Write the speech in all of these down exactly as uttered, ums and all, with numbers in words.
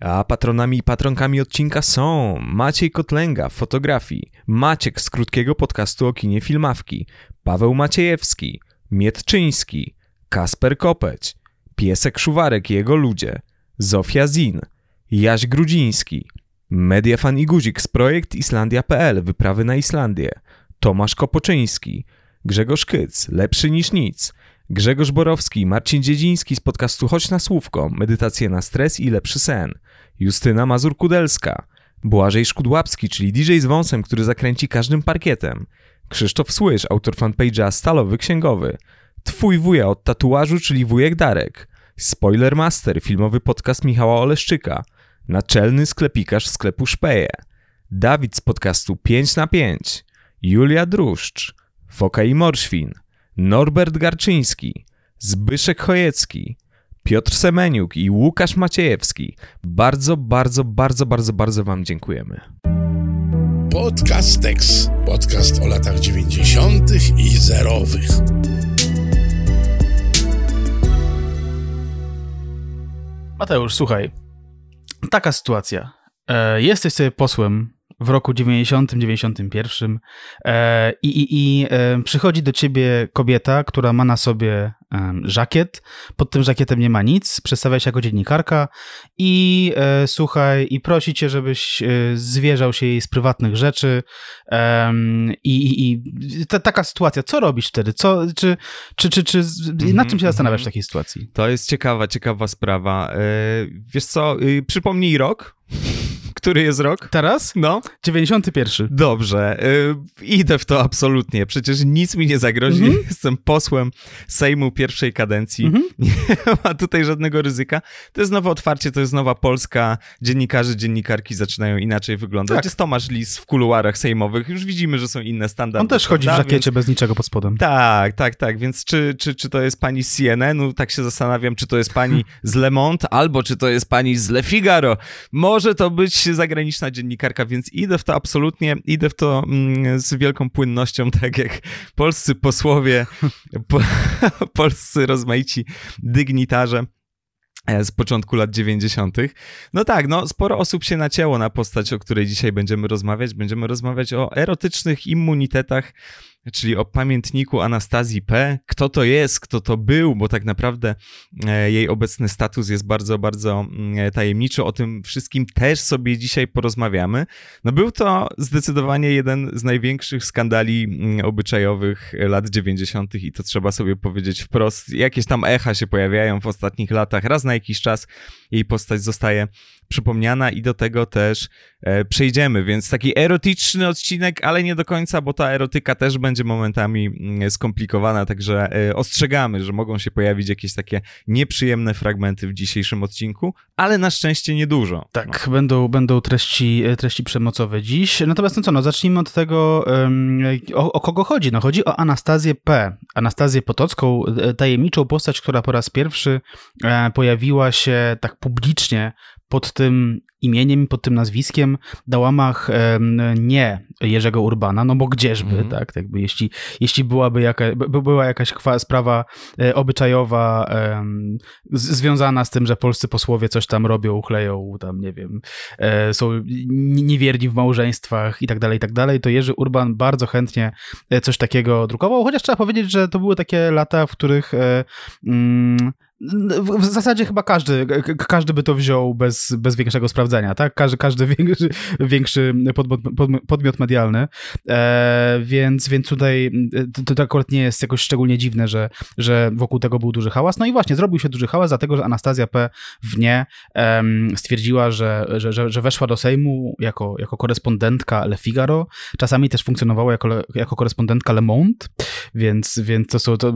A patronami i patronkami odcinka są Maciej Kotlęga, fotografii, Maciek z krótkiego podcastu o kinie Filmawki, Paweł Maciejewski, Mietczyński, Kasper Kopeć, Piesek Szuwarek i jego ludzie, Zofia Zin, Jaś Grudziński, Mediafan i Guzik z projekt Islandia kropka pe el, wyprawy na Islandię, Tomasz Kopoczyński, Grzegorz Kyc, lepszy niż nic, Grzegorz Borowski, Marcin Dziedziński z podcastu Chodź na Słówko, medytacje na stres i lepszy sen, Justyna Mazur-Kudelska, Błażej Szkudłapski, czyli D J z wąsem, który zakręci każdym parkietem, Krzysztof Słysz, autor fanpage'a Stalowy Księgowy, Twój wuja od tatuażu, czyli wujek Darek, Spoilermaster, filmowy podcast Michała Oleszczyka, naczelny sklepikarz sklepu Szpeje, Dawid z podcastu pięć na pięć, Julia Druszcz, Foka i Morświn, Norbert Garczyński, Zbyszek Chojecki, Piotr Semeniuk i Łukasz Maciejewski. Bardzo, bardzo, bardzo, bardzo, bardzo wam dziękujemy. Podcastex. Podcast o latach dziewięćdziesiątych i zerowych. Mateusz, słuchaj. Taka sytuacja. E, jesteś sobie posłem w roku dziewięćdziesiątym, dziewięćdziesiątym pierwszym e, i, i, i e, przychodzi do ciebie kobieta, która ma na sobie e, żakiet, pod tym żakietem nie ma nic, przedstawia się jako dziennikarka i e, słuchaj, i prosi cię, żebyś e, zwierzał się jej z prywatnych rzeczy e, i, i ta, taka sytuacja, co robisz wtedy? Co, czy, czy, czy, czy, mm-hmm, nad czym się zastanawiasz w takiej sytuacji? To jest ciekawa, ciekawa sprawa. E, wiesz co, e, przypomnij rok. Który jest rok? Teraz? No. dziewięćdziesiąty pierwszy. Dobrze. Yy, idę w to absolutnie. Przecież nic mi nie zagrozi. Mm-hmm. Jestem posłem Sejmu pierwszej kadencji. Mm-hmm. Nie ma tutaj żadnego ryzyka. To jest nowe otwarcie, to jest nowa Polska. Dziennikarze, dziennikarki zaczynają inaczej wyglądać. Tak. Jest Tomasz Lis w kuluarach sejmowych. Już widzimy, że są inne standardy. On też chodzi w żakiecie więc... bez niczego pod spodem. Tak, tak, tak. Więc czy, czy, czy to jest pani z C N N u? Tak się zastanawiam, czy to jest pani z Le Monde, albo czy to jest pani z Le Figaro. Może to być zagraniczna dziennikarka, więc idę w to absolutnie, idę w to mm, z wielką płynnością, tak jak polscy posłowie, po, polscy rozmaici dygnitarze z początku lat dziewięćdziesiątych. No tak, no sporo osób się nacięło na postać, o której dzisiaj będziemy rozmawiać. Będziemy rozmawiać o erotycznych immunitetach, czyli o pamiętniku Anastazji P. Kto to jest, kto to był, bo tak naprawdę e, jej obecny status jest bardzo, bardzo e, tajemniczy. O tym wszystkim też sobie dzisiaj porozmawiamy. No był to zdecydowanie jeden z największych skandali m, obyczajowych lat dziewięćdziesiątych i to trzeba sobie powiedzieć wprost. Jakieś tam echa się pojawiają w ostatnich latach. Raz na jakiś czas jej postać zostaje przypomniana i do tego też e, przejdziemy, więc taki erotyczny odcinek, ale nie do końca, bo ta erotyka też będzie momentami mm, skomplikowana, także e, ostrzegamy, że mogą się pojawić jakieś takie nieprzyjemne fragmenty w dzisiejszym odcinku, ale na szczęście niedużo. Tak, no. będą, będą treści, treści przemocowe dziś. Natomiast no co, no zacznijmy od tego, um, o, o kogo chodzi. No chodzi o Anastazję P. Anastazję Potocką, tajemniczą postać, która po raz pierwszy e, pojawiła się tak publicznie pod tym imieniem, pod tym nazwiskiem na łamach e, nie Jerzego Urbana, no bo gdzieżby, mm. tak, jakby jeśli, jeśli byłaby jaka, by, była jakaś kwa, sprawa e, obyczajowa e, z, związana z tym, że polscy posłowie coś tam robią, chleją, tam nie wiem, e, są niewierni w małżeństwach i tak dalej, i tak dalej, to Jerzy Urban bardzo chętnie coś takiego drukował, chociaż trzeba powiedzieć, że to były takie lata, w których e, mm, w zasadzie chyba każdy, każdy by to wziął bez, bez większego sprawdzenia, tak? Każdy, każdy większy, większy podmiot, podmiot medialny, e, więc, więc tutaj to, to akurat nie jest jakoś szczególnie dziwne, że, że wokół tego był duży hałas. No i właśnie, zrobił się duży hałas, dlatego że Anastazja P. w nie um, stwierdziła, że, że, że, że weszła do Sejmu jako, jako korespondentka Le Figaro, czasami też funkcjonowała jako, jako korespondentka Le Monde, więc, więc to są to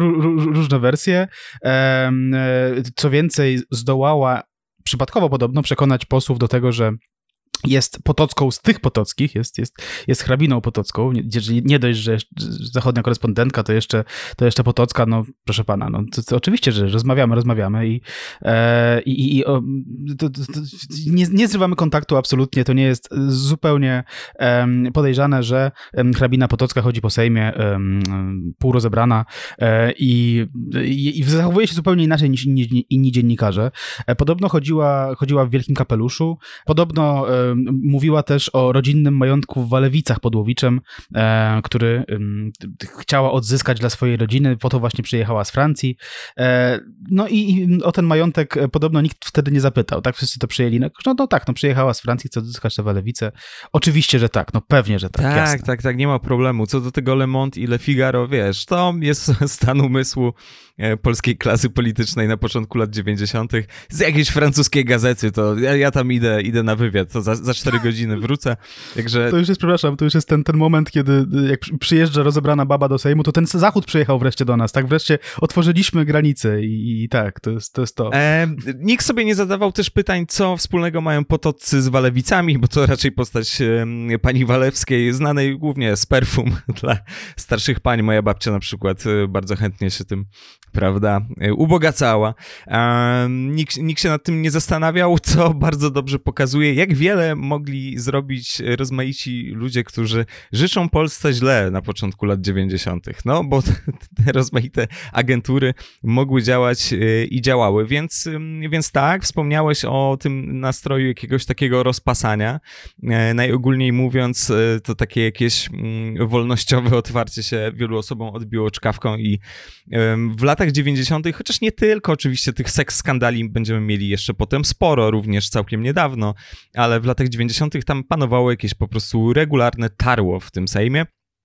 różne wersje. Um, Co więcej, zdołała przypadkowo podobno przekonać posłów do tego, że jest Potocką z tych Potockich, jest, jest, jest hrabiną Potocką, nie, nie dość, że zachodnia korespondentka, to jeszcze, to jeszcze Potocka, no proszę pana, no to, to oczywiście, że rozmawiamy, rozmawiamy i, e, i, i o, to, to, to, nie, nie zrywamy kontaktu absolutnie, to nie jest zupełnie um, podejrzane, że um, hrabina Potocka chodzi po Sejmie um, półrozebrana e, i, i, i zachowuje się zupełnie inaczej niż inni, inni dziennikarze. E, podobno chodziła, chodziła w wielkim kapeluszu, podobno e, mówiła też o rodzinnym majątku w Walewicach pod Łowiczem, e, który e, chciała odzyskać dla swojej rodziny, po to właśnie przyjechała z Francji. E, no i, i o ten majątek podobno nikt wtedy nie zapytał, tak? Wszyscy to przyjęli. No, no tak, no przyjechała z Francji, chce odzyskać te Walewice. Oczywiście, że tak, no pewnie, że tak. Tak, jasne. tak, tak, nie ma problemu. Co do tego Le Monde i Le Figaro, wiesz, to jest stan umysłu polskiej klasy politycznej na początku lat dziewięćdziesiątych. Z jakiejś francuskiej gazety, to ja, ja tam idę, idę na wywiad, to za, za cztery godziny wrócę, także... To już jest, przepraszam, to już jest ten, ten moment, kiedy jak przyjeżdża rozebrana baba do Sejmu, to ten Zachód przyjechał wreszcie do nas, tak? Wreszcie otworzyliśmy granice i, i tak, to jest to. Jest to. E, nikt sobie nie zadawał też pytań, co wspólnego mają Potoccy z Walewicami, bo to raczej postać e, pani Walewskiej, znanej głównie z perfum dla starszych pań. Moja babcia na przykład e, bardzo chętnie się tym, prawda, e, ubogacała. E, nikt, nikt się nad tym nie zastanawiał, co bardzo dobrze pokazuje, jak wiele mogli zrobić rozmaici ludzie, którzy życzą Polsce źle na początku lat dziewięćdziesiątych. No, bo te rozmaite agentury mogły działać i działały, więc, więc tak, wspomniałeś o tym nastroju jakiegoś takiego rozpasania. Najogólniej mówiąc, to takie jakieś wolnościowe otwarcie się wielu osobom odbiło czkawką i w latach dziewięćdziesiątych, chociaż nie tylko, oczywiście tych seks skandali będziemy mieli jeszcze potem sporo, również całkiem niedawno, ale w latach dziewięćdziesiątych tam panowało jakieś po prostu regularne tarło w tym Sejmie.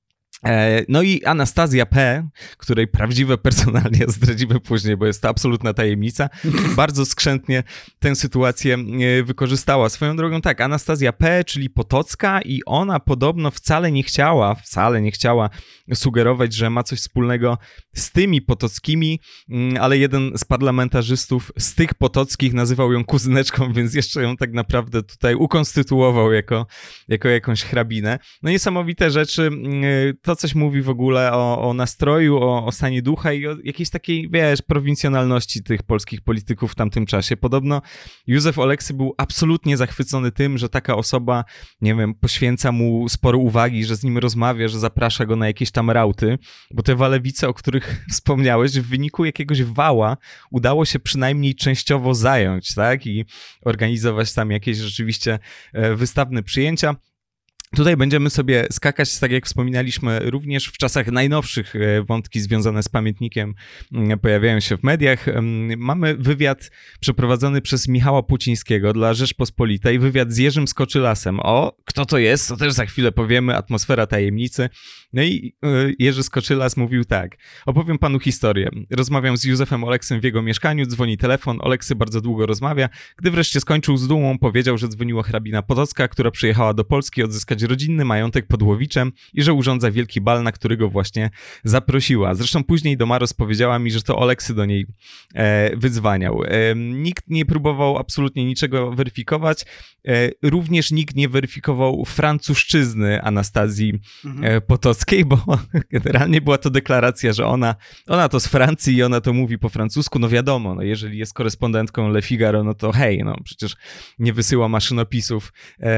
No i Anastazja P., której prawdziwe personalia zdradzimy później, bo jest to absolutna tajemnica, bardzo skrzętnie tę sytuację wykorzystała. Swoją drogą tak, Anastazja P., czyli Potocka, i ona podobno wcale nie chciała, wcale nie chciała sugerować, że ma coś wspólnego z tymi Potockimi, ale jeden z parlamentarzystów z tych Potockich nazywał ją kuzyneczką, więc jeszcze ją tak naprawdę tutaj ukonstytuował jako, jako jakąś hrabinę. No niesamowite rzeczy, to coś mówi w ogóle o, o nastroju, o, o stanie ducha i o jakiejś takiej, wiesz, prowincjonalności tych polskich polityków w tamtym czasie. Podobno Józef Oleksy był absolutnie zachwycony tym, że taka osoba, nie wiem, poświęca mu sporo uwagi, że z nim rozmawia, że zaprasza go na jakieś tam rauty, bo te Walewice, o których wspomniałeś, w wyniku jakiegoś wała udało się przynajmniej częściowo zająć, tak? I organizować tam jakieś rzeczywiście wystawne przyjęcia. Tutaj będziemy sobie skakać, tak jak wspominaliśmy, również w czasach najnowszych wątki związane z pamiętnikiem pojawiają się w mediach. Mamy wywiad przeprowadzony przez Michała Płócińskiego dla Rzeczpospolitej, wywiad z Jerzym Skoczylasem. O, kto to jest? To też za chwilę powiemy, atmosfera tajemnicy. No i Jerzy Skoczylas mówił tak. Opowiem panu historię. Rozmawiam z Józefem Oleksym w jego mieszkaniu, dzwoni telefon, Oleksy bardzo długo rozmawia. Gdy wreszcie skończył z dumą, powiedział, że dzwoniła hrabina Potocka, która przyjechała do Polski odzyskać rodzinny majątek pod Łowiczem i że urządza wielki bal, na którego właśnie zaprosiła. Zresztą później Domaros powiedziała mi, że to Oleksy do niej e, wydzwaniał. E, nikt nie próbował absolutnie niczego weryfikować. E, również nikt nie weryfikował francuszczyzny Anastazji mhm. e, Potockiej, bo generalnie była to deklaracja, że ona, ona to z Francji i ona to mówi po francusku. No wiadomo, no jeżeli jest korespondentką Le Figaro, no to hej, no przecież nie wysyła maszynopisów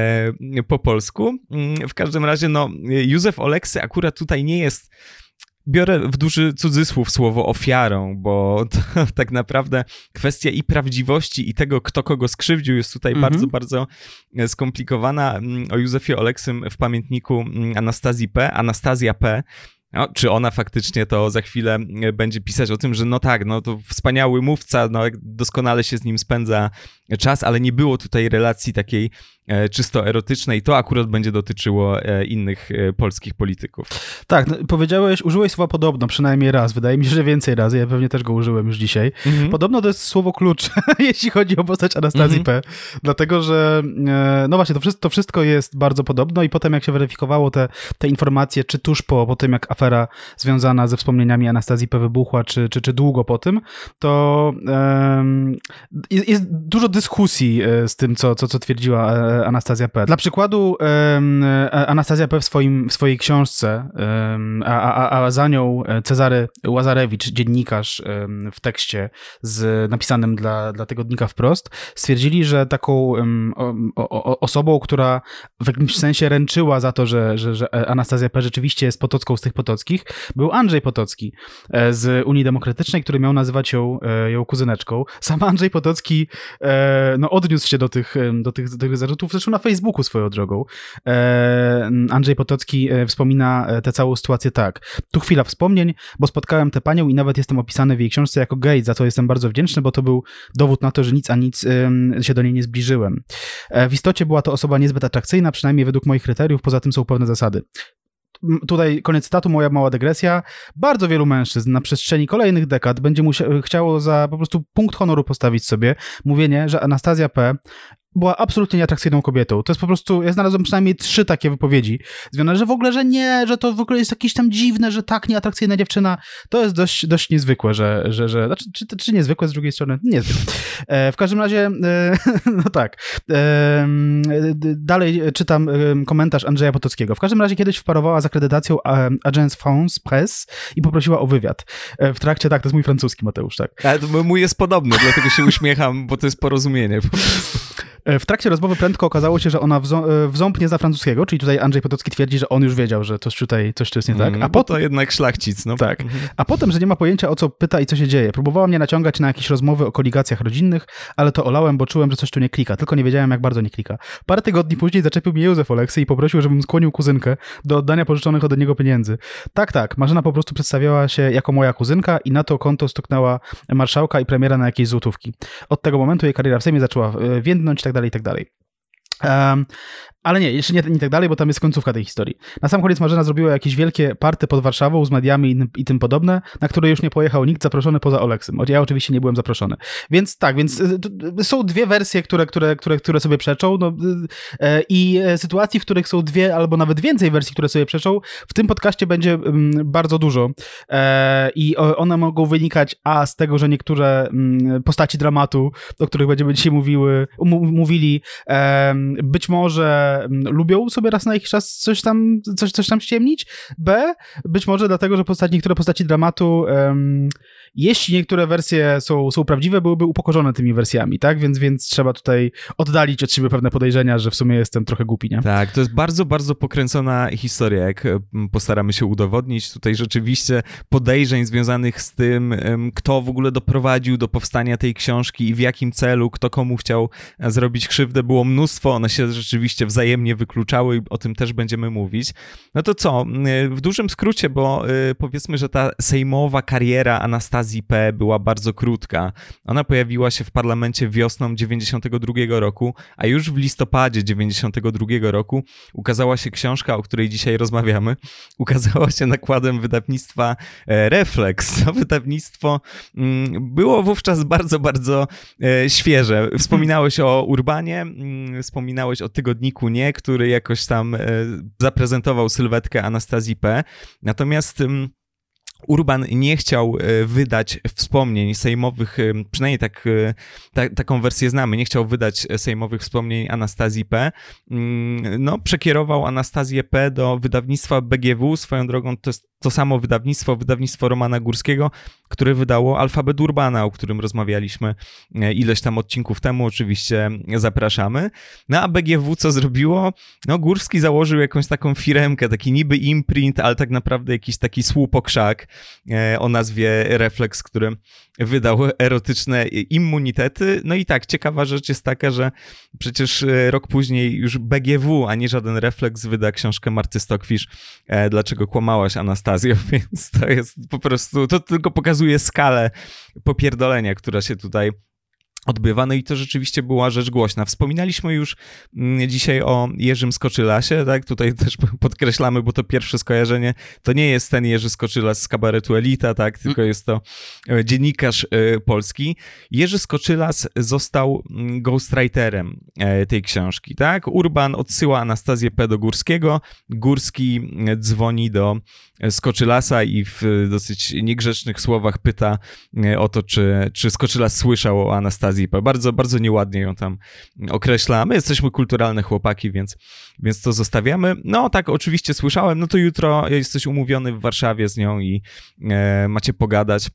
e, po polsku. W każdym razie, no, Józef Oleksy akurat tutaj nie jest, biorę w duży cudzysłów słowo ofiarą, bo to tak naprawdę kwestia i prawdziwości, i tego, kto kogo skrzywdził, jest tutaj mhm. bardzo, bardzo skomplikowana. O Józefie Oleksym w pamiętniku Anastazji P., Anastazja P., no, czy ona faktycznie to za chwilę będzie pisać o tym, że no tak, no to wspaniały mówca, no doskonale się z nim spędza czas, ale nie było tutaj relacji takiej e, czysto erotycznej. To akurat będzie dotyczyło e, innych e, polskich polityków. Tak, no, powiedziałeś, użyłeś słowa podobno przynajmniej raz. Wydaje mi się, że więcej razy. Ja pewnie też go użyłem już dzisiaj. Mhm. Podobno to jest słowo klucz, jeśli chodzi o postać Anastazji mhm. P. Dlatego, że e, no właśnie, to wszystko, to wszystko jest bardzo podobno i potem jak się weryfikowało te, te informacje, czy tuż po, po tym, jak afera afera związana ze wspomnieniami Anastazji P. wybuchła, czy, czy, czy długo po tym, to um, jest, jest dużo dyskusji z tym, co, co, co twierdziła Anastazja P. Dla przykładu um, Anastazja P. w, swoim, w swojej książce, um, a, a, a za nią Cezary Łazarewicz, dziennikarz um, w tekście z, napisanym dla, dla tygodnika Wprost, stwierdzili, że taką um, o, o, osobą, która w jakimś sensie ręczyła za to, że, że, że Anastazja P. rzeczywiście jest Potocką z tych Potockich, był Andrzej Potocki z Unii Demokratycznej, który miał nazywać ją, ją kuzyneczką. Sam Andrzej Potocki no, odniósł się do tych, do, tych, do tych zarzutów, zresztą na Facebooku swoją drogą. Andrzej Potocki wspomina tę całą sytuację tak. Tu chwila wspomnień, bo spotkałem tę panią i nawet jestem opisany w jej książce jako gej, za co jestem bardzo wdzięczny, bo to był dowód na to, że nic a nic się do niej nie zbliżyłem. W istocie była to osoba niezbyt atrakcyjna, przynajmniej według moich kryteriów, poza tym są pewne zasady. Tutaj koniec cytatu, moja mała dygresja. Bardzo wielu mężczyzn na przestrzeni kolejnych dekad będzie musia- chciało za po prostu punkt honoru postawić sobie mówienie, że Anastazja P. była absolutnie nieatrakcyjną kobietą. To jest po prostu, ja znalazłem przynajmniej trzy takie wypowiedzi związane, że w ogóle, że nie, że to w ogóle jest jakieś tam dziwne, że tak nieatrakcyjna dziewczyna. To jest dość, dość niezwykłe, że, że, że znaczy, czy, czy niezwykłe z drugiej strony? Niezwykłe. E, w każdym razie, e, no tak, e, dalej czytam komentarz Andrzeja Potockiego. W każdym razie kiedyś wparowała z akredytacją Agence France Presse i poprosiła o wywiad. E, w trakcie, tak, to jest mój francuski, Mateusz, tak. Ale to mój jest podobny, dlatego się uśmiecham, bo to jest porozumienie. W trakcie rozmowy prędko okazało się, że ona w, ząb, w ząb nie zna francuskiego, czyli tutaj Andrzej Potocki twierdzi, że on już wiedział, że coś tutaj, coś tu jest nie tak. Mm, a po po to jednak szlachcic, no. Tak. Mhm. A potem, że nie ma pojęcia, o co pyta i co się dzieje. Próbowała mnie naciągać na jakieś rozmowy o koligacjach rodzinnych, ale to olałem, bo czułem, że coś tu nie klika, tylko nie wiedziałem, jak bardzo nie klika. Parę tygodni później zaczepił mnie Józef Oleksy i poprosił, żebym skłonił kuzynkę do oddania pożyczonych ode niego pieniędzy. Tak, tak, Marzena po prostu przedstawiała się jako moja kuzynka i na to konto stuknęła marszałka i premiera na jakieś złotówki. Od tego momentu jej kariera w Sejmie zaczęła więdnąć i tak dalej, i tak dalej. Um, ale nie, jeszcze nie, nie tak dalej, bo tam jest końcówka tej historii. Na sam koniec Marzena zrobiła jakieś wielkie party pod Warszawą z mediami i, i tym podobne, na które już nie pojechał nikt zaproszony poza Oleksym. Ja oczywiście nie byłem zaproszony. Więc tak, więc są dwie wersje, które, które, które, które sobie przeczą no, e, i sytuacji, w których są dwie albo nawet więcej wersji, które sobie przeczą. W tym podcaście będzie m, bardzo dużo e, i one mogą wynikać a z tego, że niektóre m, postaci dramatu, o których będziemy dzisiaj mówiły, m, mówili, e, być może lubią sobie raz na jakiś czas coś tam, coś, coś tam ściemnić. B, być może dlatego, że postaci, niektóre postaci dramatu, um, jeśli niektóre wersje są, są prawdziwe, byłyby upokorzone tymi wersjami, tak? Więc, więc trzeba tutaj oddalić od siebie pewne podejrzenia, że w sumie jestem trochę głupi, nie? Tak, to jest bardzo, bardzo pokręcona historia, jak postaramy się udowodnić. Tutaj rzeczywiście podejrzeń związanych z tym, kto w ogóle doprowadził do powstania tej książki i w jakim celu, kto komu chciał zrobić krzywdę, było mnóstwo. One się rzeczywiście wzajemnie wykluczały i o tym też będziemy mówić. No to co? W dużym skrócie, bo powiedzmy, że ta sejmowa kariera Anastazji P. była bardzo krótka. Ona pojawiła się w parlamencie wiosną dziewięćdziesiątego drugiego roku, a już w listopadzie dziewięćdziesiątego drugiego roku ukazała się książka, o której dzisiaj rozmawiamy. Ukazała się nakładem wydawnictwa Reflex. To wydawnictwo było wówczas bardzo, bardzo świeże. Wspominałeś o Urbanie, wspominałeś o tygodniku Nie, który jakoś tam zaprezentował sylwetkę Anastazji P. Natomiast Urban nie chciał wydać wspomnień sejmowych, przynajmniej tak, ta, taką wersję znamy, nie chciał wydać sejmowych wspomnień Anastazji P. No, przekierował Anastazję P. do wydawnictwa B G W, swoją drogą to jest to samo wydawnictwo, wydawnictwo Romana Górskiego, które wydało Alfabet Urbana, o którym rozmawialiśmy ileś tam odcinków temu, oczywiście zapraszamy. No a B G W co zrobiło? No Górski założył jakąś taką firemkę, taki niby imprint, ale tak naprawdę jakiś taki słupokrzak o nazwie Reflex, który wydał erotyczne immunitety. No i tak, ciekawa rzecz jest taka, że przecież rok później już B G W, a nie żaden Reflex wyda książkę Marty Stockfish Dlaczego kłamałaś, Anastazjo? Więc to jest po prostu, to tylko pokazuje skalę popierdolenia, która się tutaj odbywa. No i to rzeczywiście była rzecz głośna. Wspominaliśmy już dzisiaj o Jerzym Skoczylasie, tak? Tutaj też podkreślamy, bo to pierwsze skojarzenie to nie jest ten Jerzy Skoczylas z kabaretu Elita, tak? Tylko jest to dziennikarz polski. Jerzy Skoczylas został ghostwriterem tej książki, tak? Urban odsyła Anastazję P. do Górskiego, Górski dzwoni do Skoczylasa i w dosyć niegrzecznych słowach pyta o to, czy, czy Skoczylas słyszał o Anastazji P. Bardzo, bardzo nieładnie ją tam określa. My jesteśmy kulturalne chłopaki, więc, więc to zostawiamy. No tak, oczywiście słyszałem, no to jutro jesteś umówiony w Warszawie z nią i e, macie pogadać.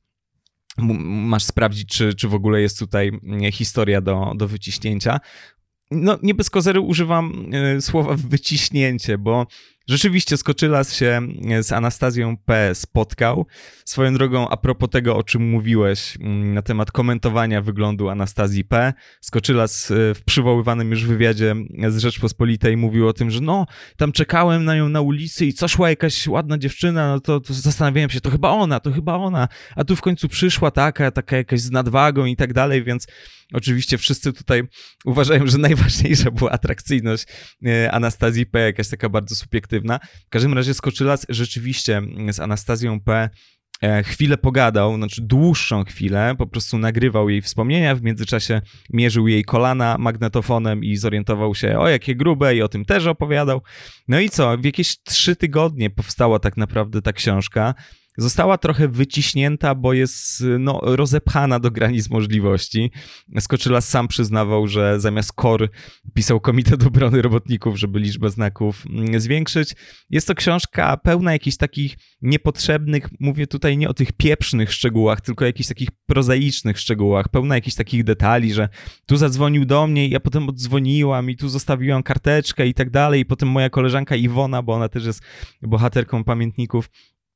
Masz sprawdzić, czy, czy w ogóle jest tutaj historia do, do wyciśnięcia. No nie bez kozery używam y, słowa wyciśnięcie, bo rzeczywiście Skoczylas się z Anastazją P. spotkał. Swoją drogą, a propos tego, o czym mówiłeś na temat komentowania wyglądu Anastazji P., Skoczylas w przywoływanym już wywiadzie z Rzeczpospolitej mówił o tym, że no, tam czekałem na nią na ulicy i co szła jakaś ładna dziewczyna, no to, to zastanawiałem się, to chyba ona, to chyba ona, a tu w końcu przyszła taka, taka jakaś z nadwagą i tak dalej, więc oczywiście wszyscy tutaj uważają, że najważniejsza była atrakcyjność Anastazji P., jakaś taka bardzo subiektywna. W każdym razie Skoczylas rzeczywiście z Anastazją P. chwilę pogadał, znaczy dłuższą chwilę, po prostu nagrywał jej wspomnienia, w międzyczasie mierzył jej kolana magnetofonem i zorientował się, o jakie grube, i o tym też opowiadał. No i co, w jakieś trzy tygodnie powstała tak naprawdę ta książka. Została trochę wyciśnięta, bo jest no, rozepchana do granic możliwości. Skoczylas sam przyznawał, że zamiast K O R pisał Komitet Obrony Robotników, żeby liczbę znaków zwiększyć. Jest to książka pełna jakichś takich niepotrzebnych, mówię tutaj nie o tych pieprznych szczegółach, tylko o jakichś takich prozaicznych szczegółach, pełna jakichś takich detali, że tu zadzwonił do mnie, ja potem oddzwoniłam i tu zostawiłam karteczkę i tak dalej, i potem moja koleżanka Iwona, bo ona też jest bohaterką pamiętników,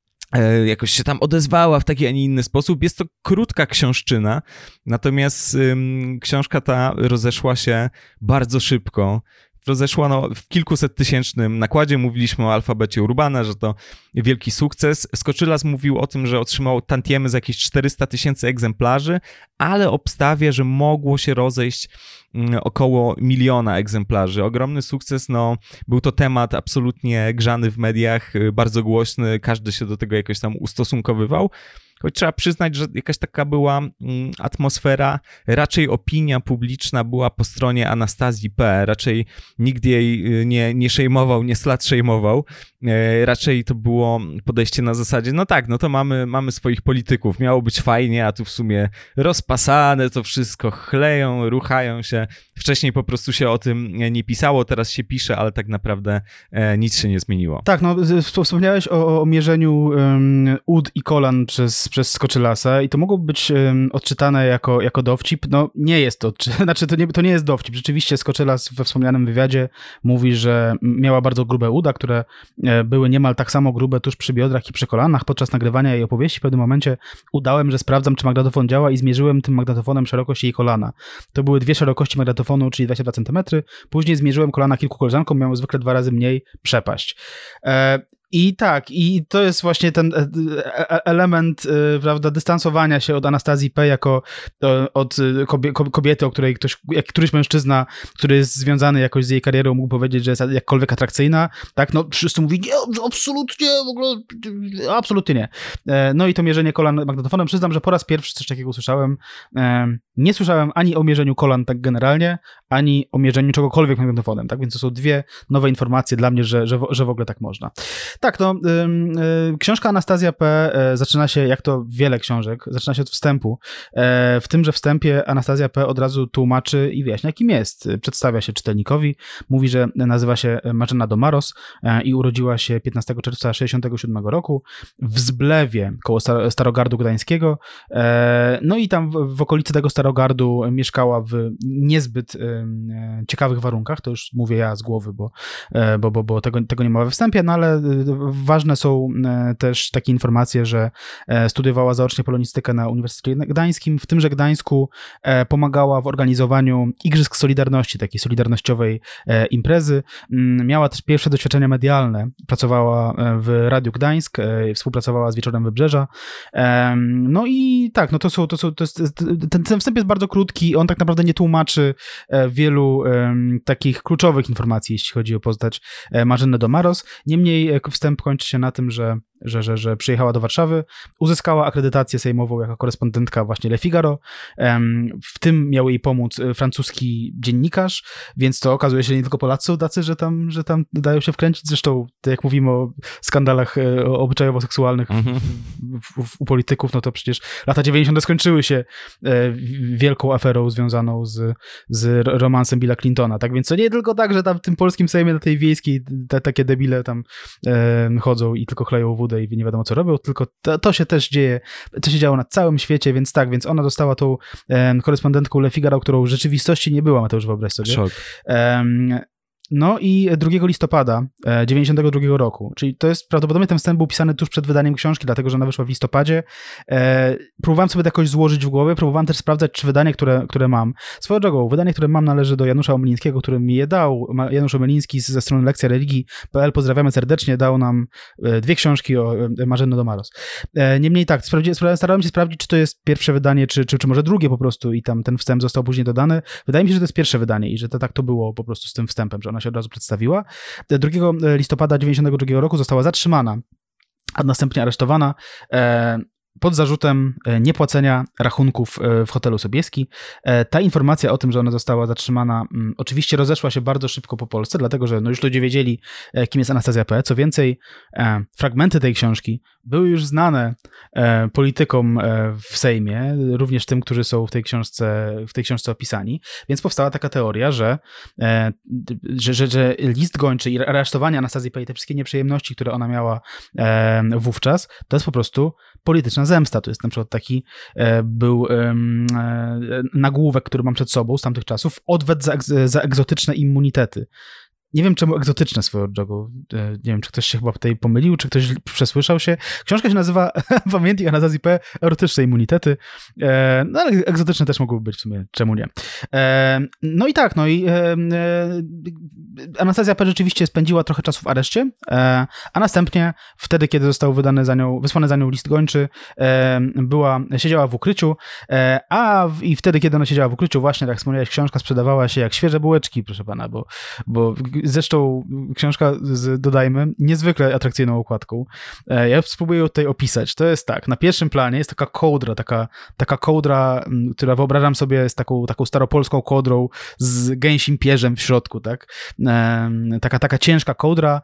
jakoś się tam odezwała w taki, a nie inny sposób. Jest to krótka książczyna, natomiast ym, książka ta rozeszła się bardzo szybko. Rozeszła no, w kilkusettysięcznym nakładzie. Mówiliśmy o alfabecie Urbana, że to wielki sukces. Skoczylas mówił o tym, że otrzymał tantiemy za jakieś czterysta tysięcy egzemplarzy, ale obstawia, że mogło się rozejść około miliona egzemplarzy. Ogromny sukces, no był to temat absolutnie grzany w mediach, bardzo głośny, każdy się do tego jakoś tam ustosunkowywał. Choć trzeba przyznać, że jakaś taka była atmosfera, raczej opinia publiczna była po stronie Anastazji P., raczej nikt jej nie, nie szejmował, nie slut-szejmował, raczej to było podejście na zasadzie, no tak, no to mamy, mamy swoich polityków, miało być fajnie, a tu w sumie rozpasane to wszystko, chleją, ruchają się. Wcześniej po prostu się o tym nie pisało, teraz się pisze, ale tak naprawdę nic się nie zmieniło. Tak, no wspomniałeś o, o mierzeniu um, ud i kolan przez przez Skoczylasa i to mogło być um, odczytane jako, jako dowcip. No nie jest to, czy, znaczy to nie, to nie jest dowcip. Rzeczywiście Skoczylas we wspomnianym wywiadzie mówi, że miała bardzo grube uda, które były niemal tak samo grube tuż przy biodrach i przy kolanach. Podczas nagrywania jej opowieści w pewnym momencie udałem, że sprawdzam, czy magnetofon działa i zmierzyłem tym magnetofonem szerokość jej kolana. To były dwie szerokości magnetofonu, czyli dwadzieścia dwa centymetry. Później zmierzyłem kolana kilku koleżankom, miały zwykle dwa razy mniej przepaść. E- I tak, i to jest właśnie ten element, prawda, dystansowania się od Anastazji P. jako od kobiety, o której ktoś, jak któryś mężczyzna, który jest związany jakoś z jej karierą, mógł powiedzieć, że jest jakkolwiek atrakcyjna, tak, no wszyscy mówili, nie, absolutnie, w ogóle, absolutnie nie. No i to mierzenie kolan magnetofonem, przyznam, że po raz pierwszy coś takiego usłyszałem. Nie słyszałem ani o mierzeniu kolan tak generalnie, ani o mierzeniu czegokolwiek magnetofonem, tak, więc to są dwie nowe informacje dla mnie, że, że, że w ogóle tak można. Tak, no, y, y, książka Anastazja P. Y, zaczyna się, jak to wiele książek, zaczyna się od wstępu. Y, w tymże wstępie Anastazja P. od razu tłumaczy i wyjaśnia, kim jest. Przedstawia się czytelnikowi, mówi, że nazywa się Marzena Domaros y, i urodziła się piętnastego czerwca tysiąc dziewięćset sześćdziesiątego siódmego roku w Zblewie, koło Star- Starogardu Gdańskiego. Y, no i tam w, w okolicy tego Starogardu mieszkała w niezbyt y, y, ciekawych warunkach, to już mówię ja z głowy, bo, y, bo, bo, bo tego, tego nie ma we wstępie, no ale y, ważne są też takie informacje, że studiowała zaocznie polonistykę na Uniwersytecie Gdańskim. W tymże Gdańsku pomagała w organizowaniu Igrzysk Solidarności, takiej solidarnościowej imprezy. Miała też pierwsze doświadczenia medialne. Pracowała w Radiu Gdańsk, współpracowała z Wieczorem Wybrzeża. No i tak, no to są, to są, to jest, ten, ten wstęp jest bardzo krótki. On tak naprawdę nie tłumaczy wielu takich kluczowych informacji, jeśli chodzi o postać Marzeny Domaros. Niemniej wstęp kończy się na tym, że że, że, że przyjechała do Warszawy, uzyskała akredytację sejmową jako korespondentka właśnie Le Figaro. W tym miał jej pomóc francuski dziennikarz, więc to okazuje się, że nie tylko Polacy są tacy, że tam, że tam dają się wkręcić. Zresztą, tak jak mówimy o skandalach obyczajowo-seksualnych mhm. w, w, w, u polityków, no to przecież lata dziewięćdziesiąte skończyły się wielką aferą związaną z, z romansem Billa Clintona. Tak więc to nie tylko tak, że tam w tym polskim Sejmie na tej wiejskiej te, takie debile tam e, chodzą i tylko chleją wódę i nie wiadomo co robią, tylko to, to się też dzieje, to się działo na całym świecie, więc tak, więc ona dostała tą e, korespondentką Le Figaro, którą w rzeczywistości nie była, Mateusz, wyobraź sobie. Szok. E, No i drugiego listopada dziewięćdziesiątego drugiego roku, czyli to jest prawdopodobnie ten wstęp był pisany tuż przed wydaniem książki, dlatego że ona wyszła w listopadzie. E, próbowałem sobie to jakoś złożyć w głowie, próbowałem też sprawdzać, czy wydanie, które, które mam, swoją drogą, wydanie, które mam należy do Janusza Omelińskiego, który mi je dał. Janusz Omeliński ze strony lekcja religii kropka p l, pozdrawiamy serdecznie, dał nam dwie książki o Marzenno Domaros. E, niemniej tak, starałem się sprawdzić, czy to jest pierwsze wydanie, czy, czy, czy może drugie po prostu i tam ten wstęp został później dodany. Wydaje mi się, że to jest pierwsze wydanie i że to tak to było po prostu z tym wstępem, że ona się od razu przedstawiła. drugiego listopada dziewięćdziesiątego drugiego roku została zatrzymana, a następnie aresztowana e, pod zarzutem niepłacenia rachunków w hotelu Sobieski. Ta informacja o tym, że ona została zatrzymana, oczywiście rozeszła się bardzo szybko po Polsce, dlatego że no już ludzie wiedzieli, kim jest Anastazja P. Co więcej, fragmenty tej książki były już znane politykom w Sejmie, również tym, którzy są w tej książce, w tej książce opisani, więc powstała taka teoria, że, że, że, że list gończy i aresztowanie Anastazji P. i te wszystkie nieprzyjemności, które ona miała wówczas, to jest po prostu polityczna zemsta. To jest na przykład taki e, był e, nagłówek, który mam przed sobą z tamtych czasów, odwet za, za egzotyczne immunitety. Nie wiem, czemu egzotyczne swoją drogą. Nie wiem, czy ktoś się chyba tutaj pomylił, czy ktoś przesłyszał się. Książka się nazywa Pamiętnik Anastazji P. Erotyczne immunitety. No ale egzotyczne też mogłyby być w sumie. Czemu nie? No i tak, no i Anastazja P. rzeczywiście spędziła trochę czasu w areszcie, a następnie wtedy, kiedy został wydany za nią, wysłany za nią list gończy, była, siedziała w ukryciu, a w, i wtedy, kiedy ona siedziała w ukryciu, właśnie, tak jak wspomniałeś, książka sprzedawała się jak świeże bułeczki, proszę pana, bo, bo zresztą książka, z, dodajmy, niezwykle atrakcyjną okładką. Ja spróbuję ją tutaj opisać. To jest tak, na pierwszym planie jest taka kołdra, taka, taka kołdra, która wyobrażam sobie jest taką, taką staropolską kołdrą z gęsim pierzem w środku, tak? Taka, taka ciężka kołdra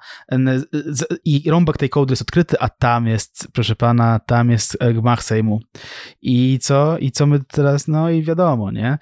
i rąbek tej kołdry jest odkryty, a tam jest, proszę pana, tam jest gmach Sejmu. I co? I co my teraz, no i wiadomo, nie?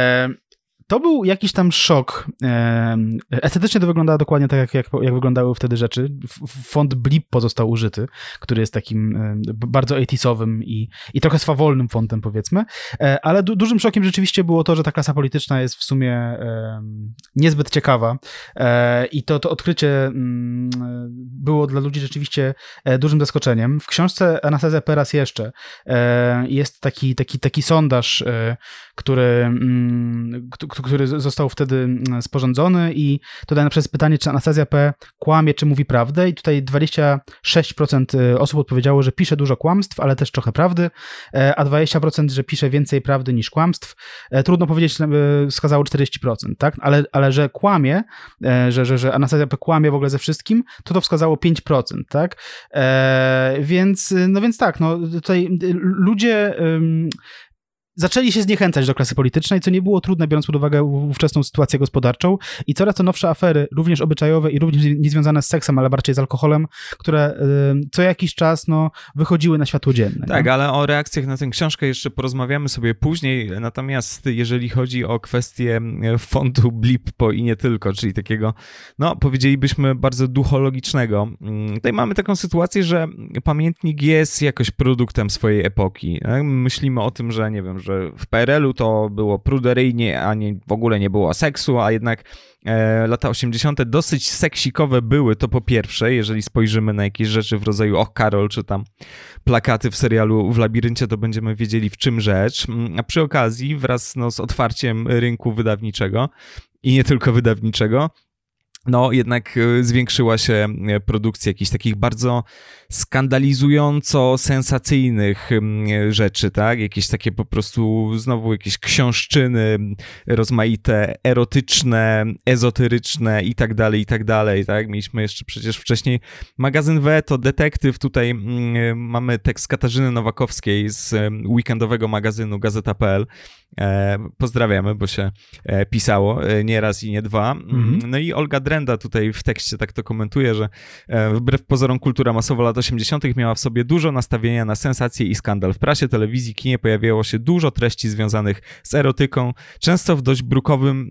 To był jakiś tam szok. Estetycznie to wyglądało dokładnie tak, jak, jak, jak wyglądały wtedy rzeczy. Font Blip pozostał użyty, który jest takim bardzo osiemdziesiątym i, i trochę swawolnym fontem, powiedzmy. Ale du- dużym szokiem rzeczywiście było to, że ta klasa polityczna jest w sumie niezbyt ciekawa. I to, to odkrycie było dla ludzi rzeczywiście dużym zaskoczeniem. W książce Anastazja P. raz jeszcze jest taki, taki, taki sondaż, który który został wtedy sporządzony i tutaj na przykład pytanie, czy Anastazja P. kłamie, czy mówi prawdę i tutaj dwadzieścia sześć procent osób odpowiedziało, że pisze dużo kłamstw, ale też trochę prawdy, a dwadzieścia procent, że pisze więcej prawdy niż kłamstw. Trudno powiedzieć, wskazało czterdzieści procent, tak? Ale, ale że kłamie, że, że, że Anastazja P. kłamie w ogóle ze wszystkim, to to wskazało pięć procent, tak? E, więc, no więc tak, no tutaj ludzie zaczęli się zniechęcać do klasy politycznej, co nie było trudne, biorąc pod uwagę ówczesną sytuację gospodarczą i coraz to nowsze afery, również obyczajowe i również niezwiązane z seksem, ale bardziej z alkoholem, które y, co jakiś czas no, wychodziły na światło dzienne. Tak, nie? Ale o reakcjach na tę książkę jeszcze porozmawiamy sobie później, natomiast jeżeli chodzi o kwestię fontu Blip i nie tylko, czyli takiego, no powiedzielibyśmy bardzo duchologicznego, tutaj mamy taką sytuację, że pamiętnik jest jakoś produktem swojej epoki. Myślimy o tym, że nie wiem, że że w P R L-u to było pruderyjnie, a nie, w ogóle nie było seksu, a jednak e, lata osiemdziesiąte dosyć seksikowe były, to po pierwsze, jeżeli spojrzymy na jakieś rzeczy w rodzaju Och Karol, czy tam plakaty w serialu W labiryncie, to będziemy wiedzieli, w czym rzecz. A przy okazji, wraz no, z otwarciem rynku wydawniczego i nie tylko wydawniczego, no jednak zwiększyła się produkcja jakichś takich bardzo skandalizująco sensacyjnych rzeczy, tak? Jakieś takie po prostu znowu jakieś książczyny rozmaite, erotyczne, ezoteryczne i tak dalej, i tak dalej, tak? Mieliśmy jeszcze przecież wcześniej magazyn W, to detektyw, tutaj mamy tekst Katarzyny Nowakowskiej z weekendowego magazynu Gazeta kropka pe el. Pozdrawiamy, bo się pisało nie raz i nie dwa. Mm-hmm. No i Olga Drenda tutaj w tekście tak to komentuje, że wbrew pozorom kultura masowa lat osiemdziesiątych miała w sobie dużo nastawienia na sensacje i skandal. W prasie, telewizji, kinie pojawiało się dużo treści związanych z erotyką, często w dość brukowym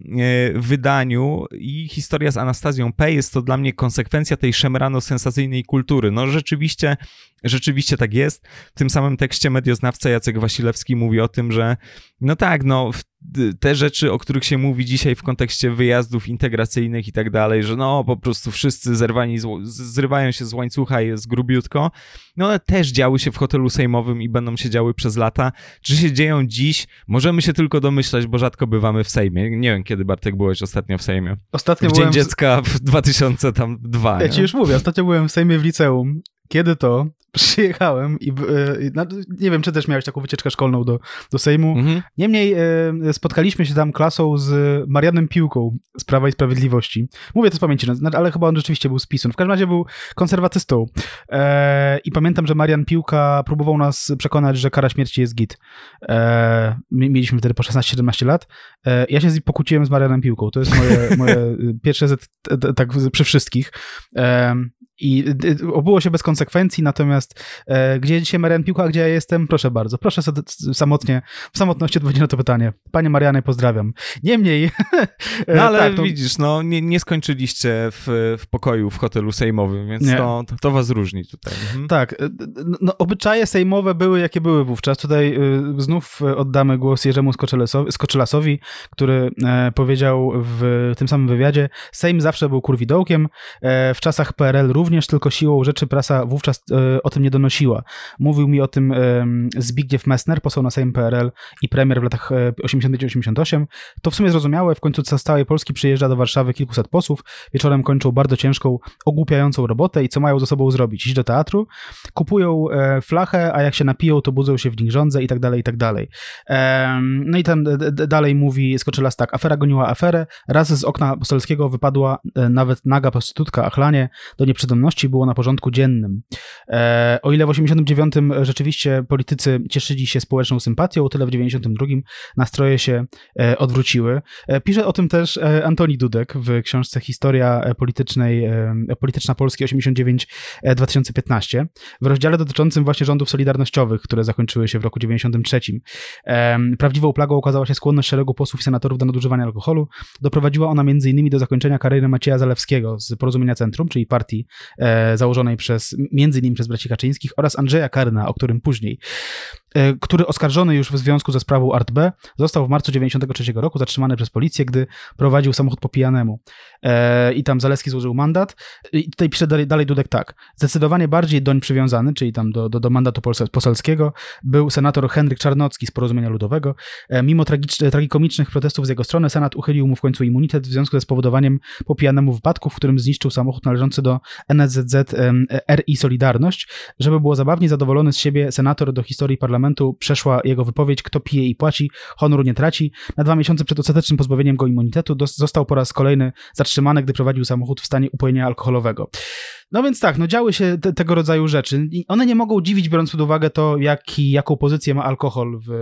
wydaniu i historia z Anastazją P. jest to dla mnie konsekwencja tej szemrano-sensacyjnej kultury. No rzeczywiście, rzeczywiście tak jest. W tym samym tekście medioznawca Jacek Wasilewski mówi o tym, że no tak, no te rzeczy, o których się mówi dzisiaj w kontekście wyjazdów integracyjnych i tak dalej, że no po prostu wszyscy zerwani, z, zrywają się z łańcucha, jest grubiutko, no one też działy się w hotelu sejmowym i będą się działy przez lata. Czy się dzieją dziś? Możemy się tylko domyślać, bo rzadko bywamy w Sejmie. Nie wiem, kiedy, Bartek, byłeś ostatnio w Sejmie. Ostatnio w byłem Dzień Dziecka w dwa tysiące dwa. Ja ci już mówię, ostatnio byłem w Sejmie w liceum. Kiedy to? Przyjechałem i yy, nie wiem, czy też miałeś taką wycieczkę szkolną do, do Sejmu. Mhm. Niemniej yy, spotkaliśmy się tam klasą z Marianem Piłką z Prawa i Sprawiedliwości. Mówię to z pamięci, ale chyba on rzeczywiście był z PiS-u. W każdym razie był konserwatystą. Yy, I pamiętam, że Marian Piłka próbował nas przekonać, że kara śmierci jest git. Yy, mieliśmy wtedy po szesnaście siedemnaście lat. Yy, ja się z nim pokłóciłem z Marianem Piłką. To jest moje, moje pierwsze z, tak przy wszystkich. Yy, I obyło się bez konsekwencji, natomiast e, gdzie dzisiaj Marian Piłka, a gdzie ja jestem? Proszę bardzo, proszę sobie samotnie, w samotności odpowiedzieć na to pytanie. Panie Marianie, pozdrawiam. Niemniej... No ale tak, to... widzisz, no nie, nie skończyliście w, w pokoju w hotelu sejmowym, więc to, to, to was różni tutaj. Mhm. Tak, no obyczaje sejmowe były jakie były wówczas. Tutaj y, znów oddamy głos Jerzemu Skoczelasowi, który e, powiedział w tym samym wywiadzie: Sejm zawsze był kurwidołkiem, e, w czasach P R L również, tylko siłą rzeczy prasa wówczas e, o tym nie donosiła. Mówił mi o tym e, Zbigniew Messner, poseł na Sejm P R L i premier w latach osiemdziesiątym piątym osiemdziesiątym ósmym. To w sumie zrozumiałe, w końcu z całej Polski przyjeżdża do Warszawy kilkuset posłów, wieczorem kończą bardzo ciężką, ogłupiającą robotę i co mają ze sobą zrobić? Iść do teatru, kupują e, flachę, a jak się napiją, to budzą się w nich żądze i tak dalej, i tak dalej. E, no i tam d- d- dalej mówi Skoczylas tak: afera goniła aferę, raz z okna poselskiego wypadła e, nawet naga prostytutka Achlanie, do nieprzytomności było na porządku dziennym. E, o ile w osiemdziesiątym dziewiątym rzeczywiście politycy cieszyli się społeczną sympatią, o tyle w dziewięćdziesiątym drugim nastroje się e, odwróciły. E, pisze o tym też e, Antoni Dudek w książce Historia politycznej, e, polityczna Polski osiemdziesiąt dziewięć do dwa tysiące piętnaście, w rozdziale dotyczącym właśnie rządów solidarnościowych, które zakończyły się w roku dziewięćdziesiątym trzecim. E, prawdziwą plagą okazała się skłonność szeregu posłów i senatorów do nadużywania alkoholu. Doprowadziła ona między innymi do zakończenia kariery Macieja Zalewskiego z Porozumienia Centrum, czyli partii e, założonej przez, między innymi przez braci Kaczyńskich, oraz Andrzeja Karna, o którym później, e, który oskarżony już w związku ze sprawą Art B został w marcu dziewięćdziesiątego trzeciego roku zatrzymany przez policję, gdy prowadził samochód po pijanemu. E, I tam Zalewski złożył mandat. I tutaj pisze dalej, dalej Dudek tak: zdecydowanie bardziej doń przywiązany, czyli tam do, do, do mandatu poselskiego, był senator Henryk Czarnocki z Porozumienia Ludowego. E, mimo tragicz, tragikomicznych protestów z jego strony senat uchylił mu w końcu immunitet w związku ze spowodowaniem po pijanemu wypadku, w którym zniszczył samochód należący do N S Z Z R I Solidarność. Żeby było zabawniej, zadowolony z siebie senator do historii parlamentu przeszła jego wypowiedź: kto pije i płaci, honoru nie traci. Na dwa miesiące przed ostatecznym pozbawieniem go immunitetu dos- został po raz kolejny zatrzymany, gdy prowadził samochód w stanie upojenia alkoholowego. No więc tak, no działy się te, tego rodzaju rzeczy. I one nie mogą dziwić, biorąc pod uwagę to, jaki, jaką pozycję ma alkohol w,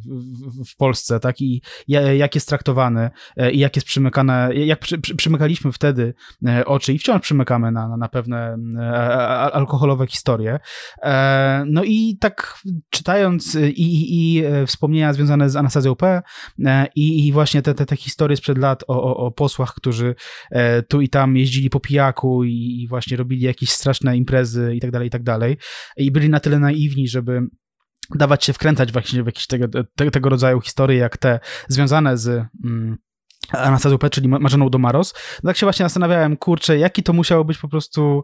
w, w Polsce, tak? I jak jest traktowany, i jak jest przymykane, jak przy, przy, przymykaliśmy wtedy oczy i wciąż przymykamy na, na, na pewne alkoholowe historie. No i tak czytając i, i, i wspomnienia związane z Anastazją P. i, i właśnie te, te, te historie sprzed lat o, o, o posłach, którzy tu i tam jeździli po pijaku i, i właśnie robili jakieś straszne imprezy i tak dalej, i tak dalej. I byli na tyle naiwni, żeby dawać się wkręcać właśnie w jakieś tego, te, tego rodzaju historie, jak te związane z, Anastazją P., czyli Marzeną Domaros. No tak się właśnie zastanawiałem, kurczę, jaki to musiało być po prostu,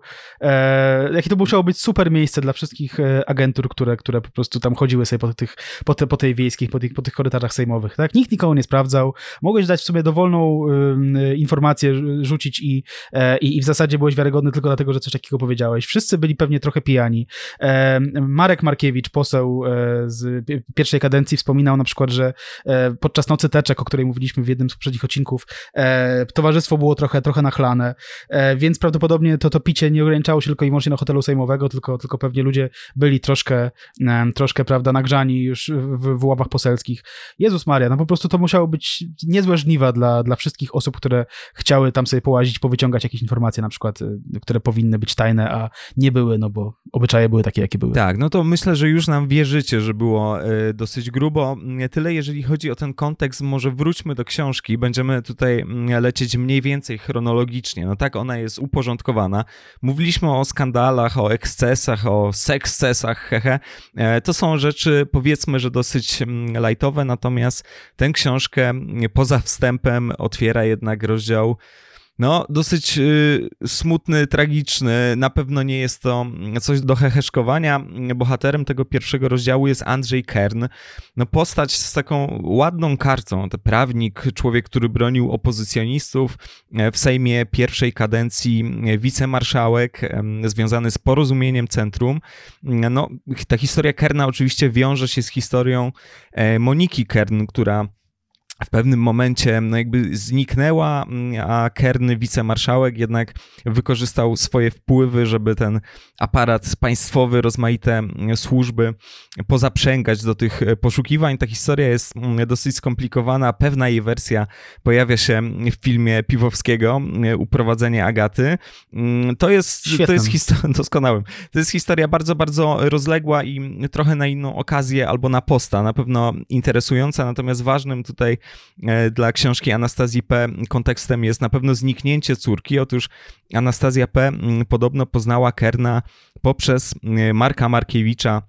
e, jakie to musiało być super miejsce dla wszystkich e, agentur, które, które po prostu tam chodziły sobie po tych, po, te, po tej wiejskich, po tych, po tych korytarzach sejmowych, tak? Nikt nikogo nie sprawdzał, mogłeś dać w sobie dowolną e, informację, rzucić i, e, i w zasadzie byłeś wiarygodny tylko dlatego, że coś takiego powiedziałeś. Wszyscy byli pewnie trochę pijani. E, Marek Markiewicz, poseł e, z pierwszej kadencji, wspominał na przykład, że e, podczas Nocy Teczek, o której mówiliśmy w jednym z poprzednich odcinków, e, towarzystwo było trochę, trochę nachlane, e, więc prawdopodobnie to, to picie nie ograniczało się tylko i wyłącznie na hotelu sejmowego, tylko, tylko pewnie ludzie byli troszkę, e, troszkę, prawda, nagrzani już w, w ławach poselskich. Jezus Maria, no po prostu to musiało być niezłe żniwa dla, dla wszystkich osób, które chciały tam sobie połazić, powyciągać jakieś informacje na przykład, e, które powinny być tajne, a nie były, no bo obyczaje były takie, jakie były. Tak, no to myślę, że już nam wierzycie, że było e, dosyć grubo. Tyle, jeżeli chodzi o ten kontekst, może wróćmy do książki, będziemy tutaj lecieć mniej więcej chronologicznie. No tak ona jest uporządkowana. Mówiliśmy o skandalach, o ekscesach, o sekscesach, hehe. To są rzeczy, powiedzmy, że dosyć lightowe, natomiast tę książkę poza wstępem otwiera jednak rozdział no, dosyć y, smutny, tragiczny. Na pewno nie jest to coś do heheszkowania. Bohaterem tego pierwszego rozdziału jest Andrzej Kern. No, postać z taką ładną kartą. To prawnik, człowiek, który bronił opozycjonistów w Sejmie pierwszej kadencji, wicemarszałek, związany z Porozumieniem Centrum. No, ta historia Kerna oczywiście wiąże się z historią Moniki Kern, która w pewnym momencie no jakby zniknęła, a Kern, wicemarszałek, jednak wykorzystał swoje wpływy, żeby ten aparat państwowy, rozmaite służby pozaprzęgać do tych poszukiwań. Ta historia jest dosyć skomplikowana. Pewna jej wersja pojawia się w filmie Piwowskiego, Uprowadzenie Agaty. To jest, to jest historia, doskonałym. To jest historia bardzo, bardzo rozległa i trochę na inną okazję albo na posta. Na pewno interesująca, natomiast ważnym tutaj dla książki Anastazji P. kontekstem jest na pewno zniknięcie córki. Otóż Anastazja P. podobno poznała Kerna poprzez Marka Markiewicza,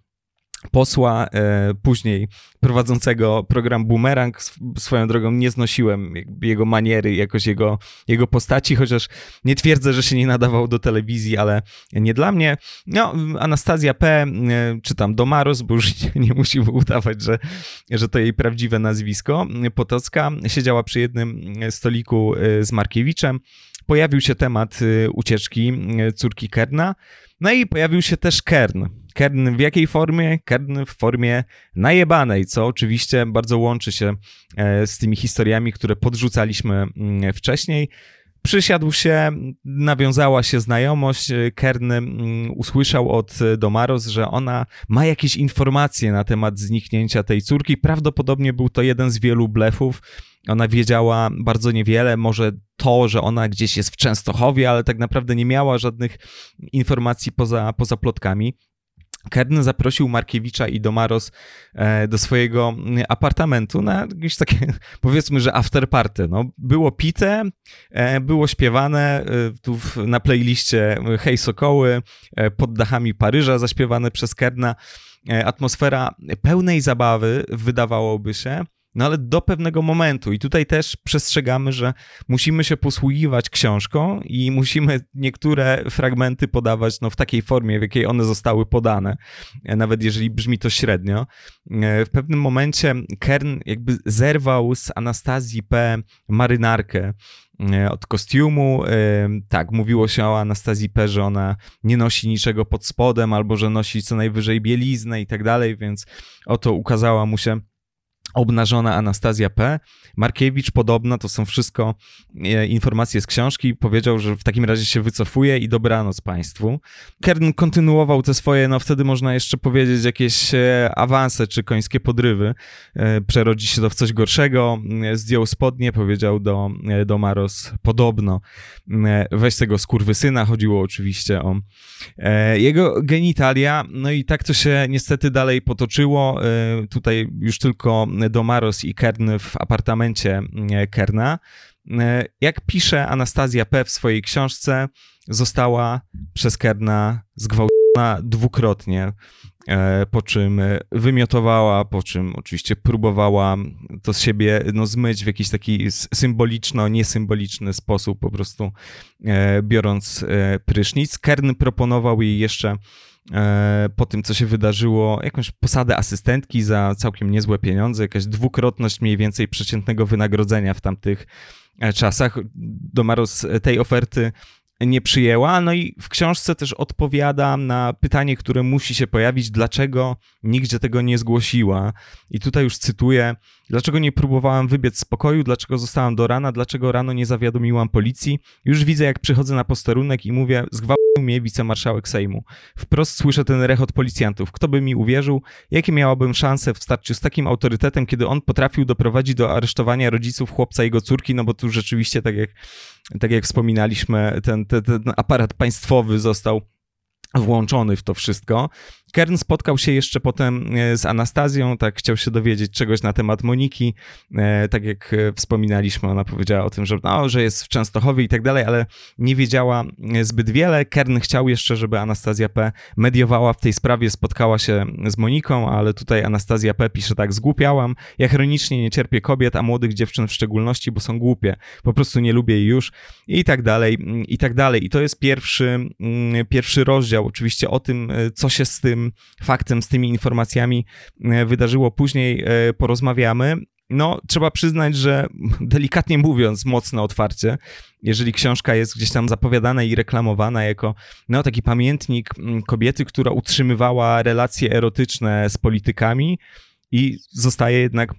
posła, e, później prowadzącego program Boomerang. Swoją drogą nie znosiłem jego maniery, jakoś jego, jego postaci, chociaż nie twierdzę, że się nie nadawał do telewizji, ale nie dla mnie. No, Anastazja P., e, czy tam Domaros, bo już nie, nie musimy udawać, że, że to jej prawdziwe nazwisko, Potocka, siedziała przy jednym stoliku z Markiewiczem. Pojawił się temat ucieczki córki Kerna, no i pojawił się też Kern. Kern w jakiej formie? Kern w formie najebanej, co oczywiście bardzo łączy się z tymi historiami, które podrzucaliśmy wcześniej. Przysiadł się, nawiązała się znajomość. Kern usłyszał od Domaros, że ona ma jakieś informacje na temat zniknięcia tej córki. Prawdopodobnie był to jeden z wielu blefów. Ona wiedziała bardzo niewiele, może to, że ona gdzieś jest w Częstochowie, ale tak naprawdę nie miała żadnych informacji poza, poza plotkami. Kern zaprosił Markiewicza i Domaros do swojego apartamentu na jakieś takie, powiedzmy, że afterparty. No, było pite, było śpiewane tu na playliście Hej Sokoły, pod dachami Paryża zaśpiewane przez Kerna. Atmosfera pełnej zabawy, wydawałoby się, no ale do pewnego momentu i tutaj też przestrzegamy, że musimy się posługiwać książką i musimy niektóre fragmenty podawać no, w takiej formie, w jakiej one zostały podane, nawet jeżeli brzmi to średnio. W pewnym momencie Kern jakby zerwał z Anastazji P. marynarkę od kostiumu. Tak, mówiło się o Anastazji P., że ona nie nosi niczego pod spodem albo że nosi co najwyżej bieliznę i tak dalej, więc oto ukazała mu się obnażona Anastazja P. Markiewicz podobno, to są wszystko informacje z książki, powiedział, że w takim razie się wycofuje i dobranoc państwu. Kern kontynuował te swoje, no wtedy można jeszcze powiedzieć, jakieś awanse czy końskie podrywy. Przerodzi się to w coś gorszego. Zdjął spodnie, powiedział do Domaros podobno weź tego skurwysyna. Chodziło oczywiście o jego genitalia. No i tak to się niestety dalej potoczyło. Tutaj już tylko Domaros i Kern w apartamencie Kerna. Jak pisze Anastazja P. w swojej książce, została przez Kerna zgwałcona. ona dwukrotnie, po czym wymiotowała, po czym oczywiście próbowała to z siebie no, zmyć w jakiś taki symboliczno-niesymboliczny sposób, po prostu biorąc prysznic. Kern proponował jej jeszcze po tym, co się wydarzyło, jakąś posadę asystentki za całkiem niezłe pieniądze, jakaś dwukrotność mniej więcej przeciętnego wynagrodzenia w tamtych czasach. Domaros tej oferty nie przyjęła, no i w książce też odpowiada na pytanie, które musi się pojawić, dlaczego nigdzie tego nie zgłosiła. I tutaj już cytuję, dlaczego nie próbowałam wybiec z pokoju, dlaczego zostałam do rana, dlaczego rano nie zawiadomiłam policji. Już widzę, jak przychodzę na posterunek i mówię, zgwałcił mnie wicemarszałek Sejmu. Wprost słyszę ten rechot policjantów. Kto by mi uwierzył? Jakie miałabym szanse w starciu z takim autorytetem, kiedy on potrafił doprowadzić do aresztowania rodziców chłopca i jego córki, no bo tu rzeczywiście, tak jak, tak jak wspominaliśmy, ten, ten, ten aparat państwowy został włączony w to wszystko. Kern spotkał się jeszcze potem z Anastazją, tak chciał się dowiedzieć czegoś na temat Moniki, tak jak wspominaliśmy, ona powiedziała o tym, że, no, że jest w Częstochowie i tak dalej, ale nie wiedziała zbyt wiele. Kern chciał jeszcze, żeby Anastazja P. mediowała w tej sprawie, spotkała się z Moniką, ale tutaj Anastazja P. pisze tak, zgłupiałam, ja chronicznie nie cierpię kobiet, a młodych dziewczyn w szczególności, bo są głupie, po prostu nie lubię jej już i tak dalej, i tak dalej. I to jest pierwszy, pierwszy rozdział oczywiście o tym, co się z tym faktem, z tymi informacjami wydarzyło. Później porozmawiamy. No, trzeba przyznać, że delikatnie mówiąc, mocno otwarcie, jeżeli książka jest gdzieś tam zapowiadana i reklamowana jako no, taki pamiętnik kobiety, która utrzymywała relacje erotyczne z politykami i zostaje jednak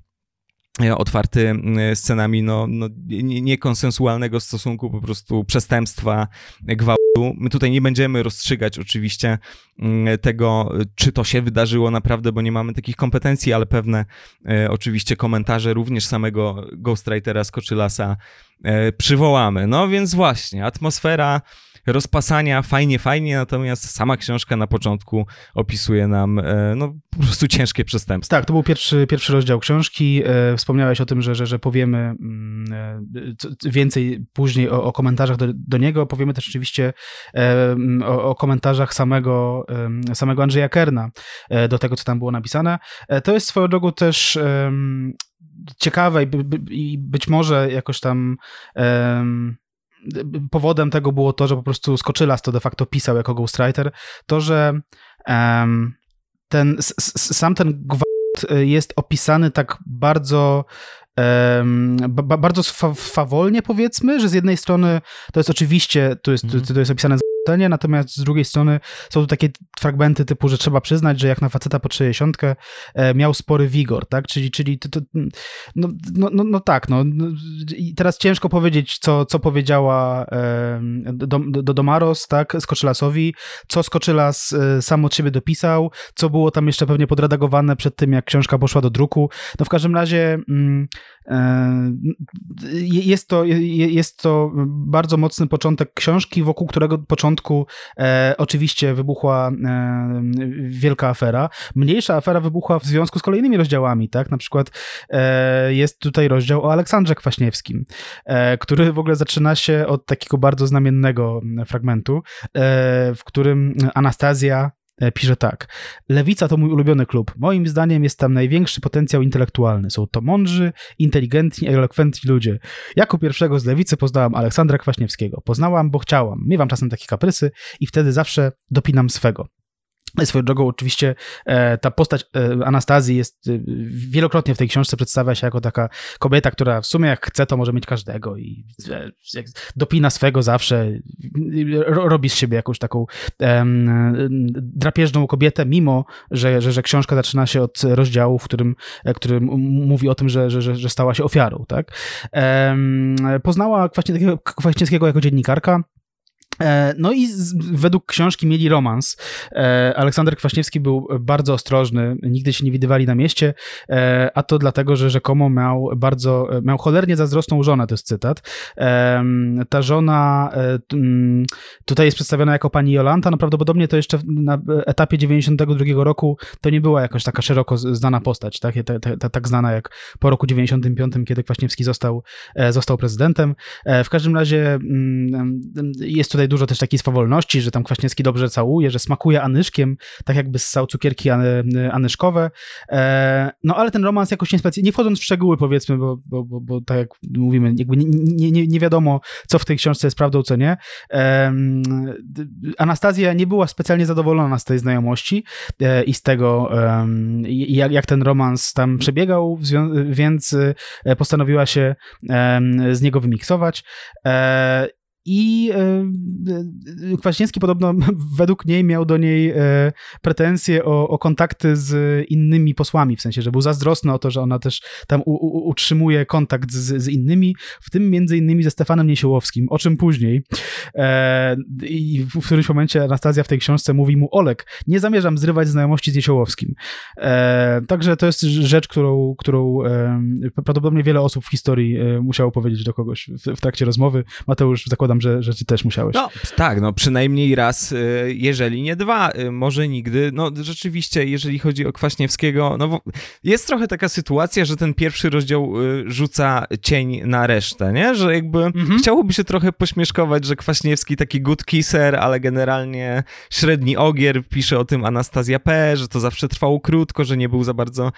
otwarty scenami no, no, niekonsensualnego stosunku, po prostu przestępstwa, gwałtu. My tutaj nie będziemy rozstrzygać oczywiście tego, czy to się wydarzyło naprawdę, bo nie mamy takich kompetencji, ale pewne e, oczywiście komentarze również samego ghostwritera Skoczylasa e, przywołamy. No więc właśnie, atmosfera rozpasania, fajnie, fajnie, natomiast sama książka na początku opisuje nam e, no, po prostu ciężkie przestępstwa. Tak, to był pierwszy, pierwszy rozdział książki. E, wspomniałeś o tym, że, że, że powiemy e, więcej później o, o komentarzach do, do niego. Powiemy też oczywiście e, o, o komentarzach samego, e, samego Andrzeja Kerna e, do tego, co tam było napisane. E, to jest swoją drogą też e, ciekawe i, by, i być może jakoś tam e, powodem tego było to, że po prostu Skoczylas to de facto pisał jako ghostwriter, to, że um, ten, s, s, sam ten gwałt jest opisany tak bardzo um, ba, bardzo swawolnie, powiedzmy, że z jednej strony to jest oczywiście, to jest, to, to jest opisane z natomiast z drugiej strony są tu takie fragmenty typu, że trzeba przyznać, że jak na faceta po sześćdziesiątkę e, miał spory wigor, tak? Czyli, czyli to, to, no, no, no, no tak, no. I teraz ciężko powiedzieć, co, co powiedziała e, do, do Domaros, tak? Skoczylasowi, co Skoczylas e, sam od siebie dopisał, co było tam jeszcze pewnie podredagowane przed tym, jak książka poszła do druku. No w każdym razie mm, e, jest to, jest to bardzo mocny początek książki, wokół którego początku E, oczywiście wybuchła e, wielka afera. Mniejsza afera wybuchła w związku z kolejnymi rozdziałami, tak? Na przykład e, jest tutaj rozdział o Aleksandrze Kwaśniewskim, e, który w ogóle zaczyna się od takiego bardzo znamiennego fragmentu, e, w którym Anastazja pisze tak. Lewica to mój ulubiony klub. Moim zdaniem jest tam największy potencjał intelektualny. Są to mądrzy, inteligentni, elokwentni ludzie. Jako pierwszego z Lewicy poznałam Aleksandra Kwaśniewskiego. Poznałam, bo chciałam. Miewam czasem takie kaprysy i wtedy zawsze dopinam swego. Swoją drogą oczywiście e, ta postać e, Anastazji jest e, wielokrotnie w tej książce przedstawia się jako taka kobieta, która w sumie jak chce, to może mieć każdego i e, dopina swego zawsze, ro, robi z siebie jakąś taką e, drapieżną kobietę, mimo że, że, że książka zaczyna się od rozdziału, w którym, e, który mówi o tym, że, że, że stała się ofiarą. Tak? E, poznała Kwaśniewskiego, Kwaśniewskiego jako dziennikarka. No i z, według książki mieli romans. Aleksander Kwaśniewski był bardzo ostrożny, nigdy się nie widywali na mieście, a to dlatego, że rzekomo miał bardzo, miał cholernie zazdrosną żonę, to jest cytat. Ta żona tutaj jest przedstawiona jako pani Jolanta, no prawdopodobnie to jeszcze na etapie dziewięćdziesiątego drugiego roku to nie była jakoś taka szeroko znana postać, tak, ta, ta, ta, tak znana jak po roku dziewięćdziesiątym piątym, kiedy Kwaśniewski został, został prezydentem. W każdym razie jest tutaj tutaj dużo też takiej swawolności, że tam Kwaśniewski dobrze całuje, że smakuje anyszkiem, tak jakby ssał cukierki any, anyszkowe. E, no ale ten romans jakoś niespecjalnie, nie wchodząc w szczegóły powiedzmy, bo, bo, bo, bo tak jak mówimy, jakby nie, nie, nie, nie wiadomo, co w tej książce jest prawdą, co nie. E, Anastazja nie była specjalnie zadowolona z tej znajomości e, i z tego, e, jak, jak ten romans tam przebiegał, więc postanowiła się e, z niego wymiksować. E, I e, Kwaśniewski podobno według niej miał do niej e, pretensje o, o kontakty z innymi posłami, w sensie, że był zazdrosny o to, że ona też tam u, u, utrzymuje kontakt z, z innymi, w tym między innymi ze Stefanem Niesiołowskim, o czym później. E, I w, w którymś momencie Anastazja w tej książce mówi mu: Olek, nie zamierzam zrywać znajomości z Niesiołowskim. E, także to jest rzecz, którą, którą e, prawdopodobnie wiele osób w historii e, musiało powiedzieć do kogoś w, w trakcie rozmowy. Mateusz, zakładam, Że, że ty też musiałeś. No tak, no przynajmniej raz, jeżeli nie dwa, może nigdy. No rzeczywiście, jeżeli chodzi o Kwaśniewskiego, no jest trochę taka sytuacja, że ten pierwszy rozdział rzuca cień na resztę, nie? Że jakby mhm. chciałoby się trochę pośmieszkować, że Kwaśniewski taki good kisser, ale generalnie średni ogier, pisze o tym Anastazja P., że to zawsze trwało krótko, że nie był za bardzo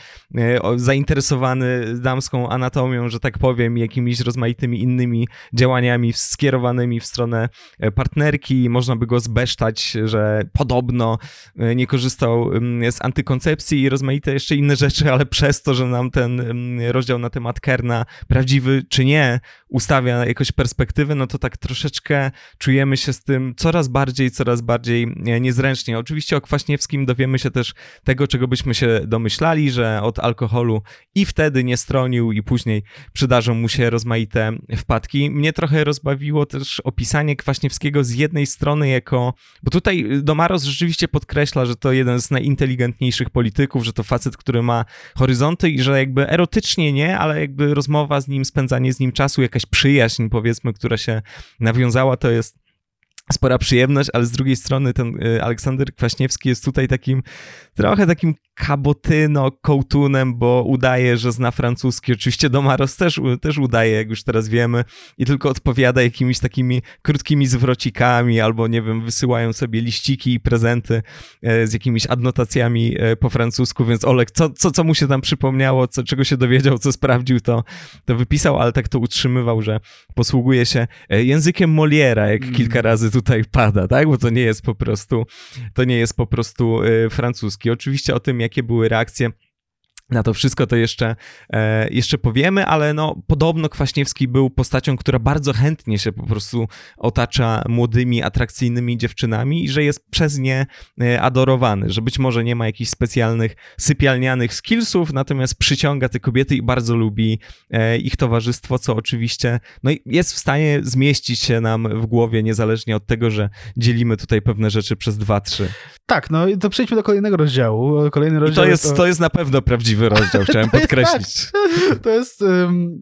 zainteresowany damską anatomią, że tak powiem, jakimiś rozmaitymi innymi działaniami skierowanymi w stronę partnerki, można by go zbesztać, że podobno nie korzystał z antykoncepcji i rozmaite jeszcze inne rzeczy, ale przez to, że nam ten rozdział na temat Kerna, prawdziwy czy nie, ustawia jakoś perspektywę, no to tak troszeczkę czujemy się z tym coraz bardziej, coraz bardziej niezręcznie. Oczywiście o Kwaśniewskim dowiemy się też tego, czego byśmy się domyślali, że od alkoholu i wtedy nie stronił i później przydarzą mu się rozmaite wpadki. Mnie trochę rozbawiło też opisanie Kwaśniewskiego z jednej strony jako, bo tutaj Domaros rzeczywiście podkreśla, że to jeden z najinteligentniejszych polityków, że to facet, który ma horyzonty i że jakby erotycznie nie, ale jakby rozmowa z nim, spędzanie z nim czasu, jakaś przyjaźń powiedzmy, która się nawiązała, to jest spora przyjemność, ale z drugiej strony ten Aleksander Kwaśniewski jest tutaj takim trochę takim kabotyno, kołtunem, bo udaje, że zna francuski. Oczywiście Domaros też, też udaje, jak już teraz wiemy, i tylko odpowiada jakimiś takimi krótkimi zwrocikami, albo nie wiem, wysyłają sobie liściki i prezenty z jakimiś adnotacjami po francusku, więc Olek, co, co, co mu się tam przypomniało, co, czego się dowiedział, co sprawdził, to, to wypisał, ale tak to utrzymywał, że posługuje się językiem Moliera, jak mm. kilka razy tutaj pada, tak? Bo to nie jest po prostu, to nie jest po prostu francuski. Oczywiście o tym, jakie były reakcje na to wszystko, to jeszcze, e, jeszcze powiemy, ale no podobno Kwaśniewski był postacią, która bardzo chętnie się po prostu otacza młodymi, atrakcyjnymi dziewczynami i że jest przez nie e, adorowany, że być może nie ma jakichś specjalnych sypialnianych skillsów, natomiast przyciąga te kobiety i bardzo lubi e, ich towarzystwo, co oczywiście no, jest w stanie zmieścić się nam w głowie, niezależnie od tego, że dzielimy tutaj pewne rzeczy przez dwa, trzy. Tak, no to przejdźmy do kolejnego rozdziału. Kolejny rozdział I to jest, to... to jest na pewno prawdziwy rozdział, chciałem podkreślić. Tak, to jest... Um,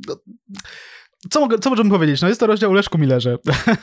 co, mogę, co możemy powiedzieć? No jest to rozdział o Leszku Millerze.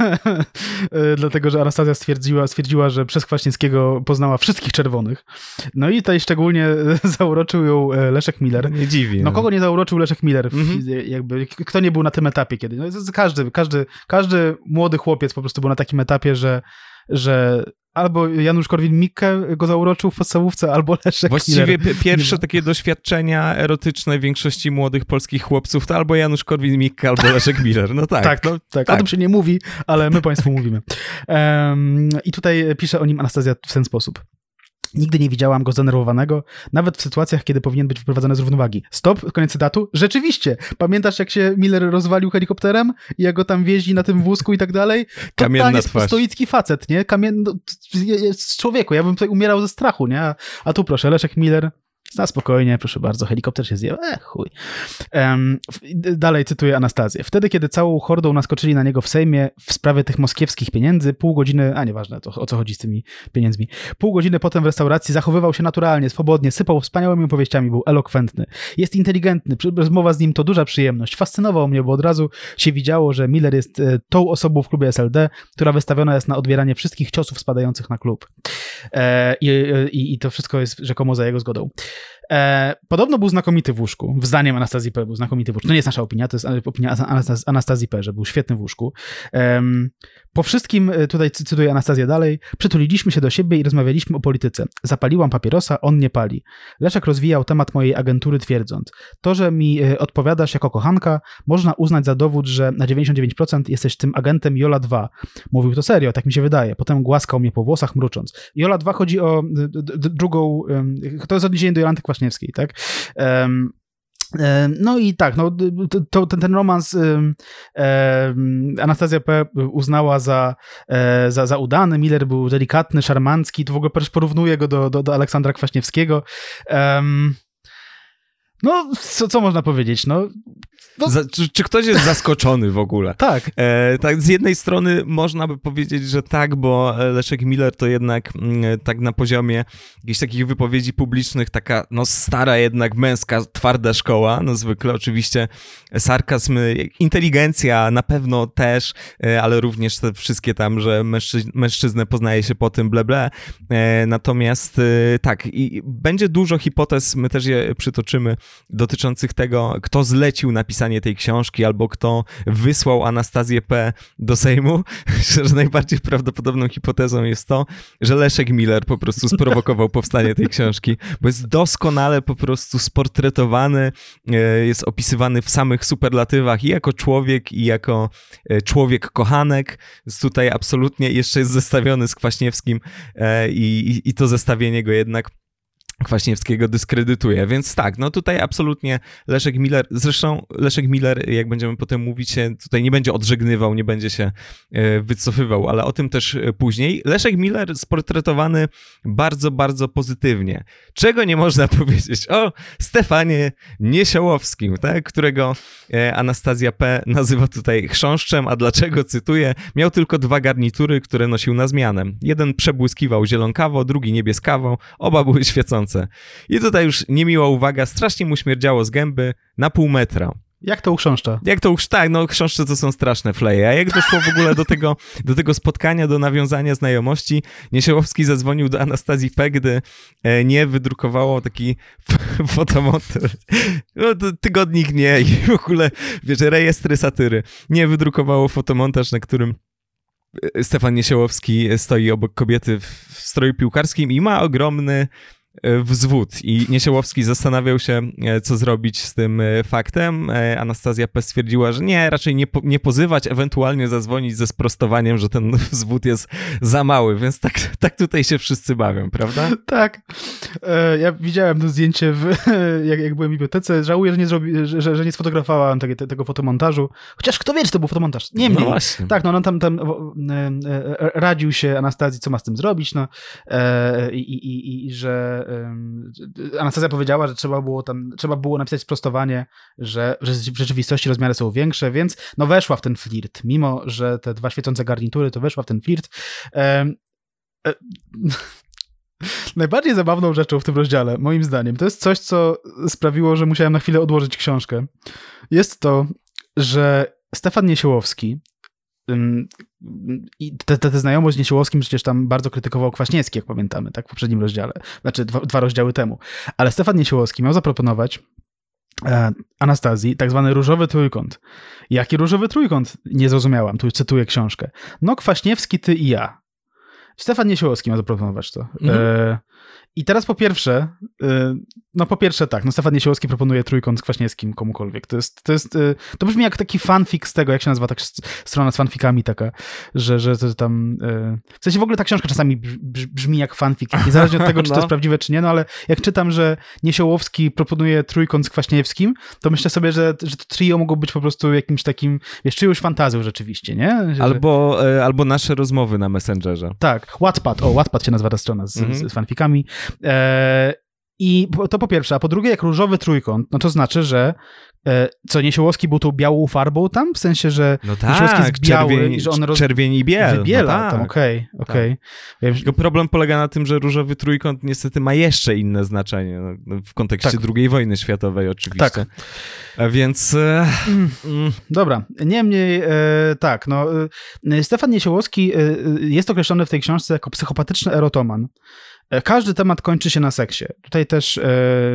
Dlatego, że Anastazja stwierdziła, stwierdziła, że przez Kwaśniewskiego poznała wszystkich czerwonych. No i tutaj szczególnie zauroczył ją Leszek Miller. Nie dziwi. No kogo nie zauroczył Leszek Miller? Mm-hmm. Jakby, kto nie był na tym etapie kiedy? No, każdy, każdy, każdy młody chłopiec po prostu był na takim etapie, że, że albo Janusz Korwin-Mikke go zauroczył w podstawówce, albo Leszek Właściwie Miller. Właściwie pierwsze takie doświadczenia erotyczne większości młodych polskich chłopców to albo Janusz Korwin-Mikke, albo Leszek Miller. No tak. tak, no, tak. tak. O tym się nie mówi, ale my państwu mówimy. Um, I tutaj pisze o nim Anastazja w ten sposób. Nigdy nie widziałam go zdenerwowanego, nawet w sytuacjach, kiedy powinien być wyprowadzony z równowagi. Stop, koniec cytatu. Rzeczywiście, pamiętasz, jak się Miller rozwalił helikopterem i jak go tam wieździ na tym wózku i tak dalej? Kamienna jest twarz. Stoicki facet, nie? Kamien... Człowieku, ja bym tutaj umierał ze strachu, nie? A, a tu proszę, Leszek Miller... Na spokojnie, proszę bardzo, helikopter się zjebał, eh, chuj. Um, dalej cytuję Anastazję. Wtedy, kiedy całą hordą naskoczyli na niego w Sejmie w sprawie tych moskiewskich pieniędzy, pół godziny, a nieważne to, o co chodzi z tymi pieniędzmi, pół godziny potem w restauracji zachowywał się naturalnie, swobodnie, sypał wspaniałymi opowieściami, był elokwentny. Jest inteligentny, rozmowa z nim to duża przyjemność. Fascynował mnie, bo od razu się widziało, że Miller jest e, tą osobą w klubie S L D, która wystawiona jest na odbieranie wszystkich ciosów spadających na klub. E, i, i, I to wszystko jest rzekomo za jego zgodą. E, podobno był znakomity w łóżku. W zdaniem Anastazji P. był znakomity w łóżku. To nie jest nasza opinia, to jest opinia Anastaz- Anastazji P., że był świetny w łóżku. E, po wszystkim, tutaj cytuję Anastazję dalej, przytuliliśmy się do siebie i rozmawialiśmy o polityce. Zapaliłam papierosa, on nie pali. Leszek rozwijał temat mojej agentury twierdząc, to, że mi odpowiadasz jako kochanka, można uznać za dowód, że na dziewięćdziesiąt dziewięć procent jesteś tym agentem Jola dwa. Mówił to serio, tak mi się wydaje. Potem głaskał mnie po włosach, mrucząc. Jola dwa chodzi o d- d- drugą, to jest odniesienie do Jolanty Kwaśniewskiej, tak? Um, No i tak, no, to, ten, ten romans um, um, Anastazja P. uznała za, e, za, za udany, Miller był delikatny, szarmancki, tu w ogóle porównuje go do, do, do Aleksandra Kwaśniewskiego. Um, no, co, co można powiedzieć, no... No. Za, czy, czy ktoś jest zaskoczony w ogóle? Tak. E, tak. Z jednej strony można by powiedzieć, że tak, bo Leszek Miller to jednak m, tak na poziomie jakichś takich wypowiedzi publicznych taka no stara jednak męska, twarda szkoła, no zwykle oczywiście sarkazm, inteligencja na pewno też, e, ale również te wszystkie tam, że mężczy, mężczyznę poznaje się po tym ble ble. E, natomiast e, tak, i będzie dużo hipotez, my też je przytoczymy, dotyczących tego, kto zlecił napisanie tej książki, albo kto wysłał Anastazję P. do Sejmu. Myślę, że najbardziej prawdopodobną hipotezą jest to, że Leszek Miller po prostu sprowokował powstanie tej książki, bo jest doskonale po prostu sportretowany, jest opisywany w samych superlatywach i jako człowiek, i jako człowiek kochanek. Jest tutaj absolutnie, jeszcze jest zestawiony z Kwaśniewskim i, i, i to zestawienie go jednak Kwaśniewskiego dyskredytuje, więc tak, no tutaj absolutnie Leszek Miller, zresztą Leszek Miller, jak będziemy potem mówić, się tutaj nie będzie odżegnywał, nie będzie się wycofywał, ale o tym też później. Leszek Miller sportretowany bardzo, bardzo pozytywnie. Czego nie można powiedzieć o Stefanie Niesiołowskim, tak, którego Anastazja P. nazywa tutaj chrząszczem, a dlaczego, cytuję, miał tylko dwa garnitury, które nosił na zmianę. Jeden przebłyskiwał zielonkawo, drugi niebieskawo, oba były świecące. I tutaj już niemiła uwaga, strasznie mu śmierdziało z gęby na pół metra. Jak to u chrząszcza? Jak to u tak, no chrząszcze to są straszne fleje. A jak doszło w ogóle do tego, do tego spotkania, do nawiązania znajomości, Niesiołowski zadzwonił do Anastazji P., gdy nie wydrukowało taki fotomontaż. No, tygodnik nie i w ogóle, wiesz, rejestry satyry. Nie wydrukowało fotomontaż, na którym Stefan Niesiołowski stoi obok kobiety w stroju piłkarskim i ma ogromny wzwód. I Niesiołowski zastanawiał się, co zrobić z tym faktem. Anastazja P. stwierdziła, że nie, raczej nie, po, nie pozywać, ewentualnie zadzwonić ze sprostowaniem, że ten wzwód jest za mały, więc tak, tak tutaj się wszyscy bawią, prawda? Tak. Ja widziałem to zdjęcie, w, jak, jak byłem w bibliotece. Żałuję, że nie, zrobi, że, że nie sfotografowałem tego, tego fotomontażu. Chociaż kto wie, czy to był fotomontaż. Nie mniej. No właśnie. Tak, no on tam, tam radził się Anastazji, co ma z tym zrobić, no i, i, i, i że Anastazja powiedziała, że trzeba było tam, trzeba było napisać sprostowanie, że, że w rzeczywistości rozmiary są większe, więc no weszła w ten flirt, mimo że te dwa świecące garnitury, to weszła w ten flirt. E, e, Najbardziej zabawną rzeczą w tym rozdziale, moim zdaniem, to jest coś, co sprawiło, że musiałem na chwilę odłożyć książkę. Jest to, że Stefan Niesiołowski i tę te, te znajomość z Niesiołowskim przecież tam bardzo krytykował Kwaśniewski, jak pamiętamy, tak, w poprzednim rozdziale, znaczy dwa, dwa rozdziały temu. Ale Stefan Niesiołowski miał zaproponować e, Anastazji tak zwany różowy trójkąt. Jaki różowy trójkąt? Nie zrozumiałam, tu cytuję książkę. No Kwaśniewski, ty i ja. Stefan Niesiołowski miał zaproponować to. Mhm. E, I teraz po pierwsze, e, no po pierwsze tak, no Stefan Niesiołowski proponuje trójkąt z Kwaśniewskim komukolwiek. To jest, to jest, e, to brzmi jak taki fanfic z tego, jak się nazywa tak strona z fanfikami taka, że, że to tam, e, w sensie w ogóle ta książka czasami brzmi jak fanfic, niezależnie od tego, czy to no. jest prawdziwe, czy nie, no ale jak czytam, że Niesiołowski proponuje trójkąt z Kwaśniewskim, to myślę sobie, że, że to trio mogło być po prostu jakimś takim, wiesz, czyjąś fantazją rzeczywiście, nie? Że, albo, e, albo nasze rozmowy na Messengerze. Tak, Wattpad, o, Wattpad się nazywa ta strona z, mm-hmm. z, z fanfikami. E, I to po pierwsze, a po drugie, jak różowy trójkąt, no to znaczy, że Co, Niesiołowski był tą białą farbą tam? W sensie, że no Niesiołowski tak, jest biały czerwień, i że on roz... czerwień i biel. wybiela no tak, tam, okej, okay, okej. Okay. Tylko problem polega na tym, że różowy trójkąt niestety ma jeszcze inne znaczenie, no, w kontekście tak. drugiej wojny światowej oczywiście. Tak. A więc... E, mm. Dobra, niemniej e, tak, no e, Stefan Niesiołowski e, jest określony w tej książce jako psychopatyczny erotoman. Każdy temat kończy się na seksie. Tutaj też e,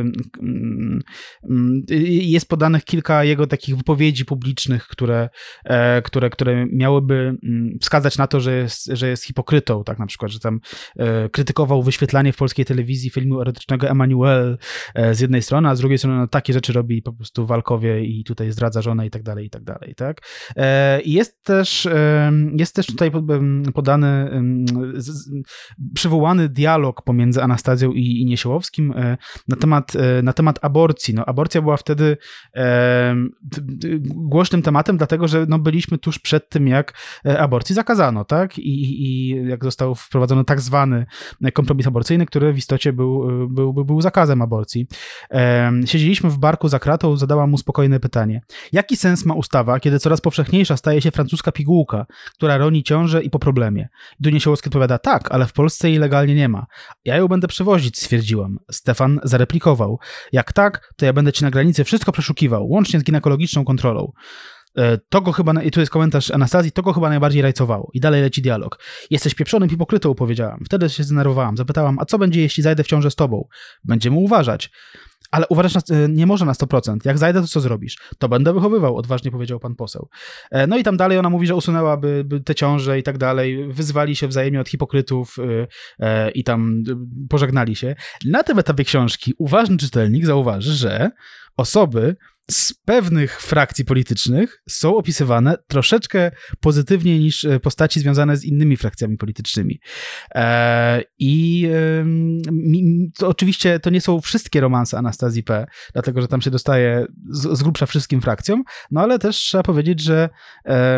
e, jest podanych kilka jego takich wypowiedzi publicznych, które, e, które, które miałyby wskazać na to, że jest, że jest hipokrytą, tak na przykład, że tam e, krytykował wyświetlanie w polskiej telewizji filmu erotycznego Emanuel e, z jednej strony, a z drugiej strony no, takie rzeczy robi po prostu w Walkowie i tutaj zdradza żonę i tak dalej, i tak dalej, tak? E, jest też e, jest też tutaj podany e, z, przywołany dialog pomiędzy Anastazją i, i Niesiołowskim e, na temat, e, na temat aborcji. No, aborcja była wtedy e, głośnym tematem, dlatego że no, byliśmy tuż przed tym, jak aborcji zakazano, tak? I, i jak został wprowadzony tak zwany kompromis aborcyjny, który w istocie był, był, był, był zakazem aborcji. E, siedzieliśmy w barku za kratą, zadałam mu spokojne pytanie. Jaki sens ma ustawa, kiedy coraz powszechniejsza staje się francuska pigułka, która roni ciążę i po problemie? Do Niesiołowski odpowiada, tak, ale w Polsce jej legalnie nie ma. Ja ją będę przewozić, stwierdziłam. Stefan zareplikował. Jak tak, to ja będę ci na granicy wszystko przeszukiwał, łącznie z ginekologiczną kontrolą. To go chyba, i tu jest komentarz Anastazji, to go chyba najbardziej rajcowało. I dalej leci dialog. Jesteś pieprzonym hipokrytą, powiedziałam. Wtedy się zdenerwowałam. Zapytałam, a co będzie, jeśli zajdę w ciążę z tobą? Będziemy uważać. Ale uważać na, nie może na sto procent. Jak zajdę, to co zrobisz? To będę wychowywał, odważnie powiedział pan poseł. No i tam dalej ona mówi, że usunęłaby by te ciąże i tak dalej. Wyzwali się wzajemnie od hipokrytów yy, yy, i tam yy, pożegnali się. Na tym etapie książki uważny czytelnik zauważy, że osoby z pewnych frakcji politycznych są opisywane troszeczkę pozytywniej niż postaci związane z innymi frakcjami politycznymi. E, I e, to oczywiście to nie są wszystkie romanse Anastazji P., dlatego że tam się dostaje z, z grubsza wszystkim frakcjom, no ale też trzeba powiedzieć, że e,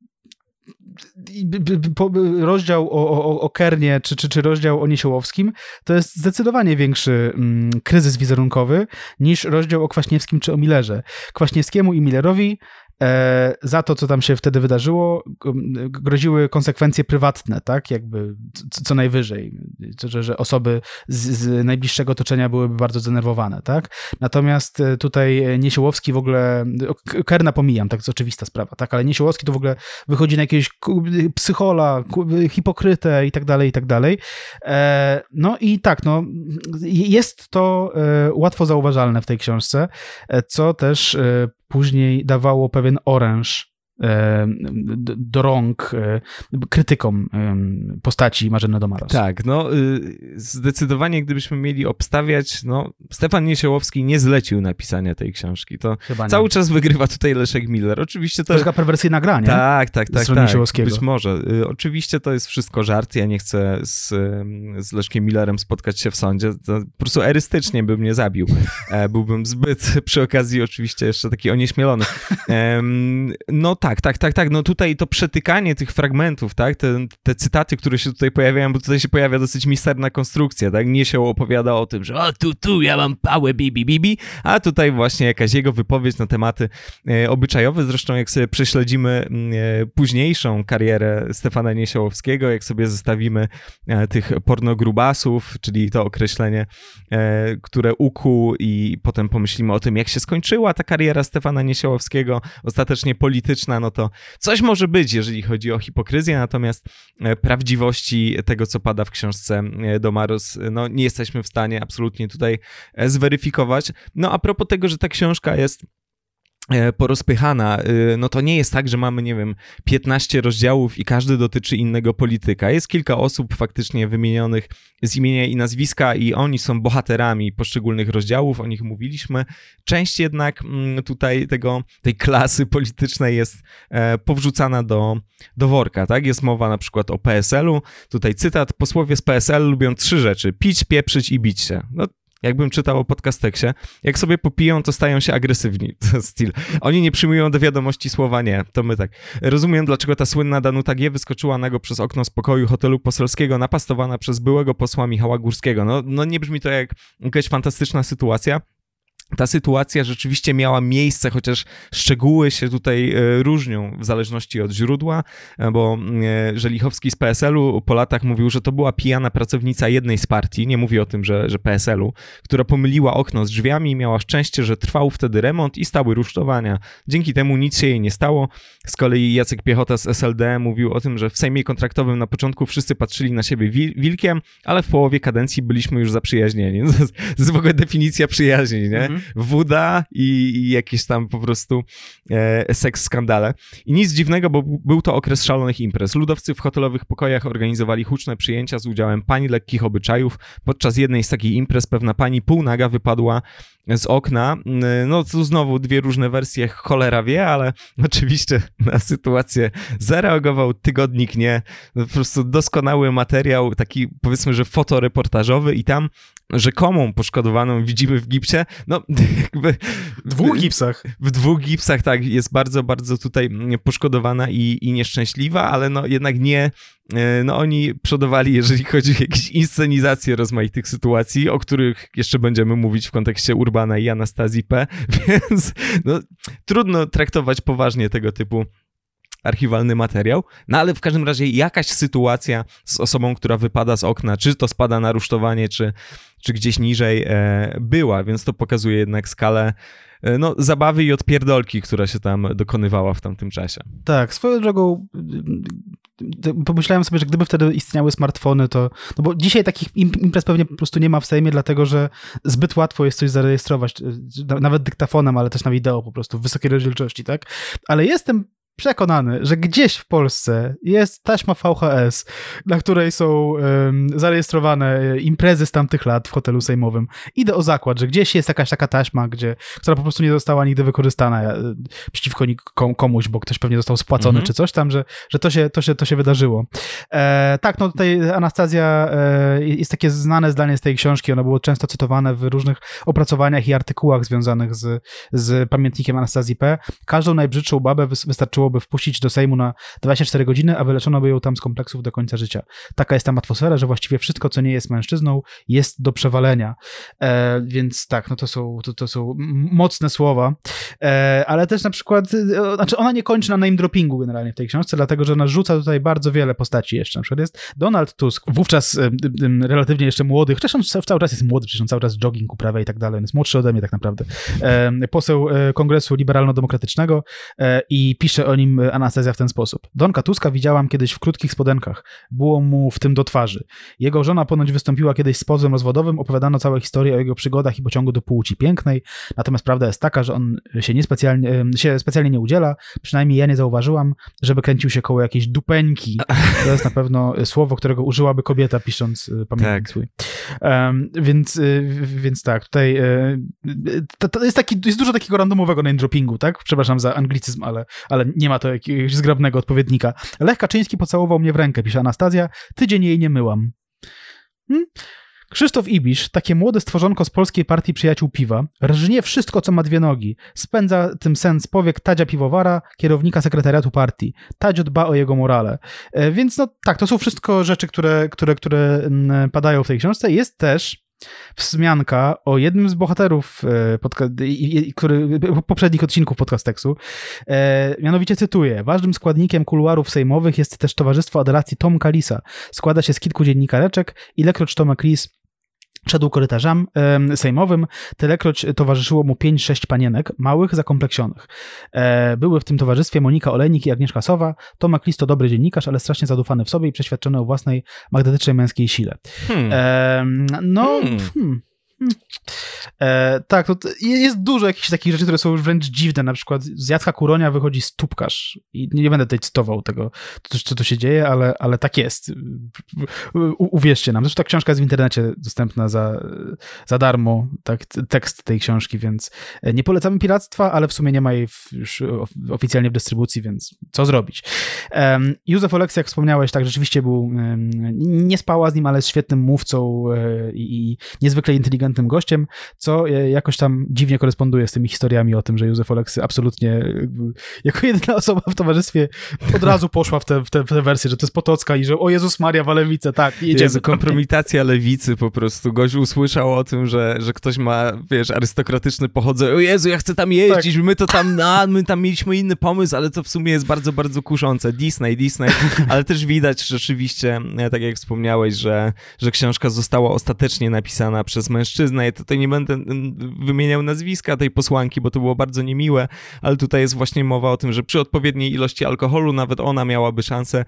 rozdział o, o, o Kernie czy, czy, czy rozdział o Niesiołowskim to jest zdecydowanie większy mm, kryzys wizerunkowy niż rozdział o Kwaśniewskim czy o Millerze. Kwaśniewskiemu i Millerowi e, za to, co tam się wtedy wydarzyło, groziły konsekwencje prywatne, tak, jakby co, co najwyżej, że, że osoby z, z najbliższego otoczenia byłyby bardzo zdenerwowane, tak. Natomiast tutaj Niesiołowski w ogóle, Kerna pomijam, tak, to jest oczywista sprawa, tak, ale Niesiołowski to w ogóle wychodzi na jakiegoś psychola, hipokrytę i tak dalej, i tak dalej. E, no i tak, no, jest to e, łatwo zauważalne w tej książce, co też e, później dawało pewien oręż do rąk krytykom postaci Marzeny Domaros. Tak, no zdecydowanie gdybyśmy mieli obstawiać, no Stefan Niesiołowski nie zlecił napisania tej książki. To cały czas wygrywa tutaj Leszek Miller. Oczywiście to... To jest taka perwersyjna gra, nie? Tak, tak, tak, tak. Niesiołowskiego. Być może. Oczywiście to jest wszystko żart. Ja nie chcę z, z Leszkiem Millerem spotkać się w sądzie. To po prostu erystycznie by mnie zabił. Byłbym zbyt przy okazji oczywiście jeszcze taki onieśmielony. No tak, tak, tak, tak. No tutaj to przetykanie tych fragmentów, tak, te, te cytaty, które się tutaj pojawiają, bo tutaj się pojawia dosyć misterna konstrukcja, tak, Niesioł opowiada o tym, że o tu, tu, ja mam pałę, bibi, bibi, a tutaj właśnie jakaś jego wypowiedź na tematy e, obyczajowe, zresztą jak sobie prześledzimy e, późniejszą karierę Stefana Niesiołowskiego, jak sobie zestawimy e, tych pornogrubasów, czyli to określenie, e, które ukuł i potem pomyślimy o tym, jak się skończyła ta kariera Stefana Niesiołowskiego, ostatecznie polityczna, no to coś może być, jeżeli chodzi o hipokryzję, natomiast prawdziwości tego, co pada w książce Domaros, no nie jesteśmy w stanie absolutnie tutaj zweryfikować. No a propos tego, że ta książka jest porozpychana, no to nie jest tak, że mamy, nie wiem, piętnaście rozdziałów i każdy dotyczy innego polityka. Jest kilka osób faktycznie wymienionych z imienia i nazwiska i oni są bohaterami poszczególnych rozdziałów, o nich mówiliśmy. Część jednak tutaj tego, tej klasy politycznej jest powrzucana do, do worka, tak? Jest mowa na przykład o P S L-u. Tutaj cytat, posłowie z P S L lubią trzy rzeczy, pić, pieprzyć i bić się. No jakbym czytał o podcasteksie, jak sobie popiją, to stają się agresywni. To styl. Oni nie przyjmują do wiadomości słowa nie. To my tak. Rozumiem, dlaczego ta słynna Danuta G. wyskoczyła nago przez okno z pokoju hotelu poselskiego, napastowana przez byłego posła Michała Górskiego. No, no nie brzmi to jak jakaś fantastyczna sytuacja. ta sytuacja rzeczywiście miała miejsce, chociaż szczegóły się tutaj różnią w zależności od źródła, bo Żelichowski z P S L u po latach mówił, że to była pijana pracownica jednej z partii, nie mówi o tym, że, że P S L u, która pomyliła okno z drzwiami i miała szczęście, że trwał wtedy remont i stały rusztowania. Dzięki temu nic się jej nie stało. Z kolei Jacek Piechota z S L D mówił o tym, że w Sejmie kontraktowym na początku wszyscy patrzyli na siebie wil- wilkiem, ale w połowie kadencji byliśmy już zaprzyjaźnieni. To jest, to jest w ogóle definicja przyjaźni, nie? Mhm. Wuda i, i jakieś tam po prostu e, seks skandale. I nic dziwnego, bo był to okres szalonych imprez. Ludowcy w hotelowych pokojach organizowali huczne przyjęcia z udziałem pań lekkich obyczajów. Podczas jednej z takich imprez pewna pani półnaga wypadła z okna. No tu znowu dwie różne wersje, cholera wie, ale oczywiście na sytuację zareagował tygodnik Nie. Po prostu doskonały materiał, taki powiedzmy, że fotoreportażowy i tam rzekomą poszkodowaną widzimy w gipsie. No jakby... W dwóch gipsach. W dwóch gipsach, tak, jest bardzo, bardzo tutaj poszkodowana i, i nieszczęśliwa, ale no jednak nie, no oni przodowali, jeżeli chodzi o jakieś inscenizacje rozmaitych sytuacji, o których jeszcze będziemy mówić w kontekście Urbana i Anastazji P., więc no trudno traktować poważnie tego typu archiwalny materiał, no ale w każdym razie jakaś sytuacja z osobą, która wypada z okna, czy to spada na rusztowanie, czy, czy gdzieś niżej e, była, więc to pokazuje jednak skalę e, no, zabawy i odpierdolki, która się tam dokonywała w tamtym czasie. Tak, swoją drogą pomyślałem sobie, że gdyby wtedy istniały smartfony, to... No bo dzisiaj takich imprez pewnie po prostu nie ma w Sejmie, dlatego że zbyt łatwo jest coś zarejestrować, nawet dyktafonem, ale też na wideo po prostu w wysokiej rozdzielczości, tak? Ale jestem przekonany, że gdzieś w Polsce jest taśma V H S, na której są um, zarejestrowane imprezy z tamtych lat w hotelu sejmowym. Idę o zakład, że gdzieś jest jakaś taka taśma, gdzie, która po prostu nie została nigdy wykorzystana e, przeciwko komuś, bo ktoś pewnie został spłacony mhm. czy coś tam, że, że to, się, to, się, to się wydarzyło. E, tak, no tutaj Anastazja e, jest takie znane zdanie z tej książki, ono było często cytowane w różnych opracowaniach i artykułach związanych z, z pamiętnikiem Anastazji P. Każdą najbrzydszą babę wystarczyło by wpuścić do Sejmu na dwadzieścia cztery godziny, a wyleczono by ją tam z kompleksów do końca życia. Taka jest tam atmosfera, że właściwie wszystko, co nie jest mężczyzną, jest do przewalenia. E, więc tak, no to są, to, to są mocne słowa. E, ale też na przykład, e, znaczy ona nie kończy na name droppingu generalnie w tej książce, dlatego, że ona rzuca tutaj bardzo wiele postaci jeszcze. Na przykład jest Donald Tusk, wówczas e, e, relatywnie jeszcze młody, chociaż on cały czas jest młody, przecież on cały czas jogging uprawia i tak dalej, on jest młodszy ode mnie tak naprawdę. E, poseł e, Kongresu Liberalno-Demokratycznego e, i pisze o nim Anastazja w ten sposób. Donka Tuska widziałam kiedyś w krótkich spodenkach. Było mu w tym do twarzy. Jego żona ponoć wystąpiła kiedyś z pozwem rozwodowym, opowiadano całe historie o jego przygodach i pociągu do płci pięknej, natomiast prawda jest taka, że on się, niespecjalnie, się specjalnie nie udziela, przynajmniej ja nie zauważyłam, żeby kręcił się koło jakiejś dupeńki. To jest na pewno słowo, którego użyłaby kobieta, pisząc pamiętnik tak. swój. Um, więc, więc tak, tutaj to, to jest, taki, jest dużo takiego randomowego name droppingu, tak? Przepraszam za anglicyzm, ale, ale nie ma to jakiegoś zgrabnego odpowiednika. Lech Kaczyński pocałował mnie w rękę, pisze Anastazja, tydzień jej nie myłam. Hmm? Krzysztof Ibisz, takie młode stworzonko z Polskiej Partii Przyjaciół Piwa, rżnie wszystko, co ma dwie nogi. Spędza tym sen z powiek Tadzia Piwowara, kierownika sekretariatu partii. Tadzio dba o jego morale. E, więc no tak, to są wszystko rzeczy, które, które, które m, padają w tej książce. Jest też wzmianka o jednym z bohaterów podca- który, poprzednich odcinków Podcasteksu. E, mianowicie cytuję. Ważnym składnikiem kuluarów sejmowych jest też Towarzystwo Adoracji Tomka Lisa. Składa się z kilku dziennikareczek. Ilekroć Tomek Lis szedł korytarzem e, sejmowym, tylekroć towarzyszyło mu pięć sześć panienek, małych, zakompleksionych. E, były w tym towarzystwie Monika Olejnik i Agnieszka Sowa. Tomek Lis to dobry dziennikarz, ale strasznie zadufany w sobie i przeświadczony o własnej magdetycznej męskiej sile. Hmm. E, no... Hmm. Hmm. Hmm. E, tak, to jest dużo jakichś takich rzeczy, które są już wręcz dziwne. Na przykład z Jacka Kuronia wychodzi stópkarz. I nie będę tutaj cytował tego, co tu się dzieje, ale, ale tak jest. U, uwierzcie nam. Zresztą ta książka jest w internecie dostępna za, za darmo, tak, tekst tej książki, więc nie polecamy piractwa, ale w sumie nie ma jej w, już oficjalnie w dystrybucji, więc co zrobić? Um, Józef Oleksy, jak wspomniałeś, tak rzeczywiście był, um, nie spała z nim, ale jest świetnym mówcą um, i niezwykle inteligentnym inteligentnym gościem, co jakoś tam dziwnie koresponduje z tymi historiami o tym, że Józef Oleksy absolutnie jako jedyna osoba w towarzystwie od razu poszła w tę w te, w te wersję, że to jest Potocka i że o Jezus Maria, Walewicę, tak, jedziemy. Jezu, kompromitacja lewicy po prostu. Gość usłyszał o tym, że, że ktoś ma, wiesz, arystokratyczne pochodzenie. O Jezu, ja chcę tam jeździć, tak. my to tam, a, my tam mieliśmy inny pomysł, ale to w sumie jest bardzo, bardzo kuszące. Disney, Disney, ale też widać rzeczywiście, tak jak wspomniałeś, że, że książka została ostatecznie napisana przez mężczyznę. Ja tutaj nie będę wymieniał nazwiska tej posłanki, bo to było bardzo niemiłe, ale tutaj jest właśnie mowa o tym, że przy odpowiedniej ilości alkoholu nawet ona miałaby szansę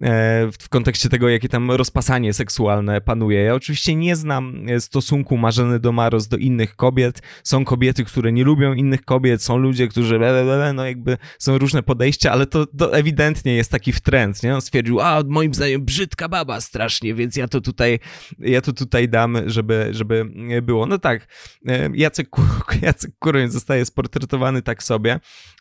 w kontekście tego, jakie tam rozpasanie seksualne panuje. Ja oczywiście nie znam stosunku Marzeny Domaros do innych kobiet. Są kobiety, które nie lubią innych kobiet, są ludzie, którzy no jakby są różne podejścia, ale to, to ewidentnie jest taki trend, nie? On stwierdził, a moim zdaniem brzydka baba strasznie, więc ja to tutaj ja to tutaj dam, żeby, żeby było. No tak, Jacek, Jacek Kuroń zostaje sportretowany tak sobie.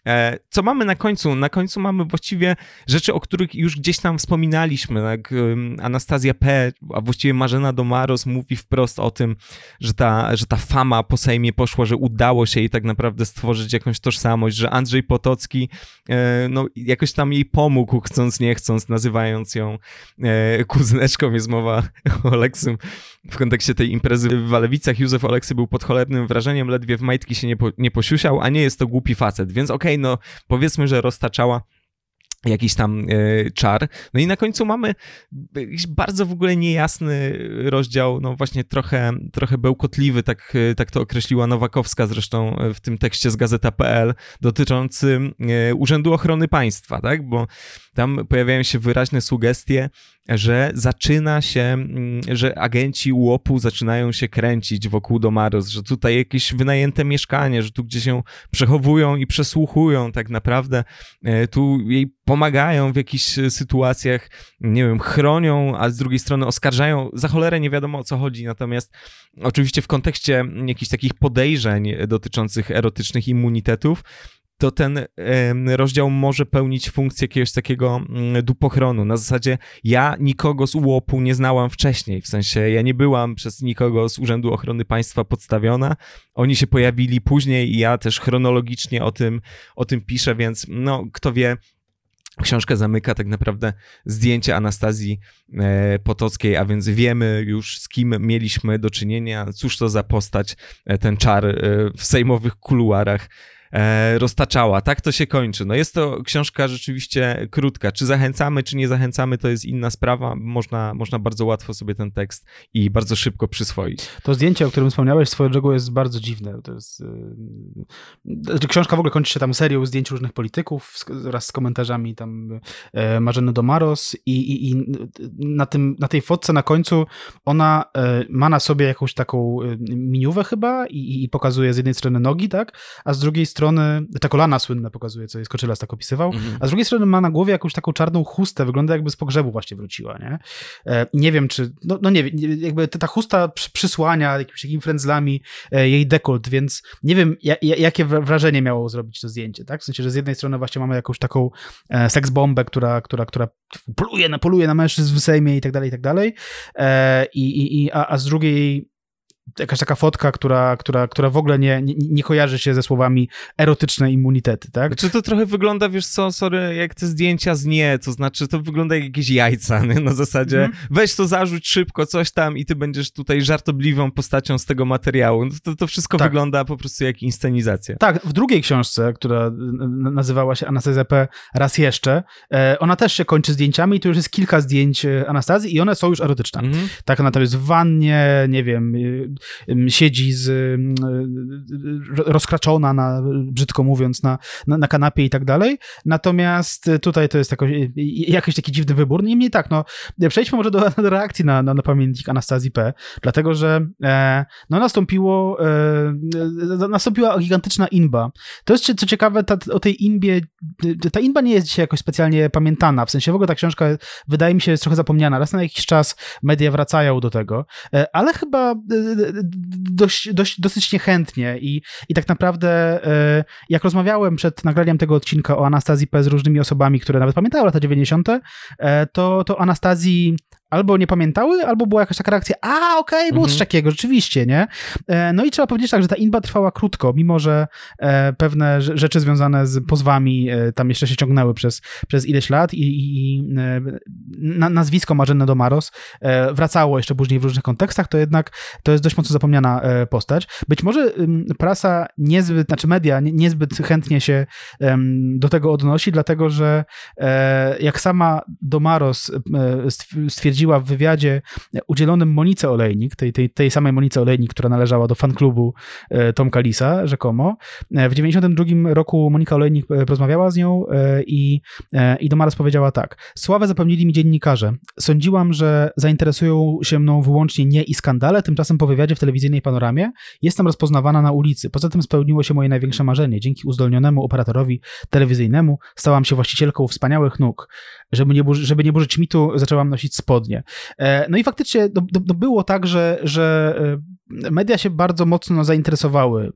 Co mamy na końcu? Na końcu mamy właściwie rzeczy, o których już gdzieś tam wspominaliśmy. Tak? Anastazja P., a właściwie Marzena Domaros mówi wprost o tym, że ta, że ta fama po Sejmie poszła, że udało się jej tak naprawdę stworzyć jakąś tożsamość, że Andrzej Potocki no, jakoś tam jej pomógł, chcąc nie chcąc, nazywając ją kuzyneczką. Jest mowa o Oleksym w kontekście tej imprezy w Walewicach. Józef Oleksy był pod cholernym wrażeniem, ledwie w majtki się nie, po, nie posiusiał, a nie jest to głupi facet, więc okej, okay, no powiedzmy, że roztaczała jakiś tam y, czar. No i na końcu mamy jakiś bardzo w ogóle niejasny rozdział, no właśnie trochę, trochę bełkotliwy, tak, tak to określiła Nowakowska zresztą w tym tekście z gazeta kropka pe el, dotyczący y, Urzędu Ochrony Państwa, tak? Bo tam pojawiają się wyraźne sugestie, że zaczyna się, że agenci łopu zaczynają się kręcić wokół Domaros, że tutaj jakieś wynajęte mieszkanie, że tu gdzie się przechowują i przesłuchują tak naprawdę, tu jej pomagają w jakichś sytuacjach, nie wiem, chronią, a z drugiej strony oskarżają, za cholerę nie wiadomo o co chodzi, natomiast oczywiście w kontekście jakichś takich podejrzeń dotyczących erotycznych immunitetów, to ten y, rozdział może pełnić funkcję jakiegoś takiego y, dupochronu. Na zasadzie ja nikogo z łopu nie znałam wcześniej, w sensie ja nie byłam przez nikogo z Urzędu Ochrony Państwa podstawiona. Oni się pojawili później i ja też chronologicznie o tym, o tym piszę, więc no kto wie, książka zamyka tak naprawdę zdjęcie Anastazji e, Potockiej, a więc wiemy już z kim mieliśmy do czynienia, cóż to za postać, e, ten czar e, w sejmowych kuluarach E, roztaczała. Tak to się kończy. No jest to książka rzeczywiście krótka. Czy zachęcamy, czy nie zachęcamy, to jest inna sprawa. Można, można bardzo łatwo sobie ten tekst i bardzo szybko przyswoić. To zdjęcie, o którym wspomniałeś, swoją drogą jest bardzo dziwne. To jest, yy... książka w ogóle kończy się tam serią zdjęć różnych polityków wraz z komentarzami tam e, Marzeny Domaros i, i, i na, tym, na tej fotce na końcu ona e, ma na sobie jakąś taką miniówę chyba i, i pokazuje z jednej strony nogi, tak, a z drugiej strony strony, ta kolana słynne pokazuje, co jest Koczylas tak opisywał, mhm. a z drugiej strony ma na głowie jakąś taką czarną chustę, wygląda jakby z pogrzebu właśnie wróciła, nie? E, nie wiem, czy, no, no nie wiem, jakby ta chusta przysłania jakimiś takimi frędzlami e, jej dekolt, więc nie wiem, ja, jakie wrażenie miało zrobić to zdjęcie, tak? W sensie, że z jednej strony właśnie mamy jakąś taką e, seksbombę, która, która, która poluje na, poluje na mężczyzn w Sejmie i tak dalej, i tak dalej, e, i, i, a, a z drugiej jakaś taka fotka, która, która, która w ogóle nie, nie, nie kojarzy się ze słowami erotyczne immunitety, tak? Czy to trochę wygląda, wiesz co, sorry, jak te zdjęcia z nie, to znaczy to wygląda jak jakieś jajca, nie? Na zasadzie mm. weź to zarzuć szybko, coś tam i ty będziesz tutaj żartobliwą postacią z tego materiału. No to, to wszystko tak. wygląda po prostu jak inscenizacja. Tak, w drugiej książce, która nazywała się Anastazja P. raz jeszcze, ona też się kończy zdjęciami i tu już jest kilka zdjęć Anastazji i one są już erotyczne. Mm. Tak, ona tam jest w wannie, nie wiem, siedzi z, rozkraczona, na, brzydko mówiąc, na, na, na kanapie i tak dalej. Natomiast tutaj to jest jakoś, jakiś taki dziwny wybór. Niemniej tak, no, przejdźmy może do, do reakcji na, na, na pamiętnik Anastazji P., dlatego, że e, no nastąpiło e, nastąpiła gigantyczna inba. To jest, co ciekawe, ta, o tej inbie, ta inba nie jest dzisiaj jakoś specjalnie pamiętana, w sensie w ogóle ta książka, wydaje mi się, jest trochę zapomniana. Raz na jakiś czas media wracają do tego, e, ale chyba dość, dość, dosyć niechętnie i, i tak naprawdę jak rozmawiałem przed nagraniem tego odcinka o Anastazji P. z różnymi osobami, które nawet pamiętają lata dziewięćdziesiąte, to, to Anastazji albo nie pamiętały, albo była jakaś taka reakcja, a okej, okay, było coś mhm. takiego, rzeczywiście, nie? No i trzeba powiedzieć tak, że ta inba trwała krótko, mimo że pewne rzeczy związane z pozwami tam jeszcze się ciągnęły przez, przez ileś lat i, i nazwisko Marzeny Domaros wracało jeszcze później w różnych kontekstach, to jednak to jest dość mocno zapomniana postać. Być może prasa niezbyt, znaczy media niezbyt chętnie się do tego odnosi, dlatego że jak sama Domaros stwierdziła w wywiadzie udzielonym Monice Olejnik, tej, tej, tej samej Monice Olejnik, która należała do fanklubu Tomka Lisa, rzekomo. W dziewięćdziesiątym drugim roku Monika Olejnik rozmawiała z nią i, i Domaros powiedziała tak. Sławę zapełnili mi dziennikarze. Sądziłam, że zainteresują się mną wyłącznie nie i skandale, tymczasem po wywiadzie w telewizyjnej Panoramie jestem rozpoznawana na ulicy. Poza tym spełniło się moje największe marzenie. Dzięki uzdolnionemu operatorowi telewizyjnemu stałam się właścicielką wspaniałych nóg. Żeby nie, burzy, żeby nie burzyć mitu, zaczęłam nosić spodnie. No i faktycznie to, to było tak, że, że media się bardzo mocno zainteresowały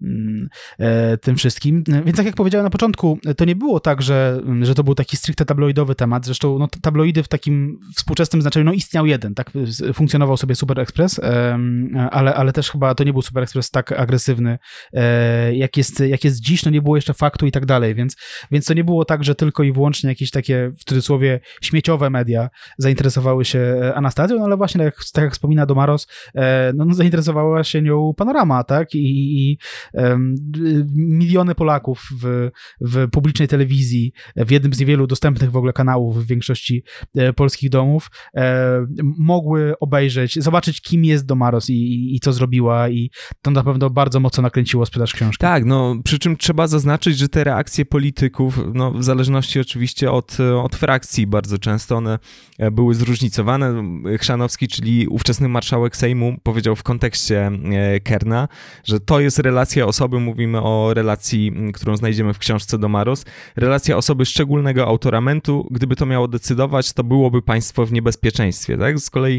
tym wszystkim, więc tak jak powiedziałem na początku, to nie było tak, że, że to był taki stricte tabloidowy temat, zresztą no, tabloidy w takim współczesnym znaczeniu, no istniał jeden, tak, funkcjonował sobie Super Express, ale, ale też chyba to nie był Super Express tak agresywny, jak jest, jak jest dziś, no nie było jeszcze Faktu i tak dalej, więc, więc to nie było tak, że tylko i wyłącznie jakieś takie, w cudzysłowie, śmieciowe media zainteresowały się Anastazją, no ale właśnie tak jak, tak jak wspomina Domaros, no, no zainteresowała się nią Panorama, tak, i, i um, miliony Polaków w, w publicznej telewizji, w jednym z niewielu dostępnych w ogóle kanałów w większości e, polskich domów, e, mogły obejrzeć, zobaczyć, kim jest Domaros i, i, i co zrobiła, i to na pewno bardzo mocno nakręciło sprzedaż książki. Tak, no przy czym trzeba zaznaczyć, że te reakcje polityków, no w zależności oczywiście od, od frakcji, bardzo często one były zróżnicowane. Chrzanowski, czyli ówczesny marszałek Sejmu, powiedział w kontekście Kerna, że to jest relacja osoby, mówimy o relacji, którą znajdziemy w książce Domaros, relacja osoby szczególnego autoramentu. Gdyby to miało decydować, to byłoby państwo w niebezpieczeństwie. Tak? Z kolei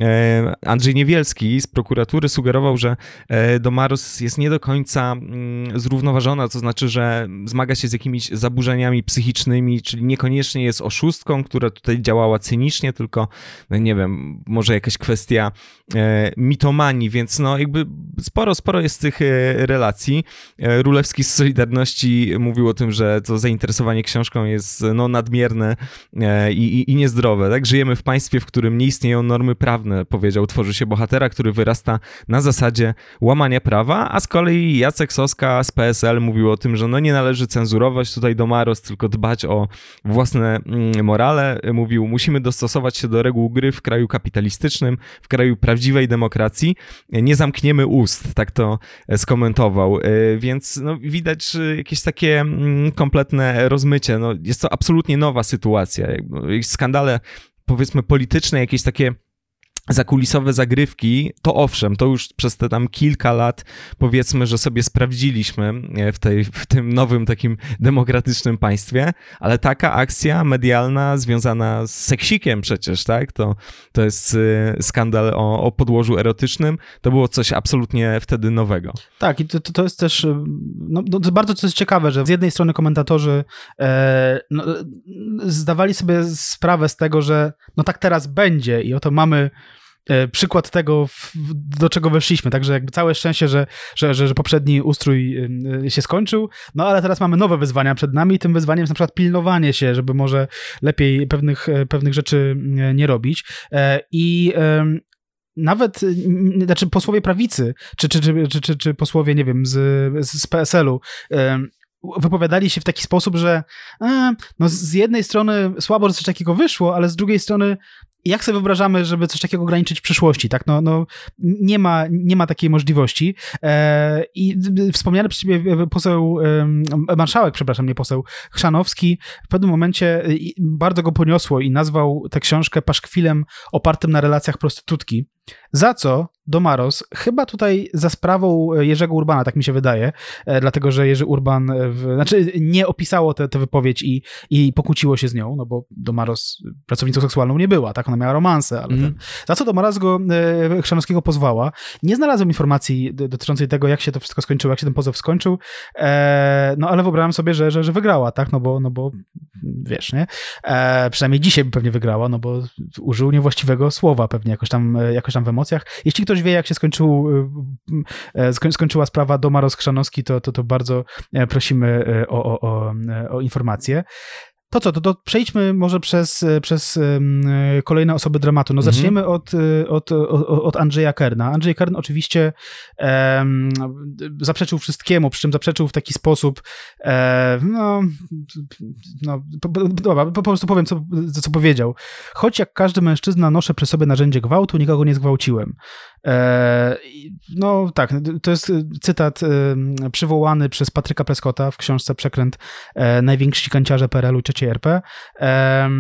Andrzej Niewielski z prokuratury sugerował, że Domaros jest nie do końca zrównoważona, to znaczy, że zmaga się z jakimiś zaburzeniami psychicznymi, czyli niekoniecznie jest oszustką, która tutaj działała cynicznie, tylko, no nie wiem, może jakaś kwestia e, mitomanii, więc no jakby sporo, sporo jest tych e, relacji. E, Rulewski z Solidarności mówił o tym, że to zainteresowanie książką jest no nadmierne e, i, i niezdrowe. Tak? Żyjemy w państwie, w którym nie istnieją normy prawne, powiedział. Tworzy się bohatera, który wyrasta na zasadzie łamania prawa, a z kolei Jacek Soska z P S L mówił o tym, że no nie należy cenzurować tutaj Domaros, tylko dbać o własne mm, morale. Mówił, musimy dostosować się do reguł gry w kraju kapitalistycznym, w kraju prawdziwej demokracji. Nie zamkniemy ust, tak to skomentował. Więc no, widać jakieś takie kompletne rozmycie. No, jest to absolutnie nowa sytuacja. Skandale, powiedzmy, polityczne, jakieś takie zakulisowe zagrywki, to owszem, to już przez te tam kilka lat powiedzmy, że sobie sprawdziliśmy w, tej, w tym nowym takim demokratycznym państwie, ale taka akcja medialna związana z seksikiem przecież, tak, to, to jest skandal o, o podłożu erotycznym, to było coś absolutnie wtedy nowego. Tak, i to, to jest też, no, to bardzo to jest ciekawe, że z jednej strony komentatorzy e, no, zdawali sobie sprawę z tego, że no tak teraz będzie i oto mamy przykład tego, do czego weszliśmy, także jakby całe szczęście, że, że, że, że poprzedni ustrój się skończył, no ale teraz mamy nowe wyzwania przed nami i tym wyzwaniem jest na przykład pilnowanie się, żeby może lepiej pewnych, pewnych rzeczy nie robić i nawet, znaczy posłowie prawicy, czy, czy, czy, czy, czy, czy posłowie, nie wiem, z, z P S L-u wypowiadali się w taki sposób, że e, no z jednej strony słabo, że coś takiego wyszło, ale z drugiej strony jak sobie wyobrażamy, żeby coś takiego ograniczyć w przyszłości, tak? No, no nie ma, nie ma takiej możliwości. E, I wspomniany przez ciebie poseł, e, marszałek, przepraszam, nie poseł, Chrzanowski w pewnym momencie bardzo go poniosło i nazwał tę książkę paszkwilem opartym na relacjach prostytutki. za co Domaros, chyba tutaj za sprawą Jerzego Urbana, tak mi się wydaje, e, dlatego, że Jerzy Urban w, znaczy nie opisało tę wypowiedź i, i pokłóciło się z nią, no bo Domaros pracownicą seksualną nie była, tak, ona miała romanse, ale mm. ten, za co Domaros go e, Chrzanowskiego pozwała. Nie znalazłem informacji dotyczącej tego, jak się to wszystko skończyło, jak się ten pozew skończył, e, no ale wyobrażam sobie, że, że, że wygrała, tak, no bo, no bo wiesz, nie? E, przynajmniej dzisiaj by pewnie wygrała, no bo użył niewłaściwego słowa pewnie jakoś tam, jakoś tam w emocjach. Jeśli ktoś wie, jak się skończył, skoń, skończyła sprawa Domaros-Chrzanowski, to, to, to bardzo prosimy o, o, o, o informację. To co, to, to przejdźmy może przez, przez um, kolejne osoby dramatu. No zaczniemy mm-hmm. od, od, od, od Andrzeja Kerna. Andrzej Kern oczywiście um, zaprzeczył wszystkiemu, przy czym zaprzeczył w taki sposób, um, no, no dobra, po, po prostu powiem, co, co powiedział. Choć jak każdy mężczyzna noszę przy sobie narzędzie gwałtu, nikogo nie zgwałciłem. E, no tak, to jest cytat e, przywołany przez Patryka Prescotta w książce Przekręt e, najwięksi kanciarze P R L u i trzeciej R P. E,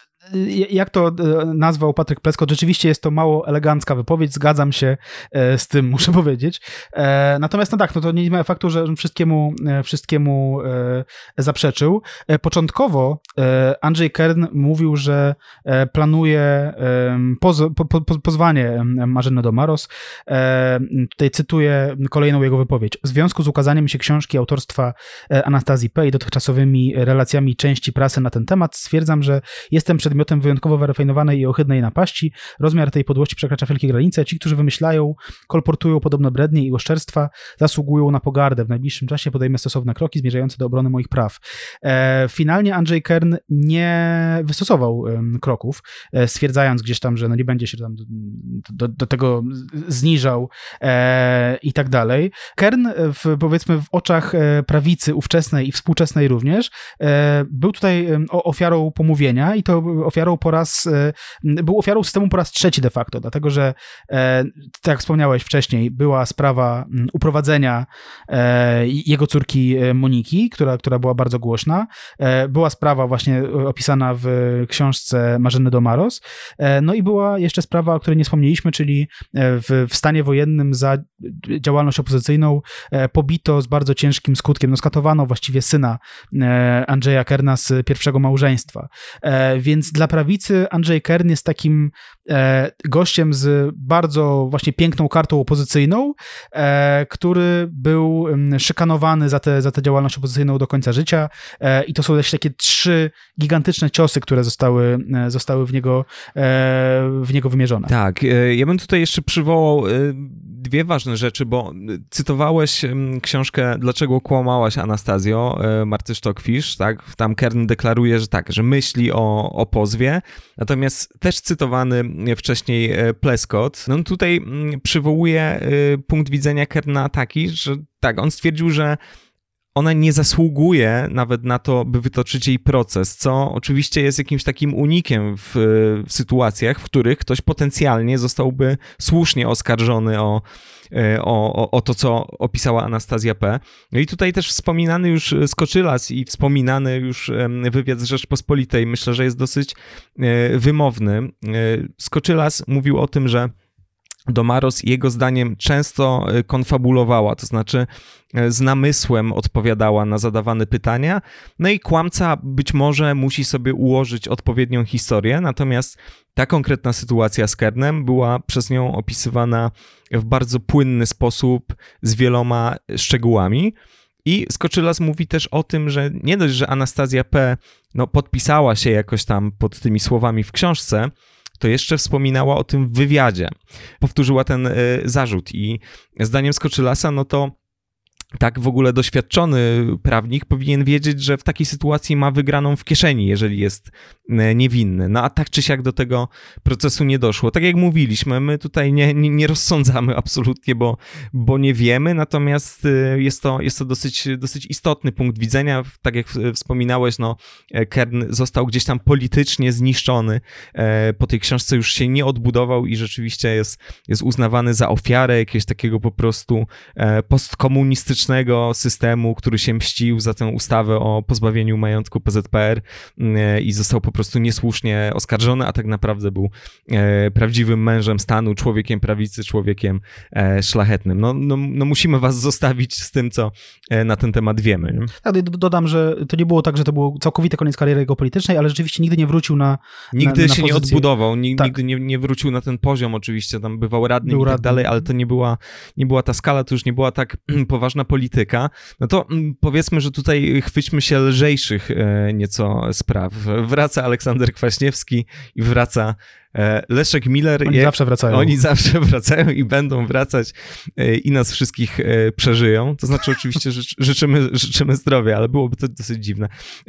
jak to nazwał Patryk Prescott, rzeczywiście jest to mało elegancka wypowiedź, zgadzam się z tym, muszę powiedzieć. Natomiast no tak, no to nie zmienia faktu, że wszystkiemu, wszystkiemu zaprzeczył. Początkowo Andrzej Kern mówił, że planuje poz, po, po, pozwanie Marzenny Domaros. Tutaj cytuję kolejną jego wypowiedź. W związku z ukazaniem się książki autorstwa Anastazji P. i dotychczasowymi relacjami części prasy na ten temat stwierdzam, że jestem przed przedmiotem wyjątkowo wyrafinowanej i ohydnej napaści. Rozmiar tej podłości przekracza wszelkie granice. Ci, którzy wymyślają, kolportują podobne brednie i oszczerstwa, zasługują na pogardę. W najbliższym czasie podejmę stosowne kroki zmierzające do obrony moich praw. E, finalnie Andrzej Kern nie wystosował e, kroków, e, stwierdzając gdzieś tam, że no nie będzie się tam do, do, do tego zniżał e, i tak dalej. Kern w, powiedzmy w oczach prawicy ówczesnej i współczesnej również e, był tutaj ofiarą pomówienia i to ofiarą po raz, był ofiarą systemu po raz trzeci de facto, dlatego że, tak jak wspomniałeś wcześniej, była sprawa uprowadzenia jego córki Moniki, która, która była bardzo głośna. Była sprawa właśnie opisana w książce Marzenny Domaros. No i była jeszcze sprawa, o której nie wspomnieliśmy, czyli w, w stanie wojennym za działalność opozycyjną pobito z bardzo ciężkim skutkiem. No skatowano właściwie syna Andrzeja Kerna z pierwszego małżeństwa. Więc dla prawicy Andrzej Kern jest takim e, gościem z bardzo właśnie piękną kartą opozycyjną, e, który był m, szykanowany za tę za tę działalność opozycyjną do końca życia e, i to są też takie trzy gigantyczne ciosy, które zostały, e, zostały w niego, e, w niego wymierzone. Tak, e, ja bym tutaj jeszcze przywołał e, dwie ważne rzeczy, bo cytowałeś m, książkę Dlaczego kłamałaś, Anastazjo, e, Marty Stockfish, tak? Tam Kern deklaruje, że tak, że myśli o, o pozwie, natomiast też cytowany wcześniej Prescott, no tutaj przywołuje punkt widzenia Kerna taki, że tak, on stwierdził, że ona nie zasługuje nawet na to, by wytoczyć jej proces, co oczywiście jest jakimś takim unikiem w, w sytuacjach, w których ktoś potencjalnie zostałby słusznie oskarżony o, o, o to, co opisała Anastazja P. No i tutaj też wspominany już Skoczylas i wspominany już wywiad z Rzeczpospolitej, myślę, że jest dosyć wymowny. Skoczylas mówił o tym, że Domaros jego zdaniem często konfabulowała, to znaczy z namysłem odpowiadała na zadawane pytania, no i kłamca być może musi sobie ułożyć odpowiednią historię, natomiast ta konkretna sytuacja z Kernem była przez nią opisywana w bardzo płynny sposób z wieloma szczegółami. I Skoczylas mówi też o tym, że nie dość, że Anastazja P. no, podpisała się jakoś tam pod tymi słowami w książce, to jeszcze wspominała o tym w wywiadzie. Powtórzyła ten y, zarzut i zdaniem Skoczylasa, no to tak w ogóle doświadczony prawnik powinien wiedzieć, że w takiej sytuacji ma wygraną w kieszeni, jeżeli jest niewinny. No a tak czy siak do tego procesu nie doszło. Tak jak mówiliśmy, my tutaj nie, nie, nie rozsądzamy absolutnie, bo, bo nie wiemy, natomiast jest to, jest to dosyć, dosyć istotny punkt widzenia. Tak jak wspominałeś, no Kern został gdzieś tam politycznie zniszczony. Po tej książce już się nie odbudował i rzeczywiście jest, jest uznawany za ofiarę jakiegoś takiego po prostu postkomunistycznego politycznego systemu, który się mścił za tę ustawę o pozbawieniu majątku P Z P R i został po prostu niesłusznie oskarżony, a tak naprawdę był prawdziwym mężem stanu, człowiekiem prawicy, człowiekiem szlachetnym. No, no, no musimy was zostawić z tym, co na ten temat wiemy. Nie? Tak, dodam, że to nie było tak, że to był całkowity koniec kariery jego politycznej, ale rzeczywiście nigdy nie wrócił na Nigdy na, na się pozycję. nie odbudował, nigdy, tak. nigdy nie, nie wrócił na ten poziom oczywiście, tam bywał radnym Był i tak radnym. dalej, ale to nie była, nie była ta skala, to już nie była tak poważna polityka. No to powiedzmy, że tutaj chwyćmy się lżejszych nieco spraw. Wraca Aleksander Kwaśniewski i wraca Leszek Miller. Oni je, zawsze wracają. Oni zawsze wracają i będą wracać i nas wszystkich przeżyją. To znaczy oczywiście ży, życzymy, życzymy zdrowia, ale byłoby to dosyć dziwne.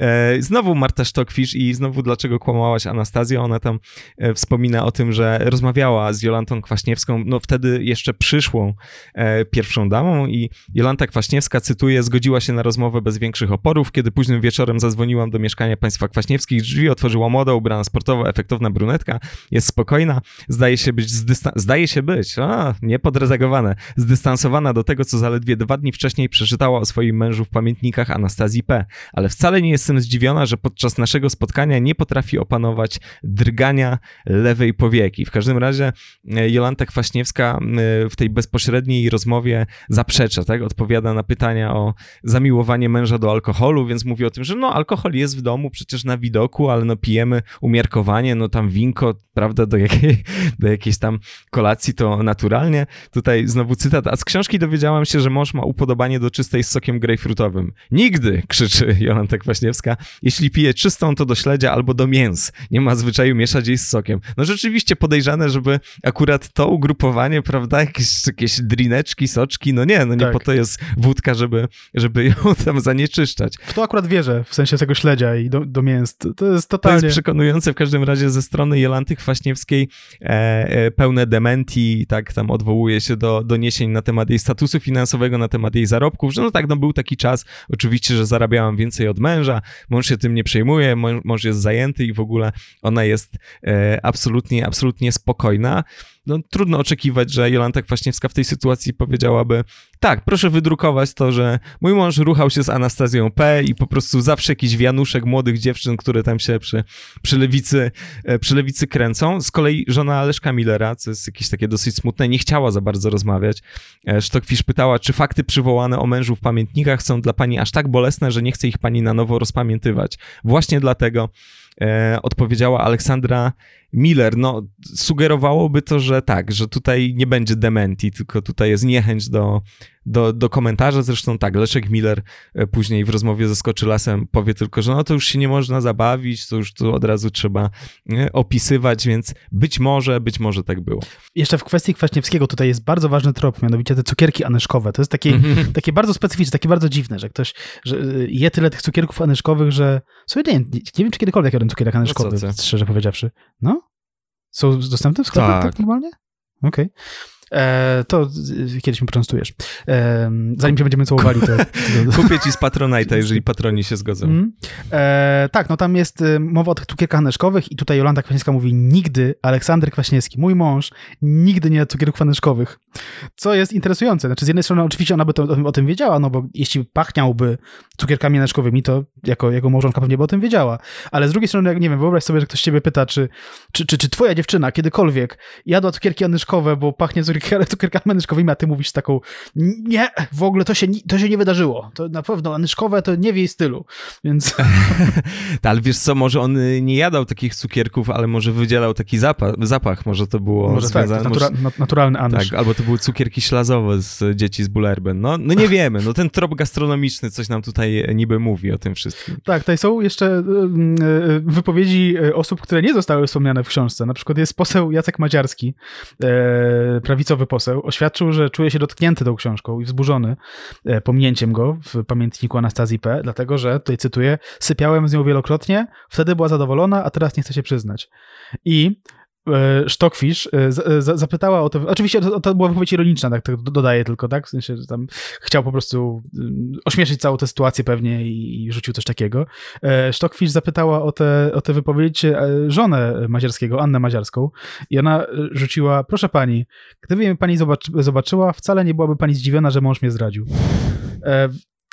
Znowu Marta Stockfish i znowu dlaczego kłamałaś Anastazjo. Ona tam wspomina o tym, że rozmawiała z Jolantą Kwaśniewską, no wtedy jeszcze przyszłą pierwszą damą i Jolanta Kwaśniewska, cytuję, zgodziła się na rozmowę bez większych oporów. Kiedy późnym wieczorem zadzwoniłam do mieszkania państwa Kwaśniewskich, drzwi otworzyła młoda, ubrana sportowo, efektowna brunetka. Jest spokojna, zdaje się być, zdystan- zdaje się być, a, niepodredagowane, zdystansowana do tego, co zaledwie dwa dni wcześniej przeczytała o swoim mężu w pamiętnikach Anastazji P. Ale wcale nie jestem zdziwiona, że podczas naszego spotkania nie potrafi opanować drgania lewej powieki. W każdym razie Jolanta Kwaśniewska w tej bezpośredniej rozmowie zaprzecza, tak? Odpowiada na pytania o zamiłowanie męża do alkoholu, więc mówi o tym, że no alkohol jest w domu przecież na widoku, ale no pijemy umiarkowanie, no tam winko, prawda, do jakiej, do jakiejś tam kolacji to naturalnie. Tutaj znowu cytat, a z książki dowiedziałam się, że mąż ma upodobanie do czystej z sokiem grejpfrutowym. Nigdy, krzyczy Jolanta Kwaśniewska, jeśli pije czystą, to do śledzia albo do mięs. Nie ma zwyczaju mieszać jej z sokiem. No rzeczywiście podejrzane, żeby akurat to ugrupowanie, prawda, jakieś, jakieś drineczki, soczki, no nie, no nie tak. po to jest wódka, żeby, żeby ją tam zanieczyszczać. W to akurat wierzę, w sensie tego śledzia i do, do mięs. To jest totalnie... To jest przekonujące w każdym razie ze strony Jolanty Kwaśniewskiej, e, e, pełne dementi, tak, tam odwołuje się do doniesień na temat jej statusu finansowego, na temat jej zarobków, że no tak, no był taki czas, oczywiście, że zarabiałam więcej od męża, mąż się tym nie przejmuje, mąż, mąż jest zajęty i w ogóle ona jest e, absolutnie, absolutnie spokojna. No, trudno oczekiwać, że Jolanta Kwaśniewska w tej sytuacji powiedziałaby tak, proszę wydrukować to, że mój mąż ruchał się z Anastazją P. i po prostu zawsze jakiś wianuszek młodych dziewczyn, które tam się przy, przy, lewicy, przy lewicy kręcą. Z kolei żona Leszka Millera, co jest jakieś takie dosyć smutne, nie chciała za bardzo rozmawiać. Stockfish pytała, czy fakty przywołane o mężu w pamiętnikach są dla pani aż tak bolesne, że nie chce ich pani na nowo rozpamiętywać. Właśnie dlatego e, odpowiedziała Aleksandra Miller. No, sugerowałoby to, że tak, że tutaj nie będzie dementi, tylko tutaj jest niechęć do, do, do komentarza. Zresztą tak, Leszek Miller później w rozmowie ze Skoczylasem powie tylko, że no to już się nie można zabawić, to już tu od razu trzeba nie, opisywać, więc być może, być może tak było. Jeszcze w kwestii Kwaśniewskiego tutaj jest bardzo ważny trop, mianowicie te cukierki anyszkowe. To jest takie, mm-hmm. takie bardzo specyficzne, takie bardzo dziwne, że ktoś że je tyle tych cukierków anyszkowych, że sobie nie, nie wiem, czy kiedykolwiek jadłem cukierek anyszkowy, no szczerze powiedziawszy. No? Są dostępne w sklepach tak, tak normalnie? Okej. Okay. To kiedyś mi poczęstujesz. E, zanim się będziemy całowali, to... to... Kupię ci z Patronite'a, jeżeli patroni się zgodzą. Mm. E, tak, no tam jest mowa o tych cukierkach anyszkowych i tutaj Jolanta Kwaśniewska mówi nigdy, Aleksander Kwaśniewski, mój mąż, nigdy nie jadł cukierków anyszkowych. Co jest interesujące. Znaczy z jednej strony oczywiście ona by to, o, o tym wiedziała, no bo jeśli pachniałby cukierkami anyszkowymi, to jako jego małżonka pewnie by o tym wiedziała. Ale z drugiej strony, jak nie wiem, wyobraź sobie, że ktoś ciebie pyta, czy, czy, czy, czy twoja dziewczyna kiedykolwiek jadła cukierki anyszkowe, bo pachnie cukierkami anyszkowymi, a ty mówisz taką, nie, w ogóle to się, to się nie wydarzyło. To na pewno anyszkowe to nie w jej stylu, więc... Ale wiesz co, może on nie jadał takich cukierków, ale może wydzielał taki zapach, zapach. może to było może związane... Tak, natura- może... naturalny anysz. Tak, albo to były cukierki ślazowe z dzieci z Bullerben. No, no nie wiemy, no ten trop gastronomiczny coś nam tutaj niby mówi o tym wszystkim. Tak, tutaj są jeszcze wypowiedzi osób, które nie zostały wspomniane w książce. Na przykład jest poseł Jacek Madziarski, prawicowy poseł, oświadczył, że czuje się dotknięty tą książką i wzburzony pominięciem go w pamiętniku Anastazji P., dlatego że, tutaj cytuję, sypiałem z nią wielokrotnie, wtedy była zadowolona, a teraz nie chce się przyznać. I Stockfish zapytała o to, oczywiście to, to była wypowiedź ironiczna, tak to dodaję tylko, tak, w sensie, że tam chciał po prostu ośmieszyć całą tę sytuację pewnie i, i rzucił coś takiego. Stockfish zapytała o tę o te wypowiedź żonę Maziarskiego, Annę Maziarską i ona rzuciła, proszę pani, gdyby mnie pani zobaczy, zobaczyła, wcale nie byłaby pani zdziwiona, że mąż mnie zdradził. E,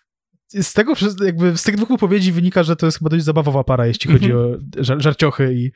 z tego, jakby z tych dwóch wypowiedzi wynika, że to jest chyba dość zabawowa para, jeśli chodzi o żar- żarciochy i,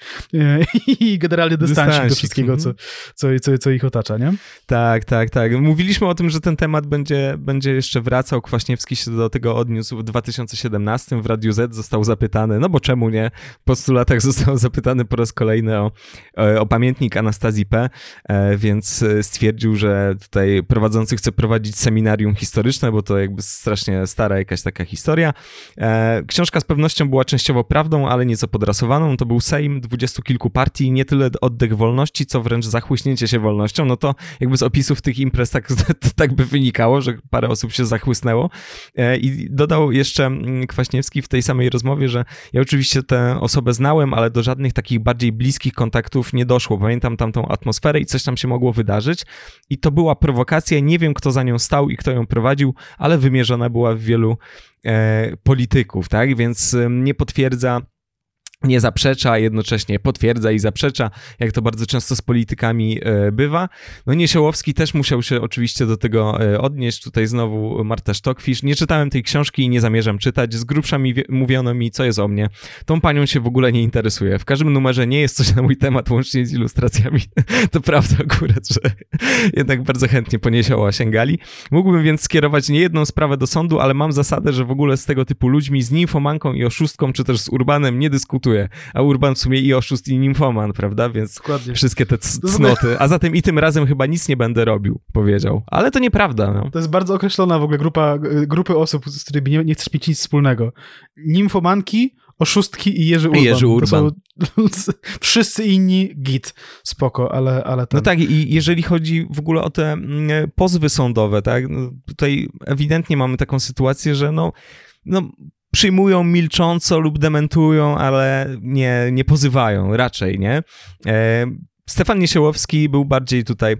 i generalnie dystansik, dystansik do wszystkiego, co, co, co, co ich otacza, nie? Tak, tak, tak. Mówiliśmy o tym, że ten temat będzie, będzie jeszcze wracał. Kwaśniewski się do tego odniósł w dwa tysiące siedemnastym. W Radiu Z został zapytany, no bo czemu nie? W postulatach został zapytany po raz kolejny o, o pamiętnik Anastazji P., więc stwierdził, że tutaj prowadzący chce prowadzić seminarium historyczne, bo to jakby strasznie stara jakaś taka historia. E, książka z pewnością była częściowo prawdą, ale nieco podrasowaną. To był Sejm dwudziestu kilku partii, nie tyle oddech wolności, co wręcz zachłyśnięcie się wolnością. No to jakby z opisów tych imprez tak, tak by wynikało, że parę osób się zachłysnęło. E, I dodał jeszcze Kwaśniewski w tej samej rozmowie, że ja oczywiście tę osobę znałem, ale do żadnych takich bardziej bliskich kontaktów nie doszło. Pamiętam tamtą atmosferę i coś tam się mogło wydarzyć. I to była prowokacja. Nie wiem, kto za nią stał i kto ją prowadził, ale wymierzona była w wielu E, polityków, tak? Więc nie potwierdza, nie zaprzecza, a jednocześnie potwierdza i zaprzecza, jak to bardzo często z politykami e, bywa. No Niesiołowski też musiał się oczywiście do tego e, odnieść. Tutaj znowu Marta Sztokfisz. Nie czytałem tej książki i nie zamierzam czytać. Z grubsza mi wie, mówiono mi, co jest o mnie. Tą panią się w ogóle nie interesuje. W każdym numerze nie jest coś na mój temat, łącznie z ilustracjami. To prawda akurat, że jednak bardzo chętnie po Niesioła sięgali. Mógłbym więc skierować nie jedną sprawę do sądu, ale mam zasadę, że w ogóle z tego typu ludźmi, z nimfomanką i oszustką, czy też z Urbanem nie dyskutuję. A Urban w sumie i oszust, i nimfoman, prawda? Więc Dokładnie. Wszystkie te c- cnoty. A zatem i tym razem chyba nic nie będę robił, powiedział. Ale to nieprawda. No. To jest bardzo określona w ogóle grupa, grupy osób, z którymi nie, nie chcesz mieć nic wspólnego. Nimfomanki, oszustki i Jerzy Urban. I Jerzy Urban. To są wszyscy inni git, spoko, ale... ale ten... No tak, i jeżeli chodzi w ogóle o te pozwy sądowe, tak? No tutaj ewidentnie mamy taką sytuację, że no... no przyjmują milcząco lub dementują, ale nie, nie pozywają, raczej, nie? E, Stefan Niesiołowski był bardziej tutaj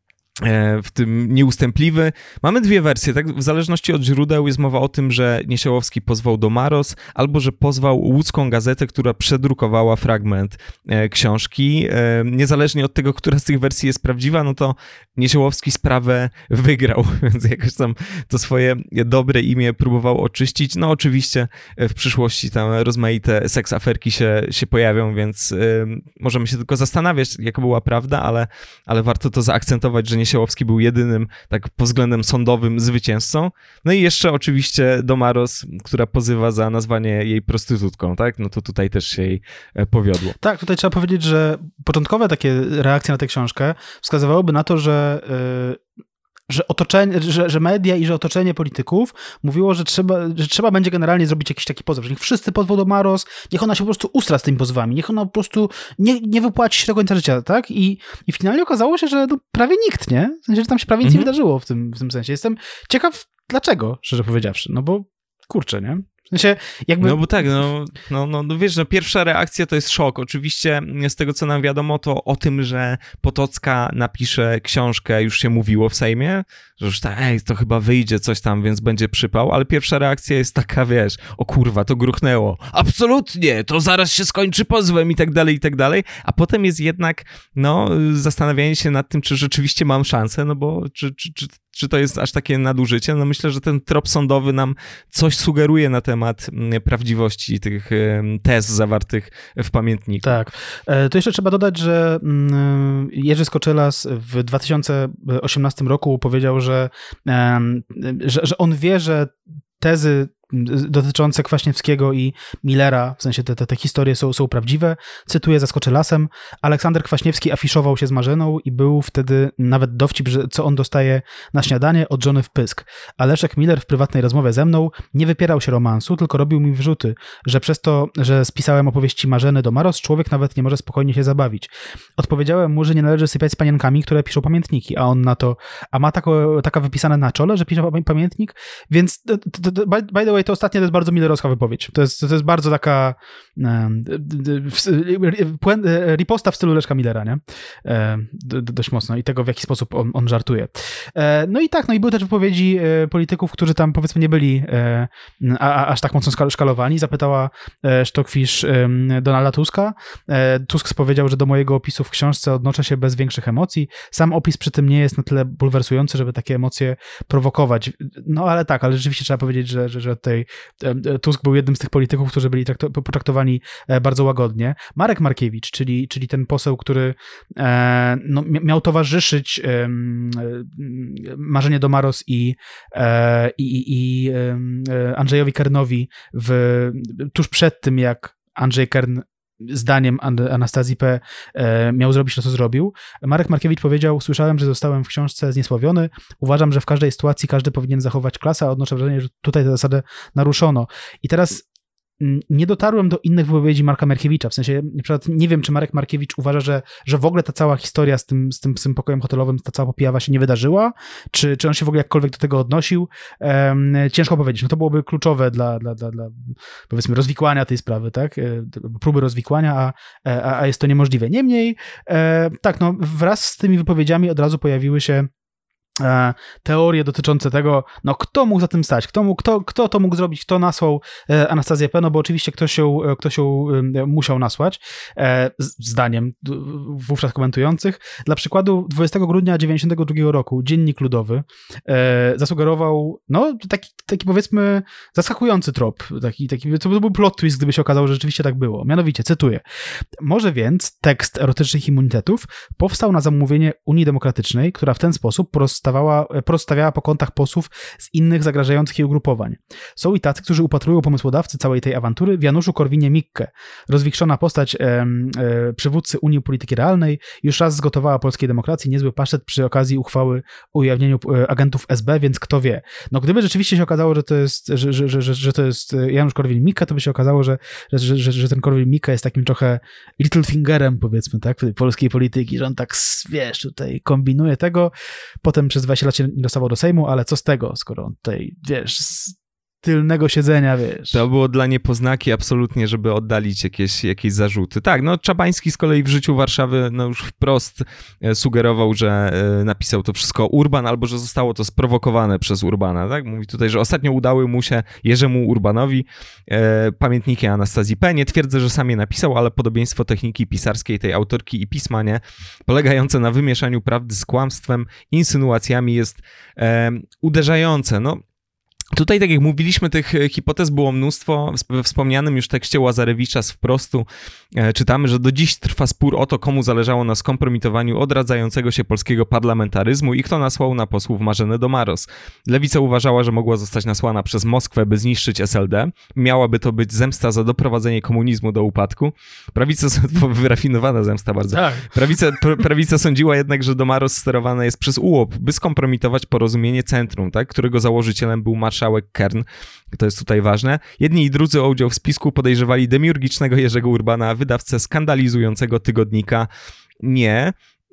w tym nieustępliwy. Mamy dwie wersje, tak? W zależności od źródeł jest mowa o tym, że Niesiołowski pozwał Domaros, albo że pozwał łódzką gazetę, która przedrukowała fragment e, książki. E, niezależnie od tego, która z tych wersji jest prawdziwa, no to Niesiołowski sprawę wygrał, więc jakoś tam to swoje dobre imię próbował oczyścić. No oczywiście w przyszłości tam rozmaite seksaferki się, się pojawią, więc e, możemy się tylko zastanawiać, jaka była prawda, ale, ale warto to zaakcentować, że Niesiołowski był jedynym, tak pod względem sądowym, zwycięzcą. No i jeszcze oczywiście Domaros, która pozywa za nazwanie jej prostytutką, tak? No to tutaj też się jej powiodło. Tak, tutaj trzeba powiedzieć, że początkowe takie reakcje na tę książkę wskazywałyby na to, że yy... Że, otoczenie, że, że media i że otoczenie polityków mówiło, że trzeba, że trzeba będzie generalnie zrobić jakiś taki pozew, że niech wszyscy pozwą do Maros, niech ona się po prostu ustra z tymi pozwami, niech ona po prostu nie, nie wypłaci się do końca życia, tak? I, i finalnie okazało się, że no prawie nikt, nie? W sensie, że tam się prawie nic mhm. nie wydarzyło w tym, w tym sensie. Jestem ciekaw, dlaczego, szczerze powiedziawszy, no bo kurczę, nie? W sensie jakby... No bo tak, no, no, no, no wiesz, no pierwsza reakcja to jest szok. Oczywiście z tego, co nam wiadomo, to o tym, że Potocka napisze książkę, już się mówiło w Sejmie, że już tak, ej, to chyba wyjdzie coś tam, więc będzie przypał, ale pierwsza reakcja jest taka, wiesz, o kurwa, to gruchnęło. Absolutnie, to zaraz się skończy pozwem i tak dalej, i tak dalej. A potem jest jednak, no, zastanawianie się nad tym, czy rzeczywiście mam szansę, no bo czy, czy, czy Czy to jest aż takie nadużycie? No myślę, że ten trop sądowy nam coś sugeruje na temat prawdziwości tych tez zawartych w pamiętniku. Tak. To jeszcze trzeba dodać, że Jerzy Skoczylas w dwa tysiące osiemnastym roku powiedział, że, że, że on wie, że tezy dotyczące Kwaśniewskiego i Millera, w sensie te, te, te historie są, są prawdziwe. Cytuję, zaskoczę lasem. Aleksander Kwaśniewski afiszował się z Marzeną i był wtedy nawet dowcip, że co on dostaje na śniadanie od żony w pysk. A Leszek Miller w prywatnej rozmowie ze mną nie wypierał się romansu, tylko robił mi wrzuty, że przez to, że spisałem opowieści Marzeny do Maros, człowiek nawet nie może spokojnie się zabawić. Odpowiedziałem mu, że nie należy sypiać z panienkami, które piszą pamiętniki, a on na to, a ma tako, taka wypisane na czole, że pisze pamiętnik, więc by, by the way, way, to ostatnie to jest bardzo millerowska wypowiedź. To jest, to jest bardzo taka um, riposta w stylu Leszka Millera, nie? E, dość mocno i tego, w jaki sposób on, on żartuje. E, no i tak, no i były też wypowiedzi e, polityków, którzy tam powiedzmy nie byli e, a, a, aż tak mocno szkalowani. Zapytała e, Stockfish e, Donalda Tuska. E, Tusk powiedział, że do mojego opisu w książce odnoszę się bez większych emocji. Sam opis przy tym nie jest na tyle bulwersujący, żeby takie emocje prowokować. No ale tak, ale rzeczywiście trzeba powiedzieć, że, że, że tutaj e, Tusk był jednym z tych polityków, którzy byli trakto- potraktowani e, bardzo łagodnie. Marek Markiewicz, czyli, czyli ten poseł, który e, no, miał towarzyszyć e, Marzenie Domaros i, e, i, i e, Andrzejowi Kernowi w, tuż przed tym, jak Andrzej Kern zdaniem Anastazji P. miał zrobić to, co zrobił. Marek Markiewicz powiedział: słyszałem, że zostałem w książce zniesławiony. Uważam, że w każdej sytuacji każdy powinien zachować klasę, a odnoszę wrażenie, że tutaj tę zasadę naruszono. I teraz nie dotarłem do innych wypowiedzi Marka Markiewicza, w sensie na przykład nie wiem, czy Marek Markiewicz uważa, że, że w ogóle ta cała historia z tym, z, tym, z tym pokojem hotelowym, ta cała popijawa się nie wydarzyła, czy, czy on się w ogóle jakkolwiek do tego odnosił. Um, ciężko powiedzieć. No to byłoby kluczowe dla, dla, dla, dla powiedzmy rozwikłania tej sprawy, tak? Próby rozwikłania, a, a, a jest to niemożliwe. Niemniej, e, tak, no wraz z tymi wypowiedziami od razu pojawiły się teorie dotyczące tego, no kto mógł za tym stać, kto, mógł, kto, kto to mógł zrobić, kto nasłał Anastazję P., no bo oczywiście ktoś ją, ktoś ją musiał nasłać, zdaniem wówczas komentujących. Dla przykładu dwudziestego grudnia dziewięćdziesiątego drugiego roku Dziennik Ludowy zasugerował, no taki, taki powiedzmy zaskakujący trop, taki, taki, to był plot twist, gdyby się okazało, że rzeczywiście tak było. Mianowicie, cytuję: może więc tekst erotycznych immunitetów powstał na zamówienie Unii Demokratycznej, która w ten sposób porozstawała porozstawiała po kątach posłów z innych zagrażających jej ugrupowań. Są i tacy, którzy upatrują pomysłodawcy całej tej awantury w Januszu Korwinie-Mikke. Rozwichrzona postać e, e, przywódcy Unii Polityki Realnej już raz zgotowała polskiej demokracji niezły pasztet przy okazji uchwały o ujawnieniu e, agentów S B, więc kto wie. No gdyby rzeczywiście się okazało, że to jest, że, że, że, że, że to jest Janusz Korwin-Mikke, to by się okazało, że, że, że, że ten Korwin-Mikke jest takim trochę Littlefingerem, powiedzmy, tak, polskiej polityki, że on tak, wiesz, tutaj kombinuje tego, potem przez dwadzieścia lat się nie dostawał do Sejmu, ale co z tego, skoro on tutaj, wiesz, z tylnego siedzenia, wiesz. To było dla niepoznaki absolutnie, żeby oddalić jakieś, jakieś zarzuty. Tak, no Czabański z kolei w Życiu Warszawy no już wprost sugerował, że napisał to wszystko Urban, albo że zostało to sprowokowane przez Urbana, tak? Mówi tutaj, że ostatnio udały mu się Jerzemu Urbanowi e, pamiętniki Anastazji P. Nie twierdzę, że sam je napisał, ale podobieństwo techniki pisarskiej tej autorki i pisma, nie, polegające na wymieszaniu prawdy z kłamstwem, insynuacjami jest e, uderzające. No tutaj, tak jak mówiliśmy, tych hipotez było mnóstwo. We wspomnianym już tekście Łazarewicza z Wprostu e, czytamy, że do dziś trwa spór o to, komu zależało na skompromitowaniu odradzającego się polskiego parlamentaryzmu i kto nasłał na posłów Marzenę Domaros. Lewica uważała, że mogła zostać nasłana przez Moskwę, by zniszczyć S L D. Miałaby to być zemsta za doprowadzenie komunizmu do upadku. Prawica, wyrafinowana zemsta bardzo. Tak. Prawica, pr, prawica sądziła jednak, że Domaros sterowana jest przez U O P, by skompromitować porozumienie Centrum, tak, którego założycielem był marszałek Kern, to jest tutaj ważne. Jedni i drudzy o udział w spisku podejrzewali demiurgicznego Jerzego Urbana, wydawcę skandalizującego tygodnika Nie.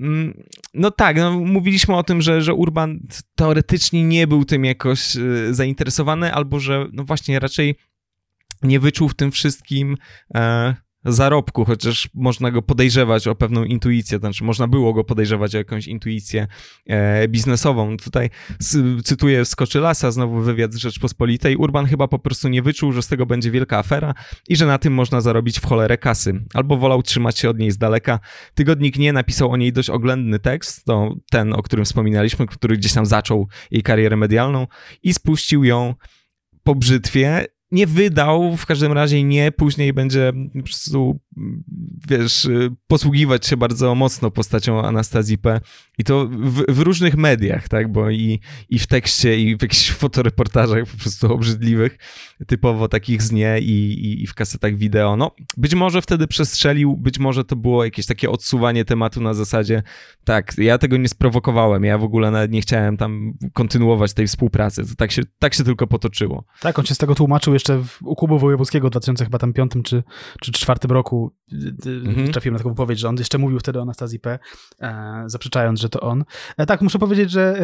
No tak, no mówiliśmy o tym, że, że Urban teoretycznie nie był tym jakoś y, zainteresowany, albo że no właśnie raczej nie wyczuł w tym wszystkim e, zarobku, chociaż można go podejrzewać o pewną intuicję, to znaczy można było go podejrzewać o jakąś intuicję e, biznesową. Tutaj c- cytuję Skoczylasa, znowu wywiad z Rzeczpospolitej. Urban chyba po prostu nie wyczuł, że z tego będzie wielka afera i że na tym można zarobić w cholerę kasy. Albo wolał trzymać się od niej z daleka. Tygodnik Nie napisał o niej dość oględny tekst, to ten, o którym wspominaliśmy, który gdzieś tam zaczął jej karierę medialną i spuścił ją po brzytwie. Nie wydał, w każdym razie nie, później będzie po prostu, wiesz, posługiwać się bardzo mocno postacią Anastazji P. I to w, w różnych mediach, tak, bo i, i w tekście, i w jakichś fotoreportażach po prostu obrzydliwych, typowo takich z Nie, i, i, i w kasetach wideo. No, być może wtedy przestrzelił, być może to było jakieś takie odsuwanie tematu na zasadzie, tak, ja tego nie sprowokowałem, ja w ogóle nawet nie chciałem tam kontynuować tej współpracy, to tak się, tak się tylko potoczyło. Tak, on się z tego tłumaczył jeszcze w, u Klubu Wojewódzkiego w dwa tysiące piątym czy, czy czwartym roku, mhm. trafiłem na taką wypowiedź, że on jeszcze mówił wtedy o Anastazji P., e, zaprzeczając, że to on. E, tak, muszę powiedzieć, że,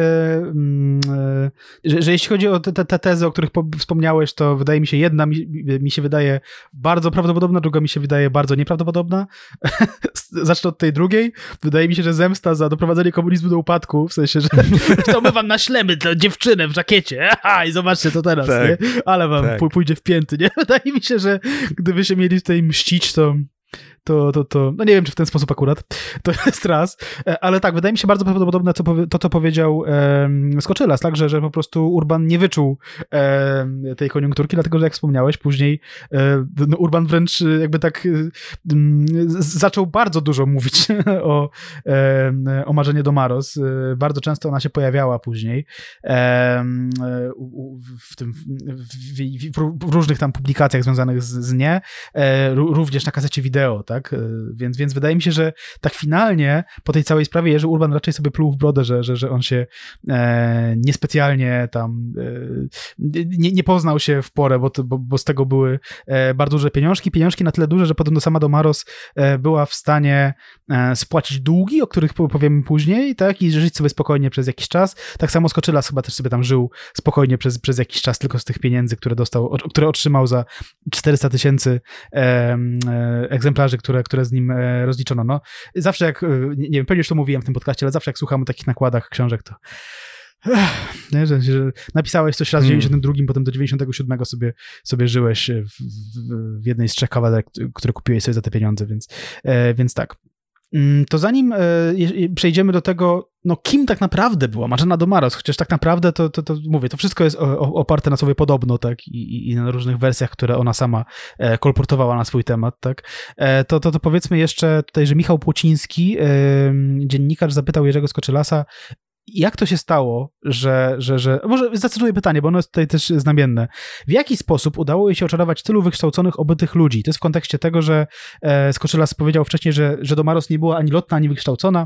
e, e, że, że jeśli chodzi o te, te tezy, o których po, wspomniałeś, to wydaje mi się, jedna mi, mi się wydaje bardzo prawdopodobna, druga mi się wydaje bardzo nieprawdopodobna. Zacznę od tej drugiej. Wydaje mi się, że zemsta za doprowadzenie komunizmu do upadku, w sensie, że to my wam naślemy tę dziewczynę w żakiecie, aha, i zobaczcie to teraz, tak, nie? Ale wam tak. pójdzie w pięty, nie? Wydaje mi się, że gdyby się mieli tutaj mścić, to To, to, to, no nie wiem, czy w ten sposób akurat, to jest raz, ale tak, wydaje mi się bardzo prawdopodobne to, to co powiedział um, Skoczylas, tak, że, że po prostu Urban nie wyczuł um, tej koniunkturki, dlatego, że jak wspomniałeś, później um, no Urban wręcz jakby tak um, zaczął bardzo dużo mówić o, um, o Marzenie do Maros, bardzo często ona się pojawiała później um, w, tym, w, w, w różnych tam publikacjach związanych z, z nie, również na kasecie wideo, tak, więc, więc wydaje mi się, że tak finalnie po tej całej sprawie Jerzy Urban raczej sobie pluł w brodę, że, że, że on się e, niespecjalnie tam e, nie, nie poznał się w porę, bo, to, bo, bo z tego były e, bardzo duże pieniążki, pieniążki na tyle duże, że potem do sama do Maros e, była w stanie e, spłacić długi, o których powiemy później, tak, i żyć sobie spokojnie przez jakiś czas. Tak samo Skoczylas chyba też sobie tam żył spokojnie przez, przez jakiś czas tylko z tych pieniędzy, które dostał, o, które otrzymał za czterysta tysięcy e, e, egzemplarzy, które, które z nim e, rozliczono. No, zawsze jak, nie, nie wiem, pewnie już to mówiłem w tym podcaście, ale zawsze jak słucham o takich nakładach książek, to ech, nie, że, że napisałeś coś raz w dziewięćdziesiątym drugim, potem do dziewięćdziesiątego siódmego sobie, sobie żyłeś w, w, w jednej z trzech kawalerek, które kupiłeś sobie za te pieniądze, więc, e, więc tak. To zanim e, przejdziemy do tego, no kim tak naprawdę była Marzena do Maros, chociaż tak naprawdę to, to, to mówię, to wszystko jest o, o, oparte na słowie podobno, tak, i, i na różnych wersjach, które ona sama e, kolportowała na swój temat, tak, e, to, to, to powiedzmy jeszcze tutaj, że Michał Płociński, e, dziennikarz, zapytał Jerzego Skoczylasa, jak to się stało, że, że, że... Może zacytuję pytanie, bo ono jest tutaj też znamienne. W jaki sposób udało jej się oczarować tylu wykształconych, obytych ludzi? To jest w kontekście tego, że e, Skoczylas powiedział wcześniej, że, że do Maros nie była ani lotna, ani wykształcona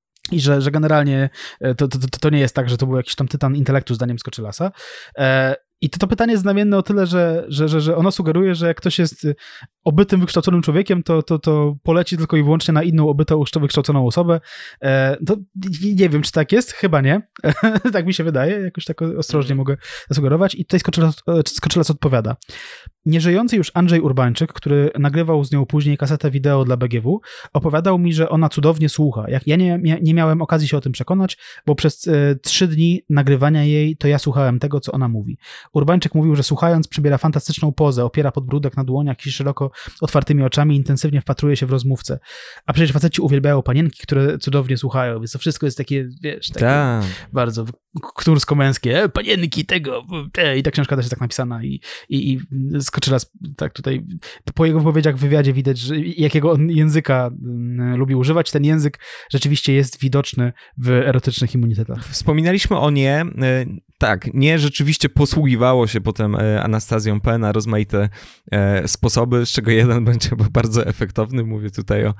i że, że generalnie to, to, to nie jest tak, że to był jakiś tam tytan intelektu zdaniem Skoczylasa. E, I to, to pytanie jest znamienne o tyle, że, że, że, że ono sugeruje, że jak ktoś jest obytym, wykształconym człowiekiem, to, to, to poleci tylko i wyłącznie na inną obytą, wykształconą osobę. E, to nie wiem, czy tak jest, chyba nie. Tak mi się wydaje, jakoś tak ostrożnie mogę zasugerować. I tutaj Skoczylas, Skoczylas odpowiada. Nieżyjący już Andrzej Urbańczyk, który nagrywał z nią później kasetę wideo dla B G W, opowiadał mi, że ona cudownie słucha. Jak ja nie, nie miałem okazji się o tym przekonać, bo przez e, trzy dni nagrywania jej to ja słuchałem tego, co ona mówi. Urbańczyk mówił, że słuchając przybiera fantastyczną pozę, opiera podbródek na dłoniach i szeroko otwartymi oczami intensywnie wpatruje się w rozmówcę. A przecież faceci uwielbiają panienki, które cudownie słuchają, więc to wszystko jest takie, wiesz, takie Ta. bardzo knursko-męskie. E, panienki tego, te. I ta książka też jest tak napisana i, i, i Skoczylas tak tutaj, po jego wypowiedziach w wywiadzie widać, że jakiego on języka m, lubi używać. Ten język rzeczywiście jest widoczny w erotycznych immunitetach. Wspominaliśmy o nie, tak, nie rzeczywiście posługiwało się potem Anastazją P. na rozmaite sposoby, z czego jeden będzie bardzo efektowny. Mówię tutaj o,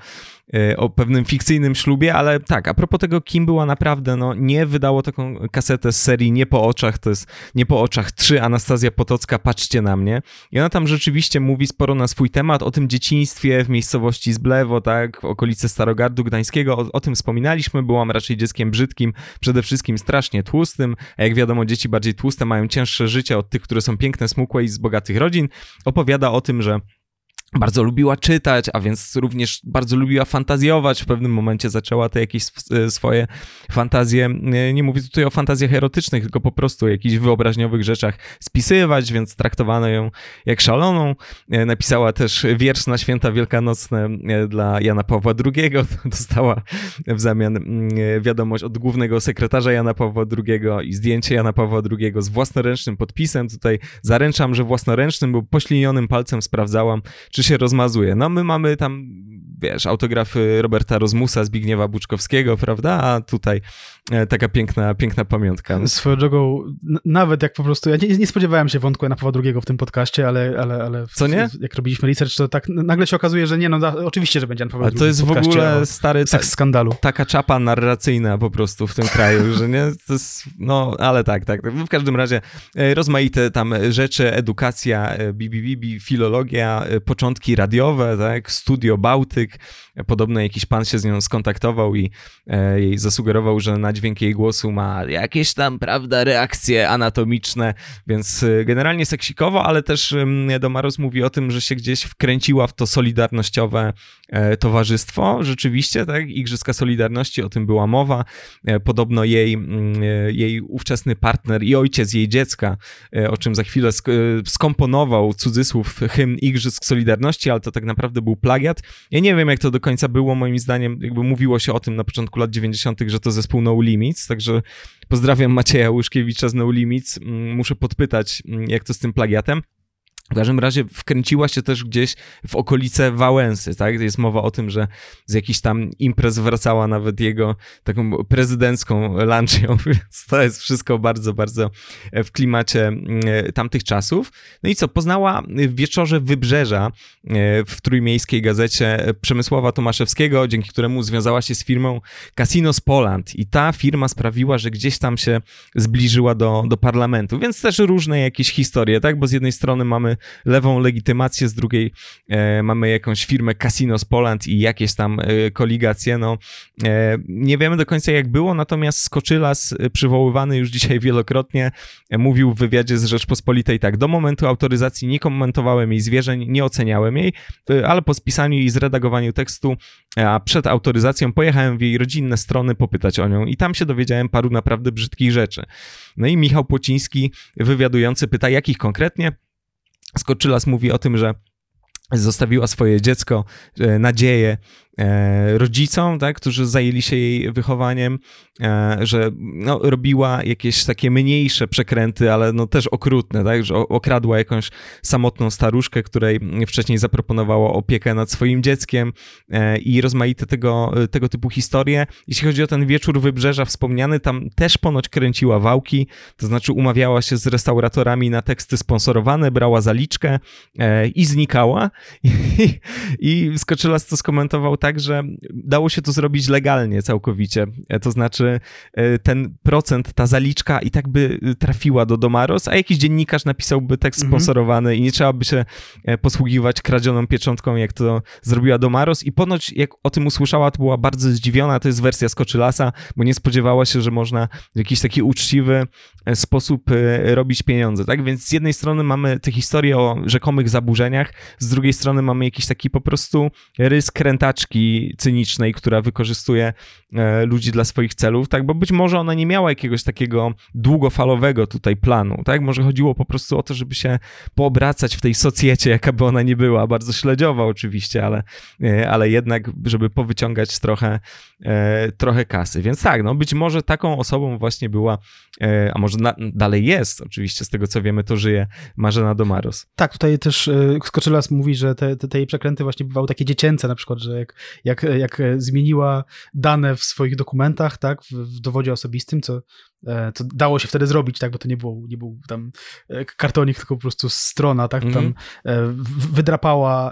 o pewnym fikcyjnym ślubie, ale tak, a propos tego, kim była naprawdę, no nie wydało taką kasetę z serii Nie po oczach, to jest Nie po oczach trzy, Anastazja Potocka, Patrzcie na mnie. I ona tam rzeczywiście mówi sporo na swój temat, o tym dzieciństwie w miejscowości Zblewo, tak, w okolicy Starogardu Gdańskiego, o, o tym wspominaliśmy, byłam raczej dzieckiem brzydkim, przede wszystkim strasznie tłustym, a jak wiadomo, dzieci bardziej tłuste mają cięższe życie od tych, które są piękne, smukłe i z bogatych rodzin. Opowiada o tym, że bardzo lubiła czytać, a więc również bardzo lubiła fantazjować. W pewnym momencie zaczęła te jakieś swoje fantazje, nie mówię tutaj o fantazjach erotycznych, tylko po prostu o jakichś wyobraźniowych rzeczach spisywać, więc traktowano ją jak szaloną. Napisała też wiersz na święta wielkanocne dla Jana Pawła drugiego. Dostała w zamian wiadomość od głównego sekretarza Jana Pawła drugiego i zdjęcie Jana Pawła drugiego z własnoręcznym podpisem. Tutaj zaręczam, że własnoręcznym, bo poślinionym palcem sprawdzałam, czy się rozmazuje. No my mamy tam wiesz, autografy Roberta Rozmusa, Zbigniewa Buczkowskiego, prawda, a tutaj taka piękna, piękna pamiątka. Swoją drogą, n- nawet jak po prostu, ja nie, nie spodziewałem się wątku Jana Pawła drugiego w tym podcaście, ale, ale, ale w, co nie? jak robiliśmy research, to tak nagle się okazuje, że nie, no da, oczywiście, że będzie Jan Paweł drugi. A to jest w, w ogóle stary... Tak skandalu. Taka czapa narracyjna po prostu w tym kraju, że nie, to jest, no, ale tak, tak. W każdym razie rozmaite tam rzeczy, edukacja, Bibi Bibi, filologia, początki radiowe, tak, Studio Bałtyk. Podobno jakiś pan się z nią skontaktował i e, jej zasugerował, że na dźwięk jej głosu ma jakieś tam, prawda, reakcje anatomiczne, więc generalnie seksikowo, ale też e, Domaros mówi o tym, że się gdzieś wkręciła w to solidarnościowe e, towarzystwo, rzeczywiście, tak, Igrzyska Solidarności, o tym była mowa. E, podobno jej, e, jej ówczesny partner i ojciec jej dziecka, e, o czym za chwilę sk- e, skomponował, cudzysłów, hymn Igrzysk Solidarności, ale to tak naprawdę był plagiat. Ja nie wiem, jak to do końca było, moim zdaniem, jakby mówiło się o tym na początku lat dziewięćdziesiątych, że to zespół No Limits, także pozdrawiam Macieja Łyszkiewicza z No Limits, muszę podpytać, jak to z tym plagiatem. W każdym razie wkręciła się też gdzieś w okolice Wałęsy, tak? Jest mowa o tym, że z jakichś tam imprez wracała nawet jego taką prezydencką lunchią, więc to jest wszystko bardzo, bardzo w klimacie tamtych czasów. No i co? Poznała w wieczorze Wybrzeża w trójmiejskiej gazecie Przemysława Tomaszewskiego, dzięki któremu związała się z firmą Casinos Poland i ta firma sprawiła, że gdzieś tam się zbliżyła do, do parlamentu, więc też różne jakieś historie, tak? Bo z jednej strony mamy lewą legitymację, z drugiej e, mamy jakąś firmę Casinos Poland i jakieś tam e, koligacje, no e, nie wiemy do końca jak było, natomiast Skoczylas, przywoływany już dzisiaj wielokrotnie, e, mówił w wywiadzie z Rzeczpospolitej tak: do momentu autoryzacji nie komentowałem jej zwierzeń, nie oceniałem jej, e, ale po spisaniu i zredagowaniu tekstu, a przed autoryzacją pojechałem w jej rodzinne strony popytać o nią i tam się dowiedziałem paru naprawdę brzydkich rzeczy. No i Michał Płociński, wywiadujący, pyta, jakich konkretnie. Skoczylas mówi o tym, że zostawiła swoje dziecko, nadzieję, e, rodzicom, tak, którzy zajęli się jej wychowaniem, e, że no, robiła jakieś takie mniejsze przekręty, ale no też okrutne, tak, że okradła jakąś samotną staruszkę, której wcześniej zaproponowała opiekę nad swoim dzieckiem e, i rozmaite tego, tego typu historie. Jeśli chodzi o ten wieczór Wybrzeża wspomniany, tam też ponoć kręciła wałki, to znaczy umawiała się z restauratorami na teksty sponsorowane, brała zaliczkę e, i znikała. I, i Skoczylas to skomentował tak, że dało się to zrobić legalnie całkowicie. To znaczy ten procent, ta zaliczka i tak by trafiła do Domaros, a jakiś dziennikarz napisałby tekst sponsorowany i nie trzeba by się posługiwać kradzioną pieczątką, jak to zrobiła Domaros. I ponoć jak o tym usłyszała, to była bardzo zdziwiona. To jest wersja Skoczylasa, bo nie spodziewała się, że można w jakiś taki uczciwy sposób robić pieniądze. Tak więc z jednej strony mamy te historie o rzekomych zaburzeniach, z drugiej strony mamy jakiś taki po prostu rys krętaczki cynicznej, która wykorzystuje e, ludzi dla swoich celów, tak, bo być może ona nie miała jakiegoś takiego długofalowego tutaj planu, tak, może chodziło po prostu o to, żeby się poobracać w tej socjecie, jaka by ona nie była, bardzo śledziowa oczywiście, ale, e, ale jednak, żeby powyciągać trochę, e, trochę kasy, więc tak, no być może taką osobą właśnie była, e, a może na, dalej jest, oczywiście z tego co wiemy, to żyje Marzena Domaros. Tak, tutaj też e, Skoczylas mówi, że te, te, te jej przekręty właśnie bywały takie dziecięce, na przykład, że jak, jak, jak zmieniła dane w swoich dokumentach, tak, w, w dowodzie osobistym, co, co dało się wtedy zrobić, tak, bo to nie był, nie był tam kartonik, tylko po prostu strona, tak, tam mm-hmm. wydrapała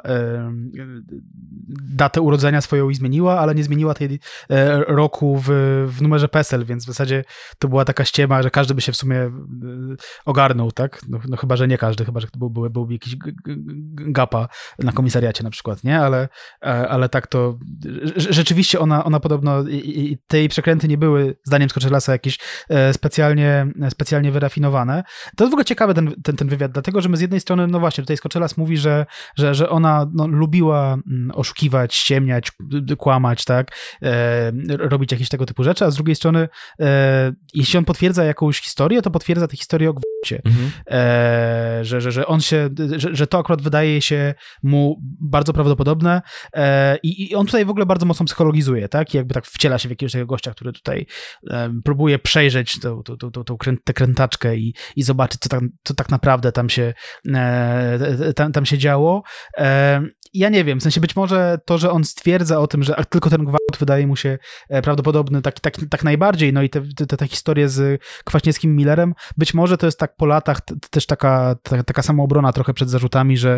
datę urodzenia swoją i zmieniła, ale nie zmieniła tej roku w, w numerze PESEL, więc w zasadzie to była taka ściema, że każdy by się w sumie ogarnął, tak, no, no chyba, że nie każdy, chyba, że to byłby, byłby jakiś gapa na komisariacie na przykład, nie, ale, ale tak to rzeczywiście ona, ona podobno i, i te jej przekręty nie były, zdaniem Skoczylasa, jakieś specjalnie, specjalnie wyrafinowane. To jest w ogóle ciekawy ten, ten, ten wywiad, dlatego, że my z jednej strony, no właśnie, tutaj Skoczylas mówi, że, że, że ona no, lubiła oszukiwać, ściemniać, kłamać, tak, e, robić jakieś tego typu rzeczy, a z drugiej strony, e, jeśli on potwierdza jakąś historię, to potwierdza tę historię o gwałcie. Mhm. E, że, że, że on się, że, że to akurat wydaje się mu bardzo prawdopodobne e, i, i on tutaj w ogóle bardzo mocno psychologizuje, tak, i jakby tak wciela się w jakiegoś takiego gościa, który tutaj e, próbuje przejrzeć tą, tą, tą, tą krę, tę krętaczkę i, i zobaczyć, co tak, co tak naprawdę tam się, e, tam, tam się działo. E, ja nie wiem, w sensie być może to, że on stwierdza o tym, że tylko ten gwałt wydaje mu się prawdopodobny tak, tak, tak najbardziej, no i te, te, te historie z Kwaśniewskim, Millerem, być może to jest tak po latach t- też taka, ta, taka samoobrona trochę przed zarzutami, że,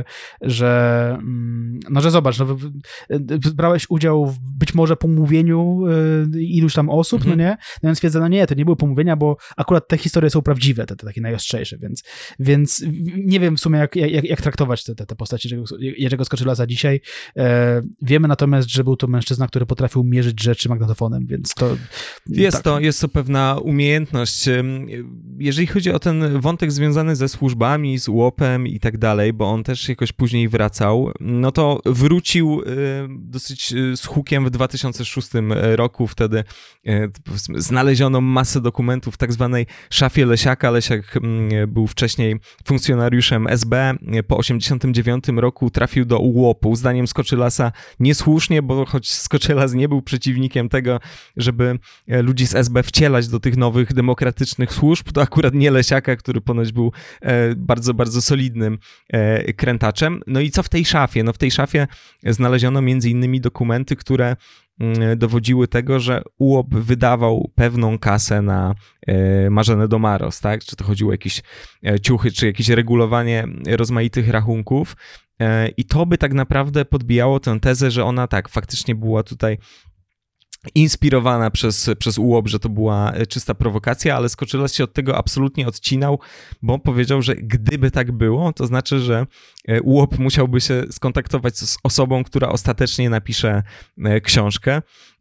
że no, że zobacz, no, brałeś udział w być może pomówieniu y, iluś tam osób, mhm. no nie? No on stwierdza, no nie, to nie były pomówienia, bo akurat te historie są prawdziwe, te, te takie najostrzejsze, więc, więc nie wiem w sumie, jak, jak, jak traktować te, te, te postaci Jerzego Skoczylasa dzisiaj. E, wiemy natomiast, że był to mężczyzna, który potrafił mierzyć rzeczy magnetofonem, więc to... Jest, tak. to, jest to pewna umiejętność. Jeżeli chodzi o ten wątek związany ze służbami, z łopem i tak dalej, bo on też jakoś później wracał, no to wrócił dosyć z hukiem w dwa tysiące szóstym roku. Wtedy znaleziono masę dokumentów w tak zwanej szafie Lesiaka. Lesiak był wcześniej funkcjonariuszem S B. Po osiemdziesiątym dziewiątym roku trafił do łopu. Zdaniem Skoczylasa niesłusznie, bo choć Skoczylas nie był przeciwnikiem tego, żeby ludzi z S B wcielać do tych nowych demokratycznych służb, to akurat nie Lesiaka, który ponoć był bardzo, bardzo solidnym krętaczem. No i co w tej szafie? No w tej szafie znaleziono między innymi dokumenty, które dowodziły tego, że UOP wydawał pewną kasę na Marzenę Domaros, tak? Czy to chodziło o jakieś ciuchy, czy jakieś regulowanie rozmaitych rachunków. I to by tak naprawdę podbijało tę tezę, że ona tak, faktycznie była tutaj inspirowana przez, przez UOP, że to była czysta prowokacja, ale Skoczylas się od tego absolutnie odcinał, bo powiedział, że gdyby tak było, to znaczy, że UOP musiałby się skontaktować z osobą, która ostatecznie napisze książkę,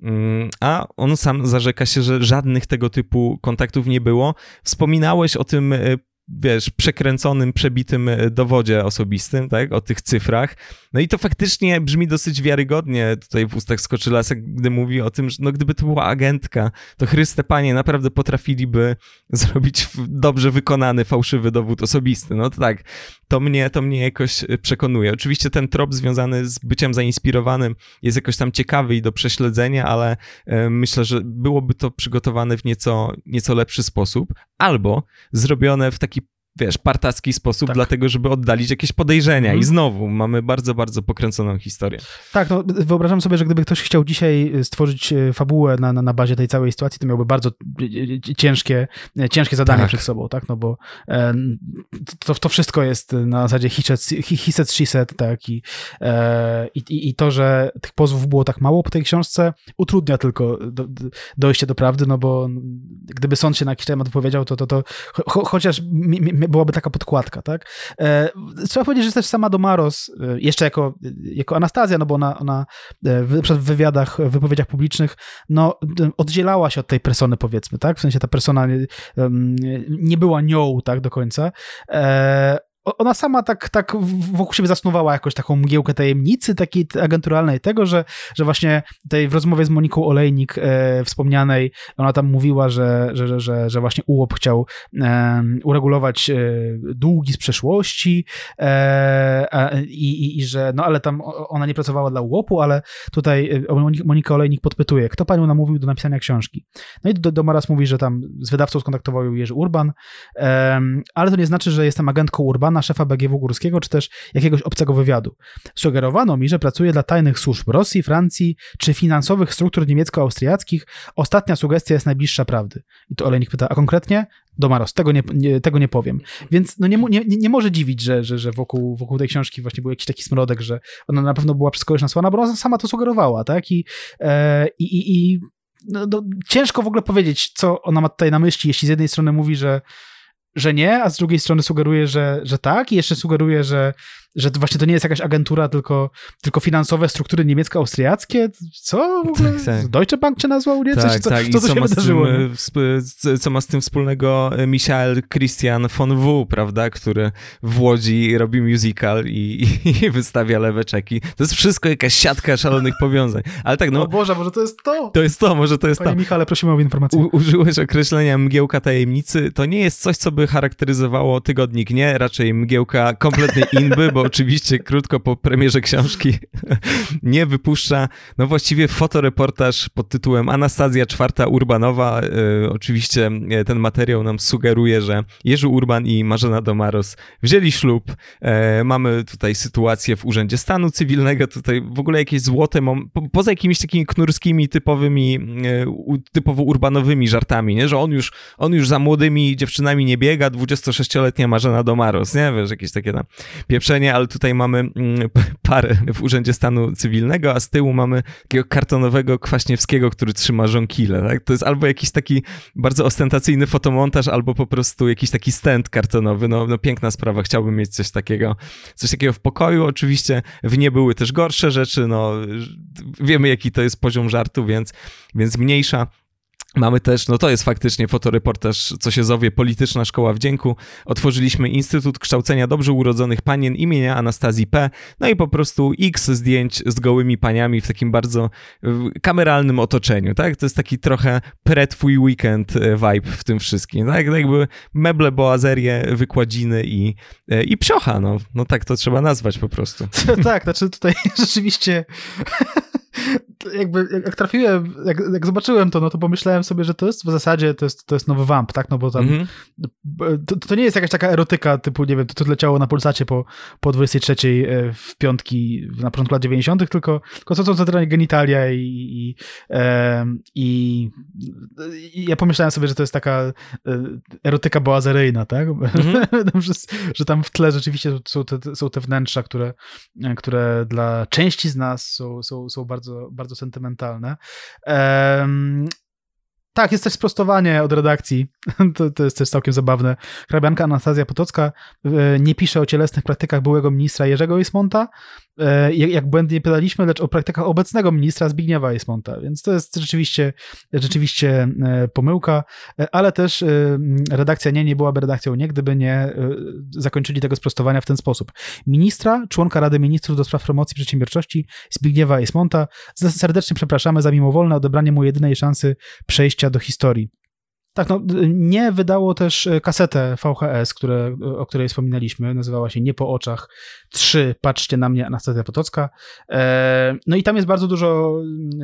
a on sam zarzeka się, że żadnych tego typu kontaktów nie było. Wspominałeś o tym, wiesz, przekręconym, przebitym dowodzie osobistym, tak, o tych cyfrach. No i to faktycznie brzmi dosyć wiarygodnie tutaj w ustach Skoczylasa, gdy mówi o tym, że no gdyby to była agentka, to Chryste Panie, naprawdę potrafiliby zrobić dobrze wykonany, fałszywy dowód osobisty. No to tak, to mnie, to mnie jakoś przekonuje. Oczywiście ten trop związany z byciem zainspirowanym jest jakoś tam ciekawy i do prześledzenia, ale myślę, że byłoby to przygotowane w nieco, nieco lepszy sposób, albo zrobione w taki, wiesz, partacki sposób, tak, dlatego, żeby oddalić jakieś podejrzenia. Mm. I znowu mamy bardzo, bardzo pokręconą historię. Tak, no wyobrażam sobie, że gdyby ktoś chciał dzisiaj stworzyć fabułę na, na, na bazie tej całej sytuacji, to miałby bardzo ciężkie, ciężkie zadanie tak. przed sobą, tak, no bo e, to, to wszystko jest na zasadzie he said, she said, tak, i, e, i, i to, że tych pozwów było tak mało po tej książce, utrudnia tylko do, do, dojście do prawdy, no bo gdyby sąd się na jakiś temat wypowiedział, to, to, to cho, chociaż mi, mi, byłaby taka podkładka, tak? E, trzeba powiedzieć, że też sama Domaros, e, jeszcze jako, jako Anastazja, no bo ona, ona e, w, w wywiadach, w wypowiedziach publicznych, no oddzielała się od tej persony, powiedzmy, tak? W sensie ta persona nie, nie była nią, tak, do końca. E, Ona sama tak, tak wokół siebie zasnuwała jakoś taką mgiełkę tajemnicy takiej agenturalnej tego, że, że właśnie tej w rozmowie z Moniką Olejnik e, wspomnianej, ona tam mówiła, że, że, że, że właśnie UOP chciał e, uregulować e, długi z przeszłości e, a, i, i że no ale tam ona nie pracowała dla UOP-u, ale tutaj Monika Olejnik podpytuje, kto panią namówił do napisania książki. No i Domaras mówi, że tam z wydawcą skontaktował ją Jerzy Urban, e, ale to nie znaczy, że jestem agentką Urbana, szefa B G W Górskiego, czy też jakiegoś obcego wywiadu. Sugerowano mi, że pracuję dla tajnych służb Rosji, Francji, czy finansowych struktur niemiecko-austriackich. Ostatnia sugestia jest najbliższa prawdy. I to Olejnik pyta, a konkretnie? Domaros, tego nie, nie, tego nie powiem. Więc no nie, nie, nie może dziwić, że, że, że wokół, wokół tej książki właśnie był jakiś taki smrodek, że ona na pewno była przez kogoś nasłana, bo ona sama to sugerowała, tak? I, e, i, i no, no, ciężko w ogóle powiedzieć, co ona ma tutaj na myśli, jeśli z jednej strony mówi, że że nie, a z drugiej strony sugeruje, że, że tak i jeszcze sugeruje, że, że to właśnie to nie jest jakaś agentura, tylko, tylko finansowe struktury niemiecko-austriackie. Co? W ogóle? Tak, tak. Deutsche Bank cię nazwał? Nie? Tak, Coś, co, tak. co, co I się co wydarzyło? Tym, co ma z tym wspólnego Michael Christian von W., prawda, który w Łodzi robi musical i, i wystawia lewe czeki. To jest wszystko jakaś siatka szalonych powiązań. Ale tak, no... O Boże, może to jest to? To jest to, może to jest Panie to. Michale, prosimy o informację. U, użyłeś określenia mgiełka tajemnicy. To nie jest coś, co by charakteryzowało tygodnik, nie? Raczej mgiełka kompletnej inby, bo oczywiście krótko po premierze książki nie wypuszcza, no właściwie fotoreportaż pod tytułem Anastazja czwarta Urbanowa. E, oczywiście ten materiał nam sugeruje, że Jerzy Urban i Marzena Domaros wzięli ślub. E, mamy tutaj sytuację w Urzędzie Stanu Cywilnego, tutaj w ogóle jakieś złote, mom- po, poza jakimiś takimi knurskimi, typowymi, e, u, typowo urbanowymi żartami, nie? Że on już, on już za młodymi dziewczynami nie biega, dwudziestosześcioletnia Marzena Domaros, nie? Wiesz, jakieś takie tam pieprzenie, ale tutaj mamy mm, parę w Urzędzie Stanu Cywilnego, a z tyłu mamy takiego kartonowego Kwaśniewskiego, który trzyma żonkilę, tak? To jest albo jakiś taki bardzo ostentacyjny fotomontaż, albo po prostu jakiś taki stand kartonowy. No, no piękna sprawa, chciałbym mieć coś takiego, coś takiego w pokoju. Oczywiście w nie były też gorsze rzeczy, no wiemy jaki to jest poziom żartu, więc, więc mniejsza. Mamy też, no to jest faktycznie fotoreportaż, co się zowie Polityczna Szkoła Wdzięku. Otworzyliśmy Instytut Kształcenia Dobrze Urodzonych Panien imienia Anastazji P. No i po prostu x zdjęć z gołymi paniami w takim bardzo kameralnym otoczeniu, tak? To jest taki trochę pre-twój weekend vibe w tym wszystkim, tak? Jakby meble, boazerie, wykładziny i, i psiocha, no. No tak to trzeba nazwać po prostu. Tak, znaczy tutaj rzeczywiście... Jakby jak trafiłem, jak, jak zobaczyłem to, no to pomyślałem sobie, że to jest w zasadzie to jest, to jest nowy Vamp, tak? No bo tam mm-hmm. to, to nie jest jakaś taka erotyka typu, nie wiem, to, to leciało na Polsacie po, po dwudziestej trzeciej w piątki na początku lat dziewięćdziesiątych, tylko, tylko co są centralnie genitalia i, i, e, i, i ja pomyślałem sobie, że to jest taka erotyka boazeryjna, tak? Mm-hmm. że, że tam w tle rzeczywiście są te, są te wnętrza, które, które dla części z nas są, są, są bardzo, bardzo sentymentalne. Um, tak, jest też sprostowanie od redakcji. To, to jest też całkiem zabawne. Hrabianka Anastazja Potocka nie pisze o cielesnych praktykach byłego ministra Jerzego Eismonta, jak, jak błędnie pytaliśmy, lecz o praktykach obecnego ministra Zbigniewa Eismonta. Więc to jest rzeczywiście, rzeczywiście pomyłka, ale też redakcja nie, nie byłaby redakcją nie, gdyby nie zakończyli tego sprostowania w ten sposób. Ministra, członka Rady Ministrów do spraw promocji przedsiębiorczości Zbigniewa Eismonta serdecznie przepraszamy za mimowolne odebranie mu jedynej szansy przejścia do historii. Tak, no nie wydało też kasetę V H S, które, o której wspominaliśmy, nazywała się Nie po oczach trzy, patrzcie na mnie, Anastazja Potocka. No i tam jest bardzo dużo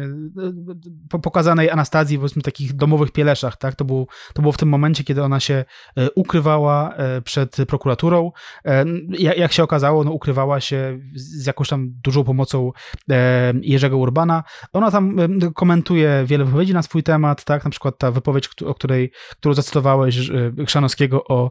pokazanej Anastazji, powiedzmy, takich domowych pieleszach, tak? To, był, to było w tym momencie, kiedy ona się ukrywała przed prokuraturą. Jak się okazało, no ukrywała się z jakąś tam dużą pomocą Jerzego Urbana. Ona tam komentuje wiele wypowiedzi na swój temat, tak? Na przykład ta wypowiedź, o której którą zacytowałeś, Chrzanowskiego, o,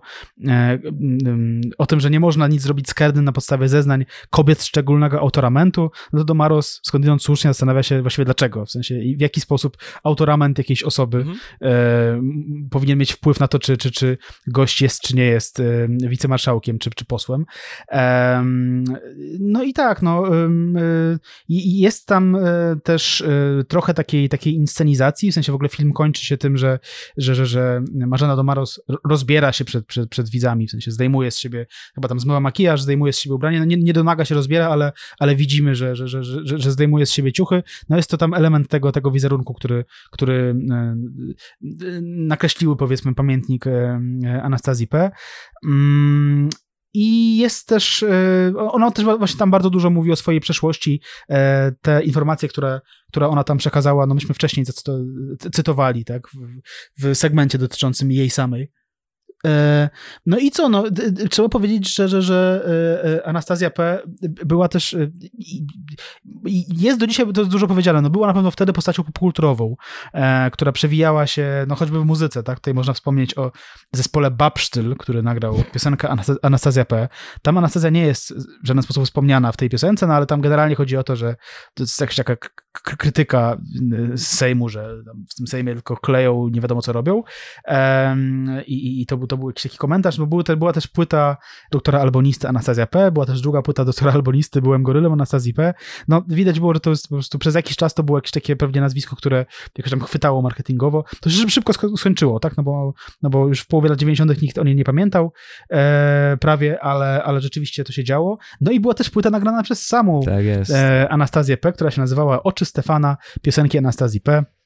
o tym, że nie można nic zrobić z Kerdyn na podstawie zeznań kobiet szczególnego autoramentu, no to Domaros skądinąd słusznie zastanawia się właściwie dlaczego, w sensie w jaki sposób autorament jakiejś osoby mhm. e, powinien mieć wpływ na to, czy, czy, czy gość jest, czy nie jest e, wicemarszałkiem, czy, czy posłem. E, no i tak, no e, jest tam e, też e, trochę takiej, takiej inscenizacji, w sensie w ogóle film kończy się tym, że, że, że, że Marzena Domaros rozbiera się przed, przed, przed widzami, w sensie zdejmuje z siebie, chyba tam zmywa makijaż, zdejmuje z siebie ubranie, no nie, nie domaga się, rozbiera, ale, ale widzimy, że, że, że, że, że zdejmuje z siebie ciuchy. No jest to tam element tego, tego wizerunku, który, który e, nakreśliły, powiedzmy, pamiętnik e, Anastazji P. Mm. I jest też, ona też właśnie tam bardzo dużo mówi o swojej przeszłości, te informacje, które, które ona tam przekazała, no myśmy wcześniej cytowali, tak, w, w segmencie dotyczącym jej samej. No i co, no, trzeba powiedzieć, że, że, że Anastazja P. była też, jest do dzisiaj, to jest dużo powiedziane, no była na pewno wtedy postacią popkulturową, która przewijała się, no choćby w muzyce, tak, tutaj można wspomnieć o zespole Babsztyl, który nagrał piosenkę Anastazja P. Tam Anastazja nie jest w żaden sposób wspomniana w tej piosence, no ale tam generalnie chodzi o to, że to jest jakaś taka krytyka z Sejmu, że w tym Sejmie tylko kleją, nie wiadomo co robią i, i to był to był jakiś taki komentarz, bo były te, była też płyta doktora albonisty Anastazja P., była też druga płyta doktora albonisty Byłem gorylą Anastazji P. No widać było, że to jest po prostu przez jakiś czas to było jakieś takie pewnie nazwisko, które jakoś tam chwytało marketingowo. To się szybko skończyło, tak, no bo, no bo już w połowie lat dziewięćdziesiątych nikt o niej nie pamiętał e, prawie, ale, ale rzeczywiście to się działo. No i była też płyta nagrana przez samą tak jest. E, Anastazję P., która się nazywała Oczy Stefana, piosenki Anastazji P.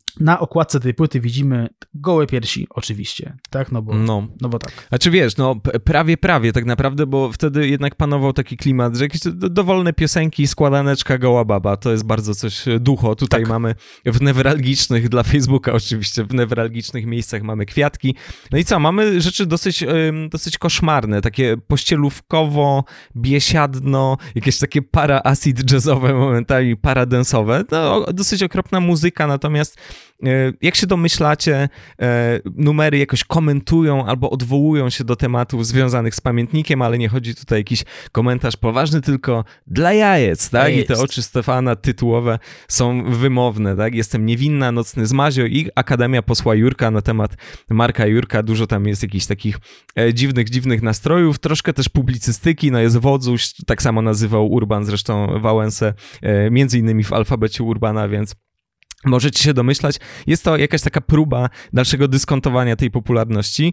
Na okładce tej płyty widzimy gołe piersi, oczywiście, tak? No bo, no. no bo tak. Znaczy wiesz, no prawie, prawie tak naprawdę, bo wtedy jednak panował taki klimat, że jakieś dowolne piosenki, składaneczka, goła baba, to jest bardzo coś ducho. Tutaj tak. mamy w newralgicznych, dla Facebooka oczywiście, w newralgicznych miejscach mamy kwiatki. No i co, mamy rzeczy dosyć, dosyć koszmarne, takie pościelówkowo, biesiadno, jakieś takie para-acid jazzowe momentami, paradensowe. No dosyć okropna muzyka, natomiast jak się domyślacie, numery jakoś komentują albo odwołują się do tematów związanych z pamiętnikiem, ale nie chodzi tutaj o jakiś komentarz poważny, tylko dla jajec, tak? I te oczy Stefana tytułowe są wymowne, tak? Jestem niewinna, nocny zmazio i Akademia Posła Jurka na temat Marka Jurka. Dużo tam jest jakichś takich dziwnych, dziwnych nastrojów, troszkę też publicystyki, no jest Wodzuś, tak samo nazywał Urban zresztą Wałęsę, między innymi w alfabecie Urbana, więc możecie się domyślać, jest to jakaś taka próba dalszego dyskontowania tej popularności.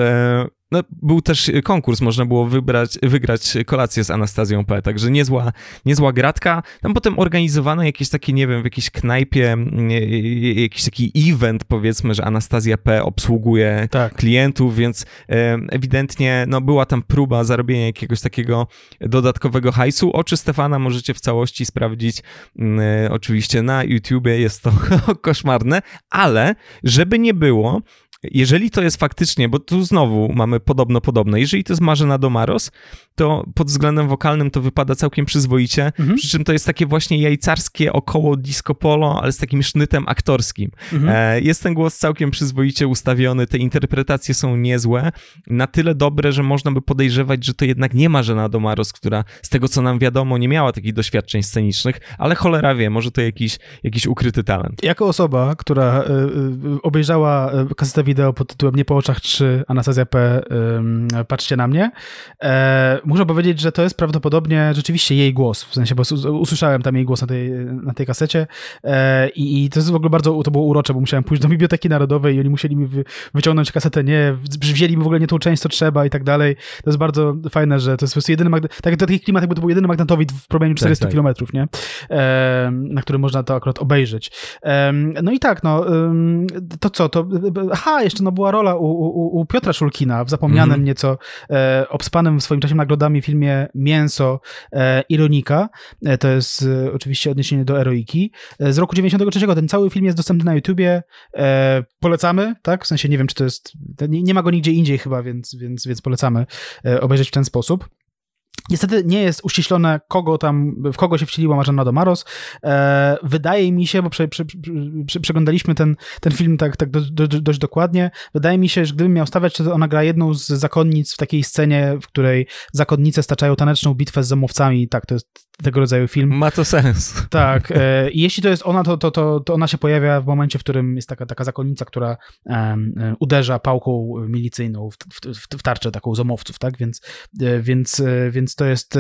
No, był też konkurs, można było wybrać, wygrać kolację z Anastazją P., także niezła, niezła gratka. Tam potem organizowano jakieś takie, nie wiem, w jakiejś knajpie, jakiś taki event, powiedzmy, że Anastazja P. obsługuje tak. klientów, więc ewidentnie no, była tam próba zarobienia jakiegoś takiego dodatkowego hajsu. Oczy Stefana możecie w całości sprawdzić oczywiście na YouTubie, jest to koszmarne, ale żeby nie było, jeżeli to jest faktycznie, bo tu znowu mamy podobno podobne, jeżeli to jest Marzena Domaros, to pod względem wokalnym to wypada całkiem przyzwoicie, mhm. przy czym to jest takie właśnie jajcarskie około disco polo, ale z takim sznytem aktorskim. Mhm. E, jest ten głos całkiem przyzwoicie ustawiony, te interpretacje są niezłe, na tyle dobre, że można by podejrzewać, że to jednak nie Marzena Domaros, która z tego co nam wiadomo nie miała takich doświadczeń scenicznych, ale cholera wie, może to jakiś, jakiś ukryty talent. Jako osoba, która y, y, obejrzała kasetę wideo pod tytułem Nie po oczach trzy, Anastazja P., y, patrzcie na mnie, e, muszę powiedzieć, że to jest prawdopodobnie rzeczywiście jej głos, w sensie, bo usłyszałem tam jej głos na tej, na tej kasecie e, i, i to jest w ogóle bardzo, to było urocze, bo musiałem pójść do Biblioteki Narodowej i oni musieli mi wy, wyciągnąć kasetę, nie, wzięli mi w ogóle nie tą część, co trzeba i tak dalej. To jest bardzo fajne, że to jest po prostu jedyny magnet, tak, taki klimat, jakby to był jedyny magnetowid w promieniu czterystu tak, tak. kilometrów, nie? E, na którym można to akurat obejrzeć. E, no i tak, no, to co, to, aha, jeszcze no była rola u, u, u Piotra Szulkina w zapomnianym mm. nieco e, obspanym w swoim czasie nagrodami filmie Mięso e, Ironika. E, to jest e, oczywiście odniesienie do Eroiki. E, z roku dziewięćdziesiątego trzeciego ten cały film jest dostępny na YouTubie. E, polecamy, tak? W sensie nie wiem, czy to jest... Nie, nie ma go nigdzie indziej chyba, więc, więc, więc polecamy e, obejrzeć w ten sposób. Niestety nie jest uściślone, kogo tam, w kogo się wcieliła Marzena Domaros. E, wydaje mi się, bo prze, prze, prze, przeglądaliśmy ten, ten film tak, tak do, do, dość dokładnie, wydaje mi się, że gdybym miał stawiać, to ona gra jedną z zakonnic w takiej scenie, w której zakonnice staczają taneczną bitwę z zamowcami. Tak, to jest tego rodzaju film. Ma to sens. Tak. E, I jeśli to jest ona, to, to, to, to ona się pojawia w momencie, w którym jest taka, taka zakonnica, która um, uderza pałką milicyjną w, w, w tarczę taką zomowców, tak? Więc, e, więc, e, więc to jest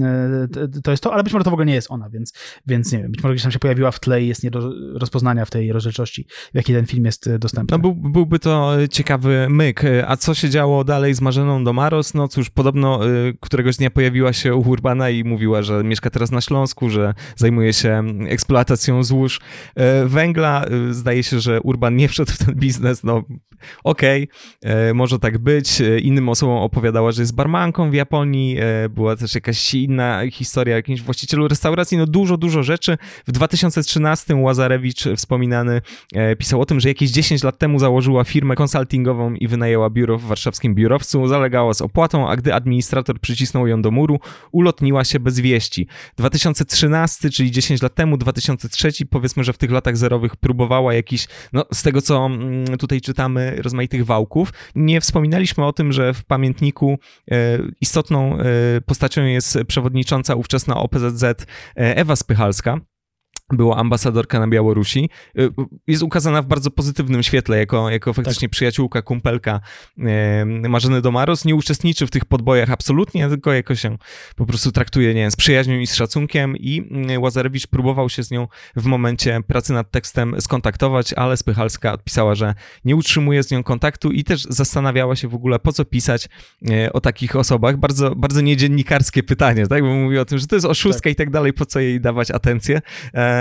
to jest to, ale być może to w ogóle nie jest ona, więc, więc nie wiem, być może gdzieś tam się pojawiła w tle i jest nie do rozpoznania w tej rozdzielczości, w jakiej ten film jest dostępny. No był, byłby to ciekawy myk. A co się działo dalej z Marzeną Domaros? No cóż, podobno któregoś dnia pojawiła się u Urbana i mówiła, że mieszka teraz na Śląsku, że zajmuje się eksploatacją złóż węgla. Zdaje się, że Urban nie wszedł w ten biznes, no okej, okay, może tak być. Innym osobom opowiadała, że jest barmanką w Japonii, była też jakaś inna historia o jakimś właścicielu restauracji, no dużo, dużo rzeczy. W dwa tysiące trzynastym Łazarewicz wspominany pisał o tym, że jakieś dziesięć lat temu założyła firmę konsultingową i wynajęła biuro w warszawskim biurowcu, zalegała z opłatą, a gdy administrator przycisnął ją do muru, ulotniła się bez wieści. dwa tysiące trzynasty, czyli dziesięć lat temu, dwa tysiące trzeci, powiedzmy, że w tych latach zerowych próbowała jakiś, no z tego co tutaj czytamy, rozmaitych wałków. Nie wspominaliśmy o tym, że w pamiętniku e, istotną e, postacią jest przewodnicząca ówczesna O P Z Z Ewa Spychalska. Była ambasadorka na Białorusi. Jest ukazana w bardzo pozytywnym świetle, jako, jako faktycznie tak. przyjaciółka, kumpelka e, Marzeny Domaros. Nie uczestniczy w tych podbojach absolutnie, tylko jako się po prostu traktuje, nie wiem, z przyjaźnią i z szacunkiem i Łazarewicz próbował się z nią w momencie pracy nad tekstem skontaktować, ale Spychalska odpisała, że nie utrzymuje z nią kontaktu i też zastanawiała się w ogóle, po co pisać e, o takich osobach. Bardzo, bardzo niedziennikarskie pytanie, tak? Bo mówi o tym, że to jest oszustka tak. i tak dalej, po co jej dawać atencję. E,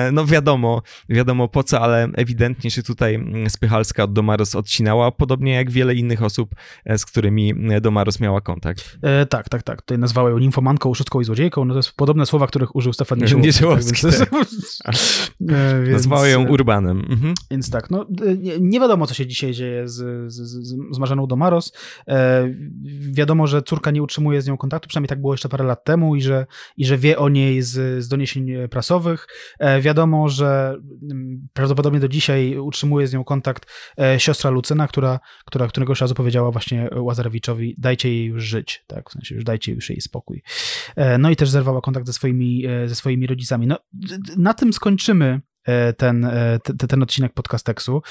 no wiadomo, wiadomo po co, ale ewidentnie się tutaj Spychalska od Domaros odcinała, podobnie jak wiele innych osób, z którymi Domaros miała kontakt. E, tak, tak, tak. Tutaj nazwała ją nimfomanką, oszustką i złodziejką. No to jest podobne słowa, których użył Stefan Niesiołowski. Niesiołowski, tak, tak. e, więc, nazwała ją Urbanem. Mhm. Więc tak, no nie, nie wiadomo, co się dzisiaj dzieje z, z, z, z Marzeną Domaros. E, wiadomo, że córka nie utrzymuje z nią kontaktu, przynajmniej tak było jeszcze parę lat temu i że, i że wie o niej z, z doniesień prasowych. E, wiadomo, że prawdopodobnie do dzisiaj utrzymuje z nią kontakt e, siostra Lucyna, która, która któregoś razu powiedziała właśnie Łazarewiczowi, dajcie jej już żyć, tak, w sensie już dajcie już jej spokój. E, no i też zerwała kontakt ze swoimi, e, ze swoimi rodzicami. No, na tym skończymy ten, ten, ten odcinek Podcasteksu.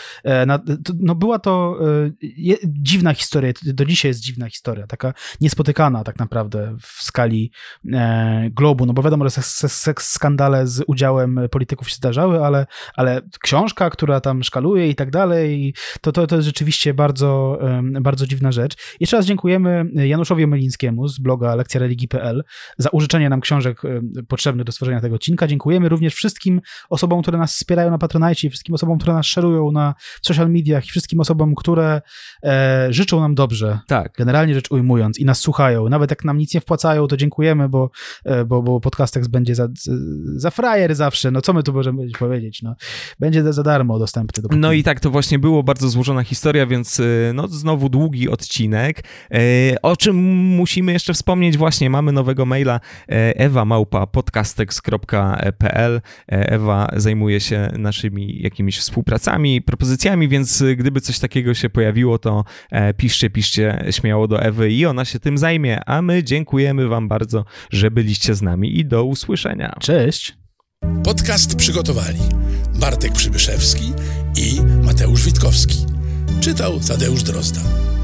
No była to dziwna historia, do dzisiaj jest dziwna historia, taka niespotykana tak naprawdę w skali globu, no bo wiadomo, że seks skandale z udziałem polityków się zdarzały, ale, ale książka, która tam szkaluje i tak dalej, to, to, to jest rzeczywiście bardzo, bardzo dziwna rzecz. Jeszcze raz dziękujemy Januszowi Omelińskiemu z bloga lekcja religii kropka p l za użyczenie nam książek potrzebnych do stworzenia tego odcinka. Dziękujemy również wszystkim osobom, które nas wspierają na Patronite, wszystkim osobom, które nas szerują na social mediach i wszystkim osobom, które e, życzą nam dobrze. Tak. Generalnie rzecz ujmując i nas słuchają. Nawet jak nam nic nie wpłacają, to dziękujemy, bo, e, bo, bo Podcastekс będzie za, za frajer zawsze. No co my tu możemy powiedzieć? No, będzie za darmo dostępny. Dopóki... No i tak to właśnie było, bardzo złożona historia, więc no znowu długi odcinek. E, o czym musimy jeszcze wspomnieć? Właśnie mamy nowego maila ewa małpa podcasteks kropka p l. Ewa zajmuje się naszymi jakimiś współpracami, propozycjami, więc gdyby coś takiego się pojawiło, to piszcie, piszcie śmiało do Ewy i ona się tym zajmie, a my dziękujemy wam bardzo, że byliście z nami i do usłyszenia. Cześć! Podcast przygotowali Bartek Przybyszewski i Mateusz Witkowski. Czytał Tadeusz Drozda.